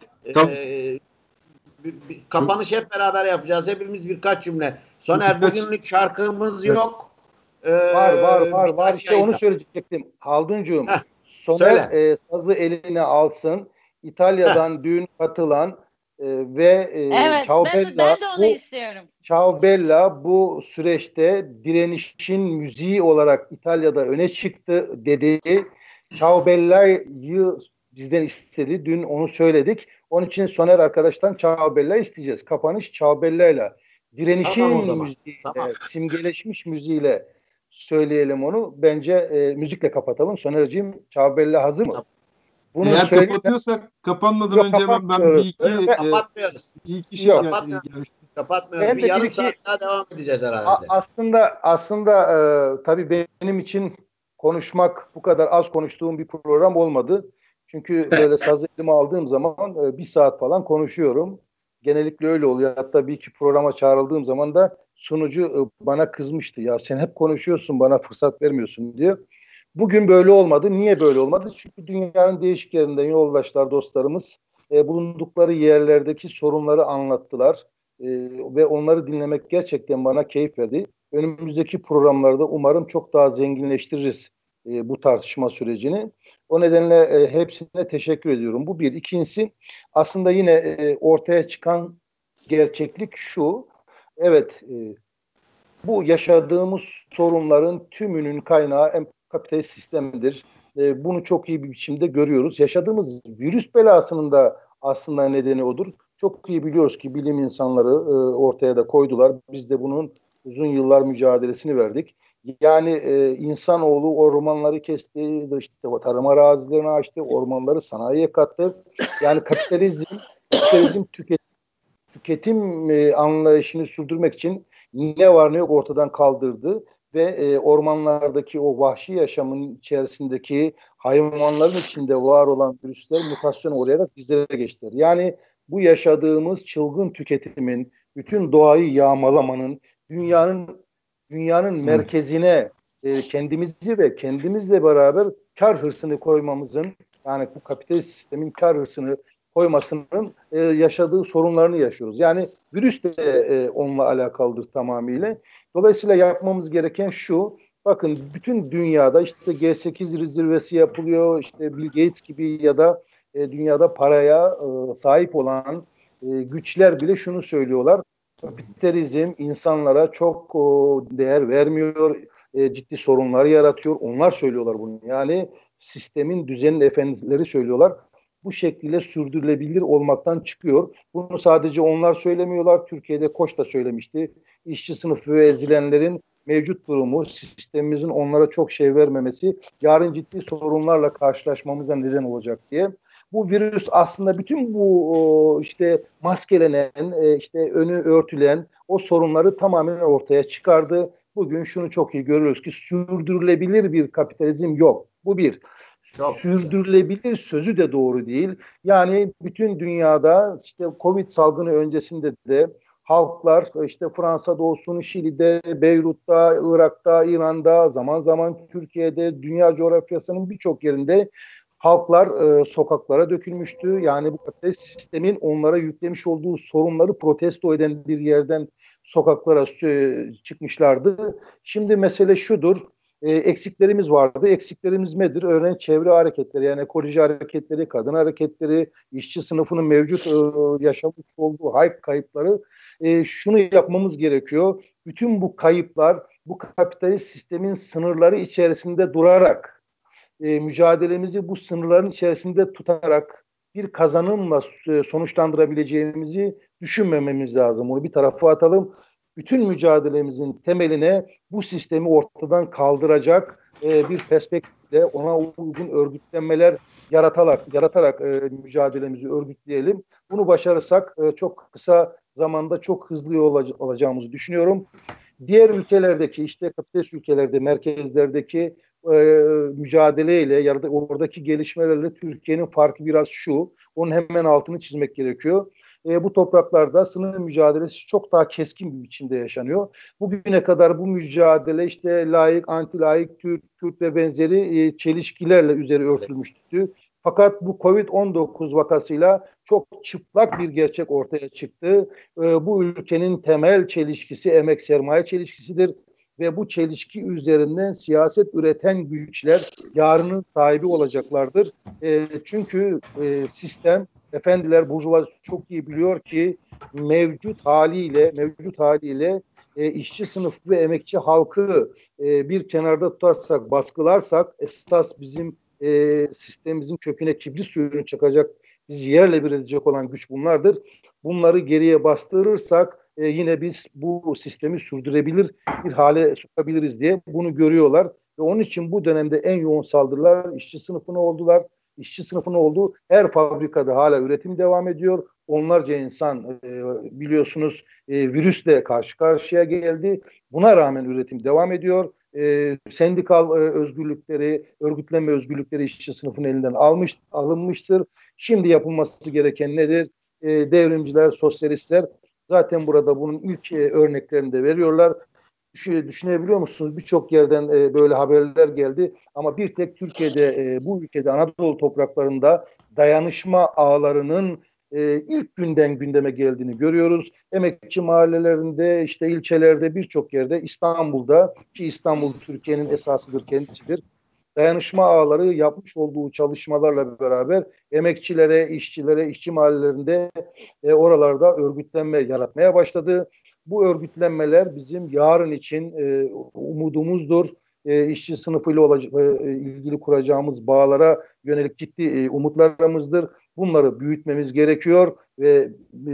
Bir kapanış hep beraber yapacağız. Hepimiz birkaç cümle. Soner bugünlük şarkımız yok. Var. İşte onu söyleyecektim. Halduncuğum. Soner sazı eline alsın. İtalya'dan dün katılan ve ben de onu istiyorum. Ciao Bella bu süreçte direnişin müziği olarak İtalya'da öne çıktı dedi. Ciao Bella'yı bizden istedi. Dün onu söyledik. Onun için Soner arkadaştan Ciao Bella isteyeceğiz. Kapanış Ciao Bella'yla. Direnişin müziğiyle, simgeleşmiş müziğiyle söyleyelim onu. Bence müzikle kapatalım. Soner'cim, Çağbella hazır mı? Bunu eğer kapatıyorsak kapanmadan önce ben bir iki kapatmıyoruz. Kapatmıyoruz. Bir yarım saat daha devam edeceğiz herhalde. Aslında tabii benim için konuşmak bu kadar az konuştuğum bir program olmadı. Çünkü böyle sazı elime aldığım zaman bir saat falan konuşuyorum. Genellikle öyle oluyor. Hatta bir iki programa çağrıldığım zaman da sunucu bana kızmıştı. Ya sen hep konuşuyorsun, bana fırsat vermiyorsun diyor. Bugün böyle olmadı. Niye böyle olmadı? Çünkü dünyanın değişik yerinden yoldaşlar, dostlarımız bulundukları yerlerdeki sorunları anlattılar. Ve onları dinlemek gerçekten bana keyif verdi. Önümüzdeki programlarda umarım çok daha zenginleştiririz bu tartışma sürecini. O nedenle hepsine teşekkür ediyorum. Bu bir. İkincisi, aslında yine ortaya çıkan gerçeklik şu. Evet, bu yaşadığımız sorunların tümünün kaynağı kapitalist sistemidir. Bunu çok iyi bir biçimde görüyoruz. Yaşadığımız virüs belasının da aslında nedeni odur. Çok iyi biliyoruz ki bilim insanları ortaya da koydular. Biz de bunun uzun yıllar mücadelesini verdik. Yani insanoğlu ormanları kesti, işte tarım arazilerini açtı, ormanları sanayiye kattı. Yani kapitalizm tüketim anlayışını sürdürmek için ne var ne yok ortadan kaldırdı ve ormanlardaki o vahşi yaşamın içerisindeki hayvanların içinde var olan virüsler mutasyona uğrayarak bizlere geçtiler. Yani bu yaşadığımız çılgın tüketimin, bütün doğayı yağmalamanın, dünyanın merkezine kendimizi ve kendimizle beraber kar hırsını koymamızın, yani bu kapitalist sistemin kar hırsını koymasının yaşadığı sorunlarını yaşıyoruz. Yani virüs de onunla alakalıdır tamamıyla. Dolayısıyla yapmamız gereken şu: bakın, bütün dünyada işte G8 zirvesi yapılıyor, işte Bill Gates gibi ya da dünyada paraya sahip olan güçler bile şunu söylüyorlar: kapitalizm insanlara çok değer vermiyor, ciddi sorunlar yaratıyor. Onlar söylüyorlar bunu. Yani sistemin, düzenin efendileri söylüyorlar. Bu şekilde sürdürülebilir olmaktan çıkıyor. Bunu sadece onlar söylemiyorlar. Türkiye'de Koç da söylemişti. İşçi sınıfı ve ezilenlerin mevcut durumu, sistemimizin onlara çok şey vermemesi yarın ciddi sorunlarla karşılaşmamıza neden olacak diye. Bu virüs aslında bütün bu işte maskelenen, işte önü örtülen o sorunları tamamen ortaya çıkardı. Bugün şunu çok iyi görüyoruz ki sürdürülebilir bir kapitalizm yok. Bu bir. Sürdürülebilir sözü de doğru değil. Yani bütün dünyada işte Covid salgını öncesinde de halklar işte Fransa'da olsun, Şili'de, Beyrut'ta, Irak'ta, İran'da, zaman zaman Türkiye'de, dünya coğrafyasının birçok yerinde halklar sokaklara dökülmüştü. Yani bu kapitalist sistemin onlara yüklemiş olduğu sorunları protesto eden bir yerden sokaklara çıkmışlardı. Şimdi mesele şudur: eksiklerimiz vardı. Eksiklerimiz nedir? Örneğin çevre hareketleri, yani ekoloji hareketleri, kadın hareketleri, işçi sınıfının mevcut yaşamış olduğu kayıpları. Şunu yapmamız gerekiyor: bütün bu kayıplar bu kapitalist sistemin sınırları içerisinde durarak, mücadelemizi bu sınırların içerisinde tutarak bir kazanımla sonuçlandırabileceğimizi düşünmememiz lazım. Onu bir tarafa atalım. Bütün mücadelemizin temeline bu sistemi ortadan kaldıracak bir perspektifle, ona uygun örgütlenmeler yaratarak mücadelemizi örgütleyelim. Bunu başarırsak çok kısa zamanda çok hızlı olacağımızı düşünüyorum. Diğer ülkelerdeki, işte kapitalist ülkelerde, merkezlerdeki mücadeleyle ya da oradaki gelişmelerle Türkiye'nin farkı biraz şu: onun hemen altını çizmek gerekiyor. Bu topraklarda sınır mücadelesi çok daha keskin bir biçimde yaşanıyor. Bugüne kadar bu mücadele işte laik, anti-laik, Kürt ve benzeri çelişkilerle üzeri örtülmüştü. Fakat bu Covid-19 vakasıyla çok çıplak bir gerçek ortaya çıktı. Bu ülkenin temel çelişkisi emek sermaye çelişkisidir. Ve bu çelişki üzerinden siyaset üreten güçler yarının sahibi olacaklardır. Çünkü sistem, efendiler, burjuva çok iyi biliyor ki mevcut haliyle işçi sınıfı ve emekçi halkı bir kenarda tutarsak, baskılarsak, esas bizim sistemimizin köküne kibrit suyunu çakacak, bizi yerle bir edecek olan güç bunlardır. Bunları geriye bastırırsak yine biz bu sistemi sürdürebilir bir hale sokabiliriz diye bunu görüyorlar. Ve onun için bu dönemde en yoğun saldırılar işçi sınıfına oldular. İşçi sınıfına oldu. Her fabrikada hala üretim devam ediyor. Onlarca insan biliyorsunuz virüsle karşı karşıya geldi. Buna rağmen üretim devam ediyor. Sendikal özgürlükleri, örgütlenme özgürlükleri işçi sınıfının elinden alınmıştır. Şimdi yapılması gereken nedir? Devrimciler, sosyalistler zaten burada bunun ilk örneklerini de veriyorlar. Düşünebiliyor musunuz? Birçok yerden böyle haberler geldi ama bir tek Türkiye'de, bu ülkede Anadolu topraklarında dayanışma ağlarının ilk günden gündeme geldiğini görüyoruz. Emekçi mahallelerinde, işte ilçelerde, birçok yerde, İstanbul'da, ki İstanbul Türkiye'nin esasıdır, kendisidir. Dayanışma ağları yapmış olduğu çalışmalarla beraber emekçilere, işçilere, işçi mahallelerinde oralarda örgütlenme yaratmaya başladı. Bu örgütlenmeler bizim yarın için umudumuzdur. İşçi sınıfıyla ilgili kuracağımız bağlara yönelik ciddi umutlarımızdır. Bunları büyütmemiz gerekiyor ve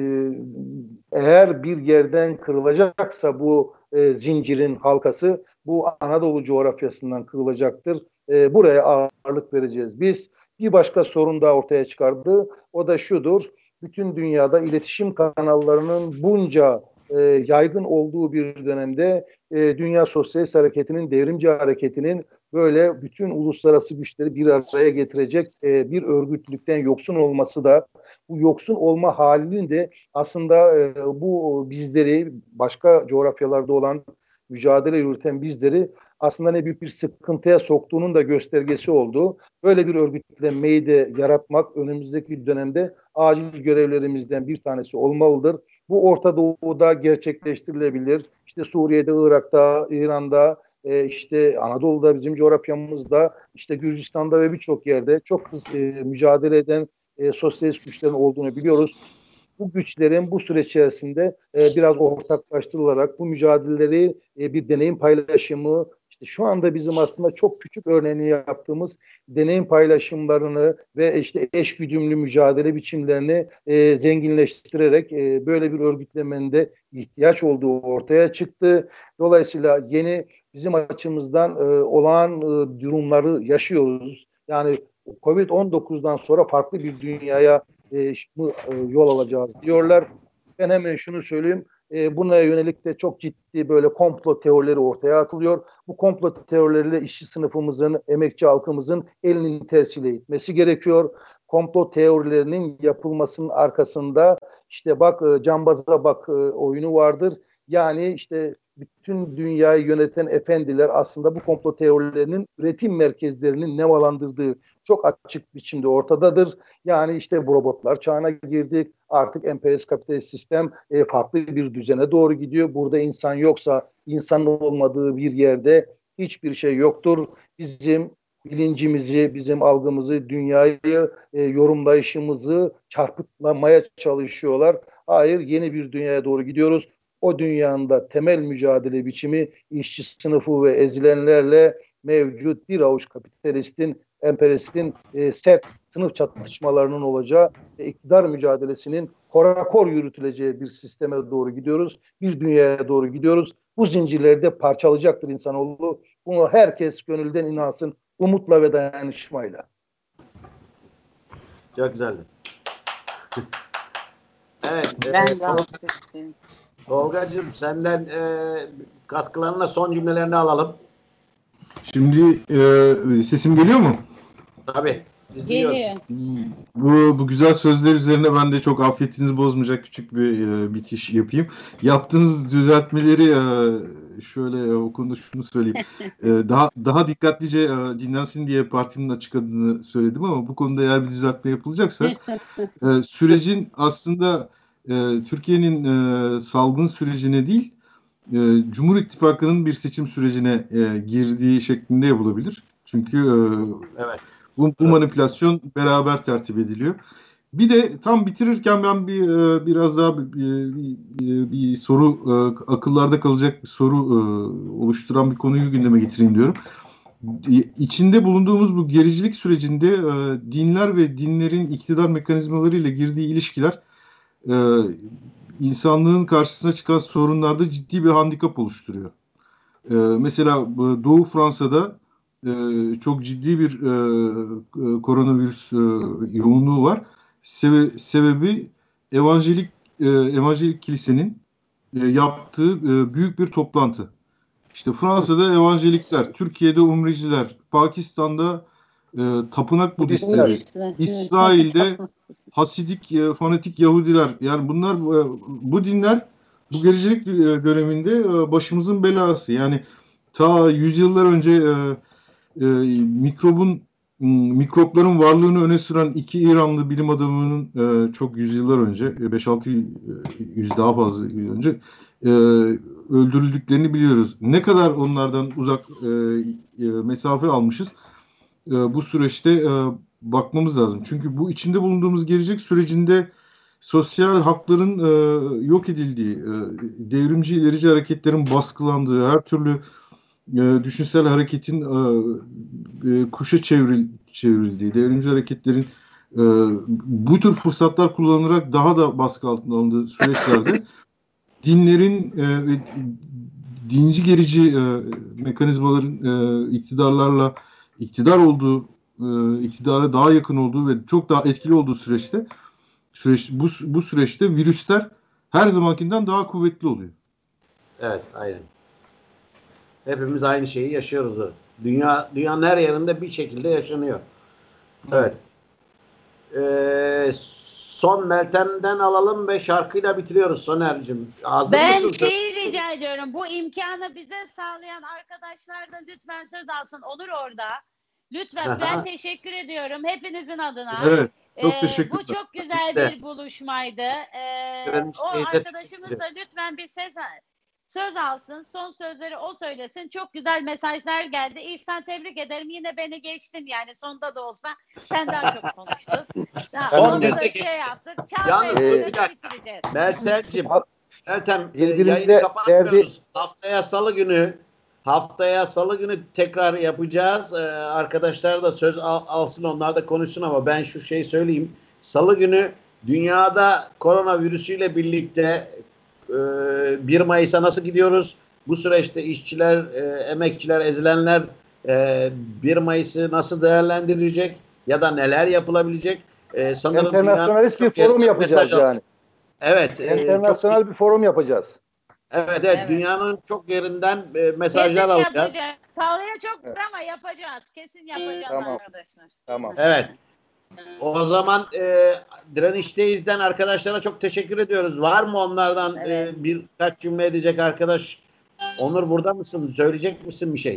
eğer bir yerden kırılacaksa bu zincirin halkası, bu Anadolu coğrafyasından kırılacaktır. Buraya ağırlık vereceğiz. Biz bir başka sorun da ortaya çıkardı. O da şudur. Bütün dünyada iletişim kanallarının bunca yaygın olduğu bir dönemde Dünya Sosyalist Hareketi'nin, devrimci hareketinin böyle bütün uluslararası güçleri bir araya getirecek bir örgütlükten yoksun olması da, bu yoksun olma halinin de aslında bu bizleri, başka coğrafyalarda olan, mücadele yürüten bizleri aslında ne büyük bir sıkıntıya soktuğunun da göstergesi oldu. Böyle bir örgütlenmeyi de yaratmak önümüzdeki dönemde acil görevlerimizden bir tanesi olmalıdır. Bu Orta Doğu'da gerçekleştirilebilir. İşte Suriye'de, Irak'ta, İran'da, işte Anadolu'da, bizim coğrafyamızda, işte Gürcistan'da ve birçok yerde çok mücadele eden sosyalist güçlerin olduğunu biliyoruz. Bu güçlerin bu süreç içerisinde biraz ortaklaştırılarak bu mücadeleleri bir deneyim paylaşımı, işte şu anda bizim aslında çok küçük örneğini yaptığımız deneyim paylaşımlarını ve işte eşgüdümlü mücadele biçimlerini zenginleştirerek böyle bir örgütlemenin de ihtiyaç olduğu ortaya çıktı. Dolayısıyla yeni bizim açımızdan olağan durumları yaşıyoruz. Yani Covid-19'dan sonra farklı bir dünyaya yol alacağız diyorlar. Ben hemen şunu söyleyeyim. Buna yönelik de çok ciddi böyle komplo teorileri ortaya atılıyor. Bu komplo teorileriyle işçi sınıfımızın, emekçi halkımızın elinin tersiyle itmesi gerekiyor. Komplo teorilerinin yapılmasının arkasında işte bak cambaza bak oyunu vardır. Yani işte bütün dünyayı yöneten efendiler aslında bu komplo teorilerinin üretim merkezlerinin nemalandırdığı çok açık biçimde ortadadır. Yani işte bu robotlar çağına girdik. Artık emperyalist kapitalist sistem farklı bir düzene doğru gidiyor. Burada insan yoksa, insanın olmadığı bir yerde hiçbir şey yoktur. Bizim bilincimizi, bizim algımızı, dünyayı, yorumlayışımızı çarpıtlamaya çalışıyorlar. Hayır, yeni bir dünyaya doğru gidiyoruz. O dünyanın da temel mücadele biçimi işçi sınıfı ve ezilenlerle mevcut bir avuç kapitalistin, emperyalistin sert sınıf çatışmalarının olacağı ve iktidar mücadelesinin korakor yürütüleceği bir sisteme doğru gidiyoruz. Bir dünyaya doğru gidiyoruz. Bu zincirleri de parçalayacaktır insanoğlu. Bunu herkes gönülden inansın. Umutla ve dayanışmayla. Çok güzeldi. Evet. Ben de almak istedim. Tolgacığım senden katkılarına son cümlelerini alalım. Şimdi sesim geliyor mu? Tabii. Biz Geliyor. Bu güzel sözler üzerine ben de çok afiyetinizi bozmayacak küçük bir bitiş yapayım. Yaptığınız düzeltmeleri şöyle o konuda şunu söyleyeyim. Daha dikkatlice dinlensin diye partinin açık adını söyledim ama bu konuda eğer bir düzeltme yapılacaksa sürecin aslında Türkiye'nin salgın sürecine değil Cumhur İttifakı'nın bir seçim sürecine girdiği şeklinde yapılabilir. Çünkü evet. Bu manipülasyon beraber tertip ediliyor. Bir de tam bitirirken ben biraz daha bir soru, akıllarda kalacak bir soru oluşturan bir konuyu gündeme getireyim diyorum. İçinde bulunduğumuz bu gericilik sürecinde dinler ve dinlerin iktidar mekanizmalarıyla girdiği ilişkiler insanlığın karşısına çıkan sorunlarda ciddi bir handikap oluşturuyor. Mesela Doğu Fransa'da çok ciddi bir koronavirüs yoğunluğu var. Sebebi Evangelik Kilisenin yaptığı büyük bir toplantı. İşte Fransa'da Evangelikler, Türkiye'de Umreciler, Pakistan'da tapınak Budistleri, İsrail'de Hasidik, fanatik Yahudiler. Yani bunlar bu dinler bu gericilik döneminde başımızın belası. Yani ta yüzyıllar önce mikropların varlığını öne süren iki İranlı bilim adamının çok yüzyıllar önce 5-6 yüz daha fazla yıl önce öldürüldüklerini biliyoruz. Ne kadar onlardan uzak mesafe almışız bu süreçte bakmamız lazım. Çünkü bu içinde bulunduğumuz gelecek sürecinde sosyal hakların yok edildiği, devrimci ilerici hareketlerin baskılandığı, her türlü düşünsel hareketin kuşa çevrildiği, devrimci hareketlerin bu tür fırsatlar kullanılarak daha da baskı altına alındığı süreçlerde dinlerin ve dinci gerici mekanizmaların iktidara daha yakın olduğu ve çok daha etkili olduğu bu süreçte virüsler her zamankinden daha kuvvetli oluyor. Evet, aynen. Hepimiz aynı şeyi yaşıyoruz. Dünyanın her yerinde bir şekilde yaşanıyor. Evet. Son Meltem'den alalım ve şarkıyla bitiriyoruz Soner'cim. Ben şeyi rica ediyorum. Bu imkanı bize sağlayan arkadaşlar da lütfen söz alsın. Olur orada. Lütfen. Ben teşekkür ediyorum hepinizin adına. Evet. Çok teşekkürler. Bu çok güzel bir buluşmaydı. O arkadaşımız da lütfen bir söz alsın. Son sözleri o söylesin. Çok güzel mesajlar geldi. İhsan, tebrik ederim. Yine beni geçtin yani. Sonda da olsa sen daha çok konuştun. Son düzde geçtin. Yalnız Meltem yayını kapatmıyoruz. Haftaya salı günü tekrar yapacağız. Arkadaşlar da söz alsın, onlar da konuşsun ama ben şu şeyi söyleyeyim. Salı günü dünyada koronavirüsüyle birlikte 1 Mayıs'a nasıl gidiyoruz? Bu süreçte işçiler, emekçiler, ezilenler 1 Mayıs'ı nasıl değerlendirecek ya da neler yapılabilecek? Sanırım internasyonalist bir forum yapacağız yani. Evet. İnternasyonel bir forum yapacağız. Evet. Dünyanın çok yerinden mesajlar alacağız. Sağlaya çok ama yapacağız. Kesin yapacağız arkadaşlar. Tamam. Evet. O zaman Direnişteyiz'den arkadaşlara çok teşekkür ediyoruz. Var mı onlardan birkaç cümle edecek arkadaş? Onur, burada mısın? Söyleyecek misin bir şey?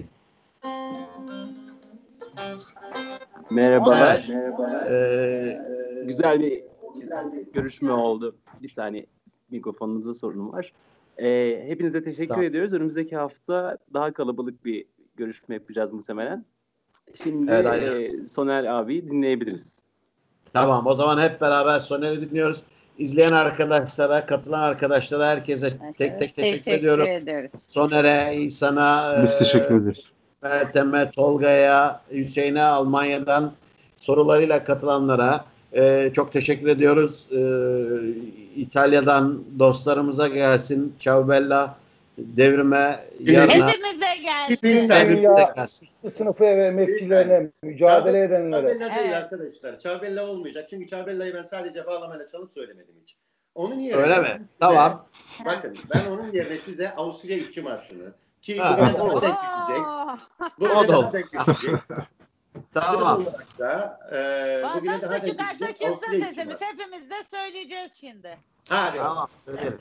Merhabalar. Evet. Güzel bir görüşme oldu. Bir saniye, mikrofonunuzda sorunum var. Hepinize teşekkür ediyoruz. Önümüzdeki hafta daha kalabalık bir görüşme yapacağız muhtemelen. Şimdi Soner abi dinleyebiliriz. Tamam, o zaman hep beraber Soner'i dinliyoruz. İzleyen arkadaşlara, katılan arkadaşlara, herkese tek tek teşekkür ediyorum. Soner'e, İhsan'a, biz teşekkür ederiz. Meltem'e, Tolga'ya, Hüseyin'e, Almanya'dan sorularıyla katılanlara çok teşekkür ediyoruz. İtalya'dan dostlarımıza gelsin. Ciao Bella, Devrime, yarına. Hepimize gelsin. Hepimize gelsin. Sınıfı ve emekçilerine, mücadele edenlere. Çağbella değil arkadaşlar. Çağbella olmayacak. Çünkü Çağbella'yı ben sadece bağlamayla çalıp söylemedim hiç. Onun yerine öyle mi? Tamam. Bakın, ben onun yerine size Avusturya İşçi Marşı'nı ki bu ne zaman denk düşecek? Bu ne zaman denk düşecek? Tamam. Bugüne daha denk çıkarsa düşecek. çıksın sesimiz. Hepimiz de söyleyeceğiz şimdi. Hadi. Tamam. Söylerim.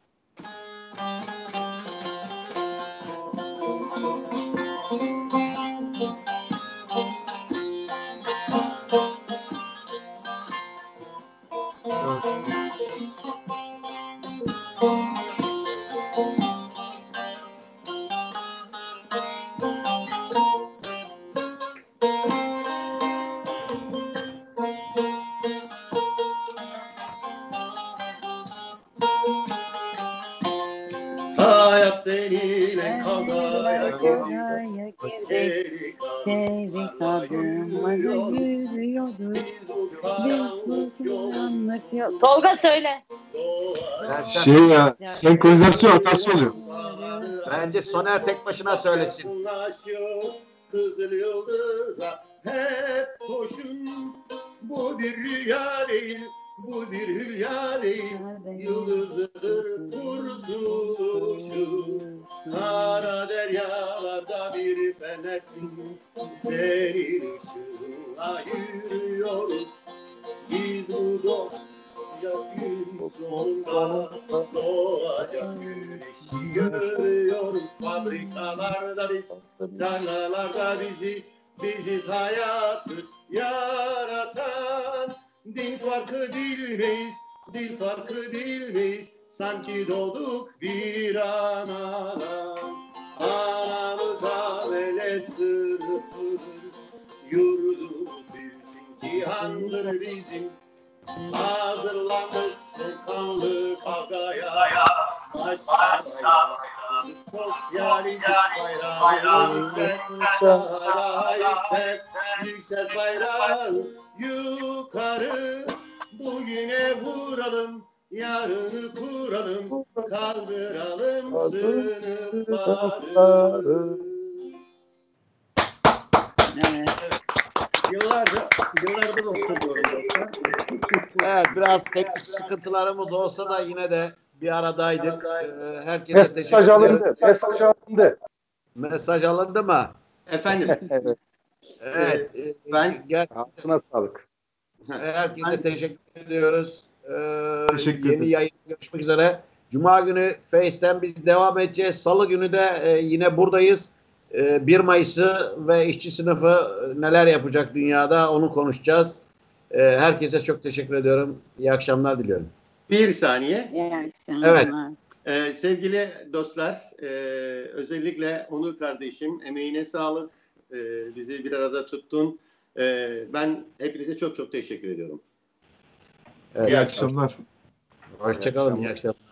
Hayat denilen kavgaya Çevik adımla yürüyoruz. Tolga söyle. Senkronizasyon hatası oluyor. Bence Soner tek başına söylesin. Kızıl yıldıza hep koşun. Bu bir rüya değil, bu bir hülya değil. Yıldızıdır kurtuluşu. Kara deryalarda bir fenersin. Senin ışığına yürüyoruz. Biz bu dostça gün sonunda doğacak güneşi görüyoruz. Fabrikalarda biz, tarlalarda biziz hayatı yaratan. Dil farkı bilmeyiz, dil farkı bilmeyiz. Sanki doğduk bir anadan. Anamıza velet sırrıdır. Yurdumuz bir imtihandır bizim. Hazırlandık kanlı kavgaya. Başla sosyalist bayrağı yüksel bayrağı yukarı. Bugüne vuralım, yarını kuralım, kaldıralım sınıfları. Evet. Yıllardır oturuyorum. Evet, biraz teknik sıkıntılarımız olsa da yine de bir aradaydık. Herkese teşekkür ederim. Mesaj alındı. Mesaj alındı mı? Efendim. Evet. Ben Ağzına sağlık. Herkese teşekkür ediyoruz. Teşekkür Yeni ederim. yayın görüşmek üzere. Cuma günü Face'ten biz devam edeceğiz. Salı günü de yine buradayız. 1 Mayıs'ı ve işçi sınıfı neler yapacak dünyada onu konuşacağız. Herkese çok teşekkür ediyorum. İyi akşamlar diliyorum. bir saniye. İyi akşamlar. Evet. Sevgili dostlar, özellikle Onur kardeşim emeğine sağlık. Bizi bir arada tuttun. Ben hepinize çok çok teşekkür ediyorum. Evet. İyi akşamlar. Hoşçakalın. İyi akşamlar.